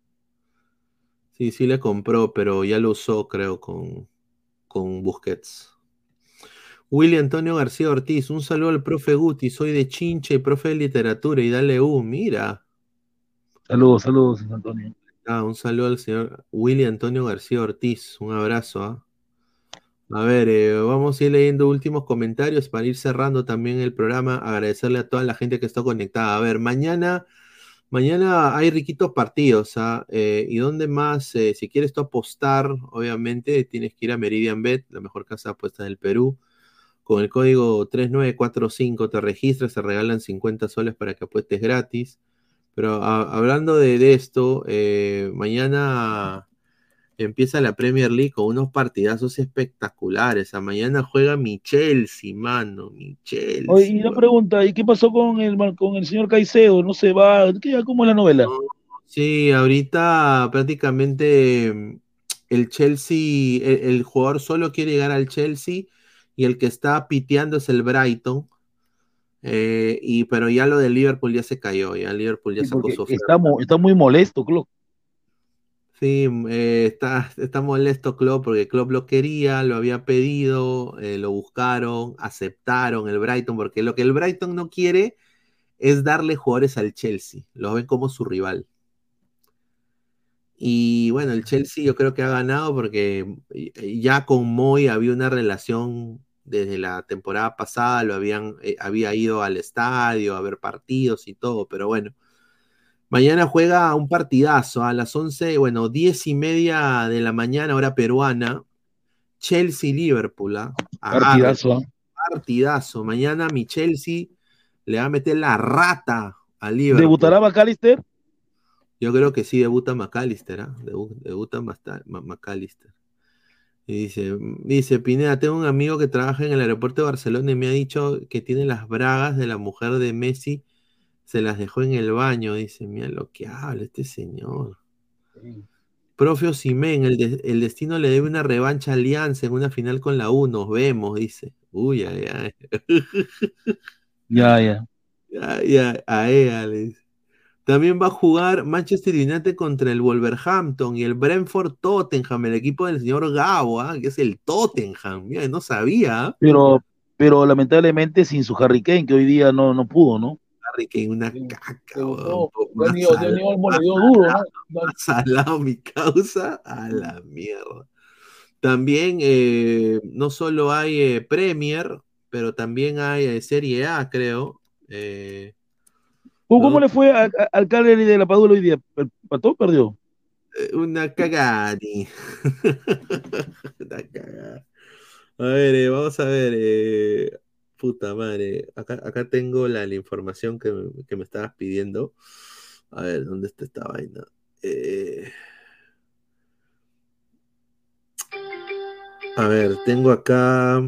Sí le compró, pero ya lo usó, creo, con Busquets. Willy Antonio García Ortiz, un saludo al profe Guti, soy de Chincha y profe de literatura y dale mira. Saludos, Antonio. Un saludo al señor Willy Antonio García Ortiz, un abrazo. A ver, vamos a ir leyendo últimos comentarios para ir cerrando también el programa, agradecerle a toda la gente que está conectada. A ver, mañana hay riquitos partidos, ¿y dónde más? Si quieres tú apostar, obviamente tienes que ir a Meridian Bet, la mejor casa de apuestas del Perú. Con el código 3945 te registras, se regalan 50 soles para que apuestes gratis. Pero hablando de esto, mañana empieza la Premier League con unos partidazos espectaculares. Mañana juega mi Chelsea, mano. Mi Chelsea. Oye, y una pregunta, ¿y qué pasó con el señor Caicedo? ¿No se va? ¿Cómo es la novela? Sí, ahorita prácticamente el Chelsea, el jugador solo quiere llegar al Chelsea. Y el que está piteando es el Brighton. Pero ya lo del Liverpool ya se cayó. Ya el Liverpool ya sacó su oferta. Está muy molesto, Klopp. Sí, está molesto Klopp porque Klopp lo quería, lo había pedido, lo buscaron, aceptaron el Brighton, porque lo que el Brighton no quiere es darle jugadores al Chelsea. Los ven como su rival. Y bueno, el Chelsea yo creo que ha ganado porque ya con Moy había una relación desde la temporada pasada, había ido al estadio a ver partidos y todo, pero bueno. Mañana juega un partidazo a las 11, 10:30 de la mañana, hora peruana, Chelsea-Liverpool. Partidazo. Partidazo. Mañana mi Chelsea le va a meter la rata a Liverpool. ¿Debutará McAllister? Yo creo que sí, debuta McAllister, debuta McAllister. Y dice, Pineda, tengo un amigo que trabaja en el aeropuerto de Barcelona y me ha dicho que tiene las bragas de la mujer de Messi, se las dejó en el baño. Dice, mira lo que habla este señor. Sí. Profe Osimhen, el destino le debe una revancha a Alianza en una final con la U, nos vemos, dice. Uy, ay. Ya. Le dice. También va a jugar Manchester United contra el Wolverhampton y el Brentford Tottenham, el equipo del señor Gabo, que es el Tottenham. Mira, no sabía. Pero lamentablemente sin su Harry Kane, que hoy día no pudo, ¿no? Harry Kane, una caca. Salado mi causa a la mierda. También no solo hay Premier, pero también hay Serie A, creo. ¿Cómo le fue al Cagliari de la Padula hoy día? ¿Empató o perdió? Una cagada. Una cagada. A ver, vamos a ver. Puta madre. Acá tengo la información que me estabas pidiendo. A ver, ¿dónde está esta vaina? A ver, tengo acá.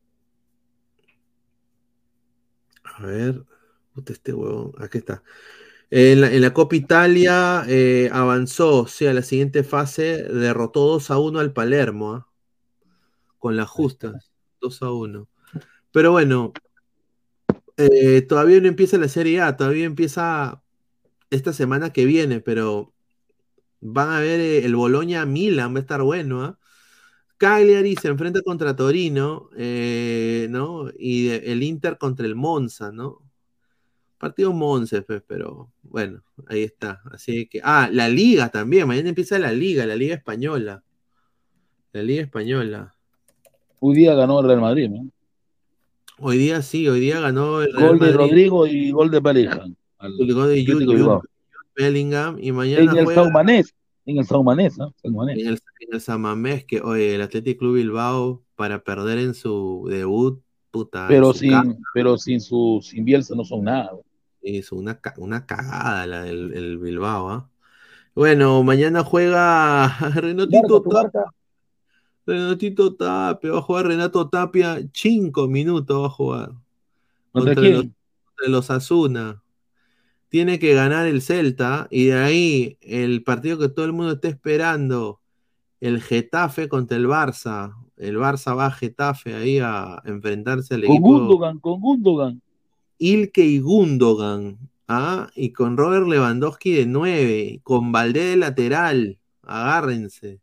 A ver. Puta, este huevón. Aquí está. En la Copa Italia avanzó, sí, a la siguiente fase, derrotó 2-1 al Palermo, ¿ah? Con las justas, 2-1. Pero bueno, todavía no empieza la Serie A, todavía empieza esta semana que viene, pero van a ver el Bologna-Milan, va a estar bueno, ¿ah? Cagliari se enfrenta contra Torino, ¿no? Y el Inter contra el Monza, ¿no? Partido Monza, pues, pero bueno, ahí está. Así que, la Liga también, mañana empieza la Liga Española. La Liga Española. Hoy día ganó el Real Madrid, ¿no? Hoy día sí, hoy día ganó el Real Gol de Madrid. Rodrigo y gol de Bellingham. El gol de Jude Bellingham y mañana en el juega Saumanés, en el Saumanés, ¿no? en el San Mamés, que oye, el Athletic Club Bilbao para perder en su debut, puta, Pero en su casa, sin Bielsa no son nada. hizo una cagada el Bilbao, ¿ah? Bueno, mañana juega Renatito Tapia. Renatito Tapia, va a jugar Renato Tapia, 5 minutos va a jugar. ¿Contra Contra quién? los Asuna. Tiene que ganar el Celta y de ahí el partido que todo el mundo está esperando, el Getafe contra el Barça. El Barça va a Getafe ahí a enfrentarse al equipo Con Gundogan. Ilke y Gundogan. Y con Robert Lewandowski de 9, con Valdé de lateral. Agárrense.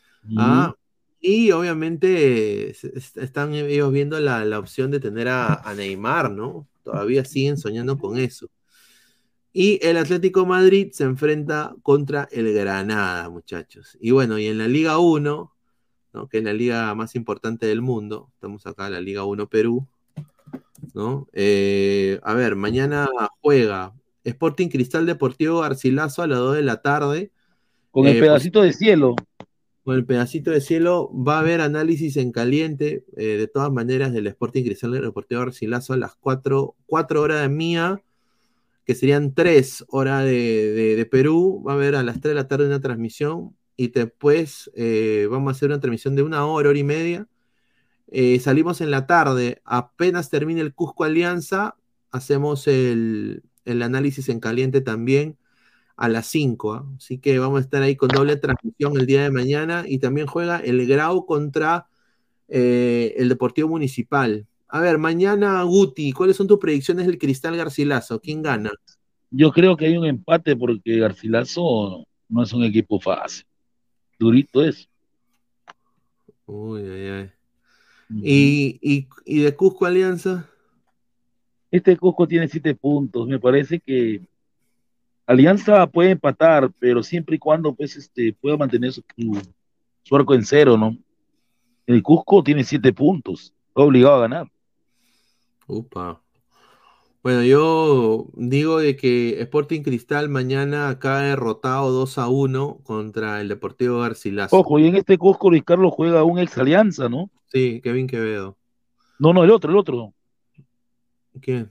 Y obviamente están ellos viendo la opción de tener a Neymar, ¿no? Todavía siguen soñando con eso. Y el Atlético Madrid se enfrenta contra el Granada, muchachos. Y bueno, y en la Liga 1, ¿no? Que es la liga más importante del mundo, estamos acá en la Liga 1 Perú, ¿no? A ver, mañana juega Sporting Cristal Deportivo Garcilaso a las 2 de la tarde. Con el pedacito de cielo. Con el pedacito de cielo va a haber análisis en caliente, de todas maneras, del Sporting Cristal Deportivo Garcilaso a las 4 horas de mía, que serían 3 horas de Perú. Va a haber a las 3 de la tarde una transmisión y después vamos a hacer una transmisión de 1 hora, hora y media. Salimos en la tarde, apenas termine el Cusco Alianza, hacemos el análisis en caliente también a las 5. Así que vamos a estar ahí con doble transmisión el día de mañana y también juega el Grau contra el Deportivo Municipal. A ver, mañana, Guti, ¿cuáles son tus predicciones del Cristal Garcilaso? ¿Quién gana? Yo creo que hay un empate porque Garcilaso no es un equipo fácil. Durito es. Uy, ay, ay. ¿Y de Cusco Alianza? Este Cusco tiene 7 puntos. Me parece que Alianza puede empatar, pero siempre y cuando pues, pueda mantener su arco en 0, ¿no? El Cusco tiene 7 puntos. Está obligado a ganar. Upa. Bueno, yo digo de que Sporting Cristal mañana acaba derrotado 2-1 contra el Deportivo Garcilaso. Ojo, y en este Cusco Luis Carlos juega un ex Alianza, ¿no? Sí, Kevin Quevedo. No, el otro. ¿Quién?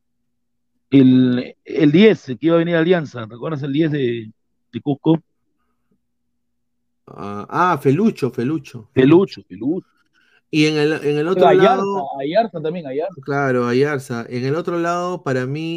El 10, que iba a venir a Alianza. ¿Recuerdas el 10 de Cusco? Felucho. Y en el otro lado. Ayarza también. Claro, Ayarza. En el otro lado, para mí,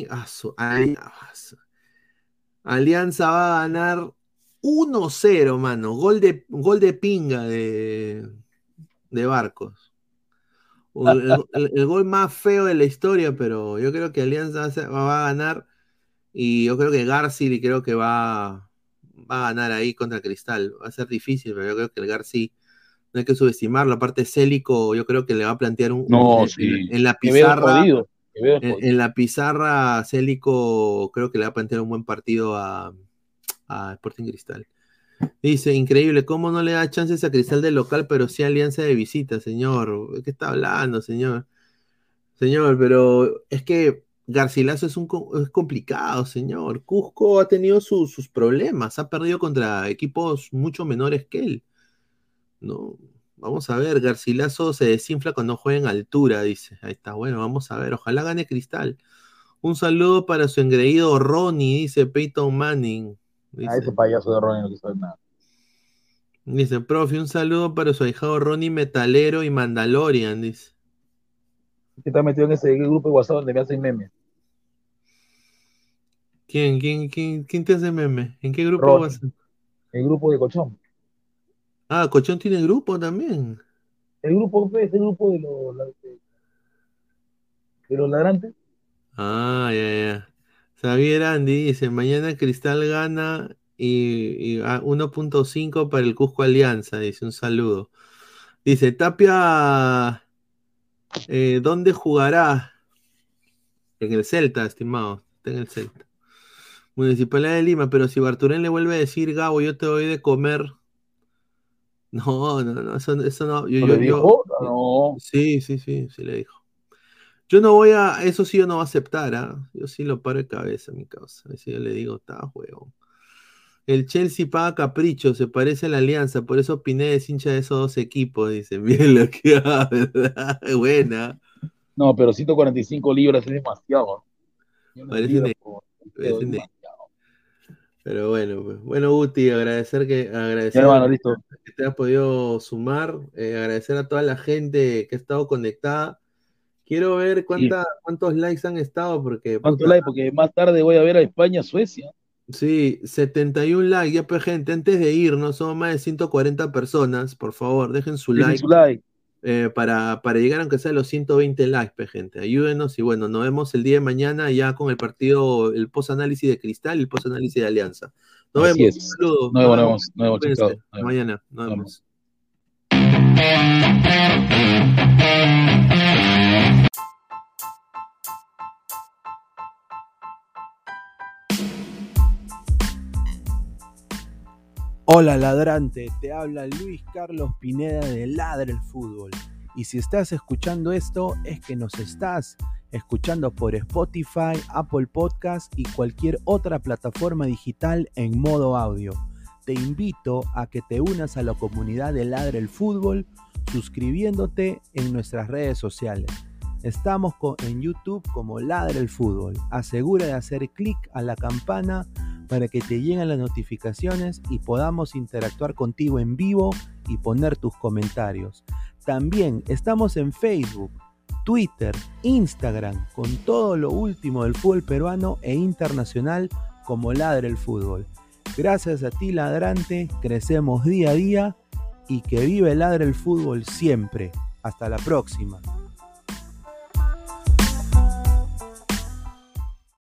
Alianza va a ganar 1-0, mano. Gol de pinga de Barcos. El gol más feo de la historia, pero yo creo que Alianza va a ganar. Y yo creo que Garci creo que va a ganar ahí contra Cristal. Va a ser difícil, pero yo creo que el Garci no hay que subestimarlo. Aparte, Célico, yo creo que le va a plantear en la pizarra. En la pizarra, Célico creo que le va a plantear un buen partido a Sporting Cristal. Dice, increíble, ¿cómo no le da chances a Cristal de local, pero sí a Alianza de visita, señor? ¿De qué está hablando, señor? Señor, pero es que Garcilaso es complicado, señor. Cusco ha tenido sus problemas, ha perdido contra equipos mucho menores que él. No, vamos a ver, Garcilaso se desinfla cuando juega en altura, dice. Ahí está, bueno, vamos a ver, ojalá gane Cristal. Un saludo para su engreído Ronnie, dice Peyton Manning. Dice. Ese payaso de Ronnie no quiso ver nada. Dice, profe, un saludo para su ahijado Ronnie Metalero y Mandalorian, dice. Que está metido en ese grupo de WhatsApp donde me hacen memes. ¿Quién te hace meme? ¿En qué grupo Ronnie, vas? el grupo de Colchón. Ah, Colchón tiene grupo también. El grupo es el grupo de los ladrantes. Ah, ya. Xavier Andy dice, mañana Cristal gana y 1.5 para el Cusco Alianza, dice, un saludo. Dice, Tapia, ¿dónde jugará? En el Celta, estimado, está en el Celta. Municipalidad de Lima, pero si Barturén le vuelve a decir, Gabo, yo te doy de comer. No, eso no. ¿Le dijo? No. Sí le dijo. Yo no voy a, eso sí yo no voy a aceptar, ¿ah? Yo sí lo paro de cabeza, mi causa. Así yo le digo, está juego. El Chelsea paga capricho, se parece a la Alianza, por eso Pineda es hincha de esos dos equipos, dicen. Bien lo que ¿verdad? Buena. No, pero 145 libras es demasiado. Parece pero bueno, pues. Bueno, Guti, agradecer hermano, listo. Que te has podido sumar, agradecer a toda la gente que ha estado conectada. Quiero ver cuántos likes han estado, porque... ¿Cuántos likes? Porque más tarde voy a ver a España-Suecia. Sí, 71 likes, ya pues gente, antes de irnos, somos más de 140 personas, por favor, dejen su like. Para llegar aunque sea a los 120 likes, pues, gente, ayúdenos y bueno, nos vemos el día de mañana ya con el partido, el post-análisis de Cristal y el post-análisis de Alianza. Nos vemos, un saludo. Nos vemos, mañana, nos vemos. Hola ladrante, te habla Luis Carlos Pineda de Ladra el Fútbol. Y si estás escuchando esto, es que nos estás escuchando por Spotify, Apple Podcast y cualquier otra plataforma digital en modo audio. Te invito a que te unas a la comunidad de Ladra el Fútbol suscribiéndote en nuestras redes sociales. Estamos en YouTube como Ladra el Fútbol. Asegura de hacer clic a la campana para que te lleguen las notificaciones y podamos interactuar contigo en vivo y poner tus comentarios. También estamos en Facebook, Twitter, Instagram, con todo lo último del fútbol peruano e internacional como Ladra el Fútbol. Gracias a ti, ladrante, crecemos día a día y que vive Ladra el Fútbol siempre. Hasta la próxima.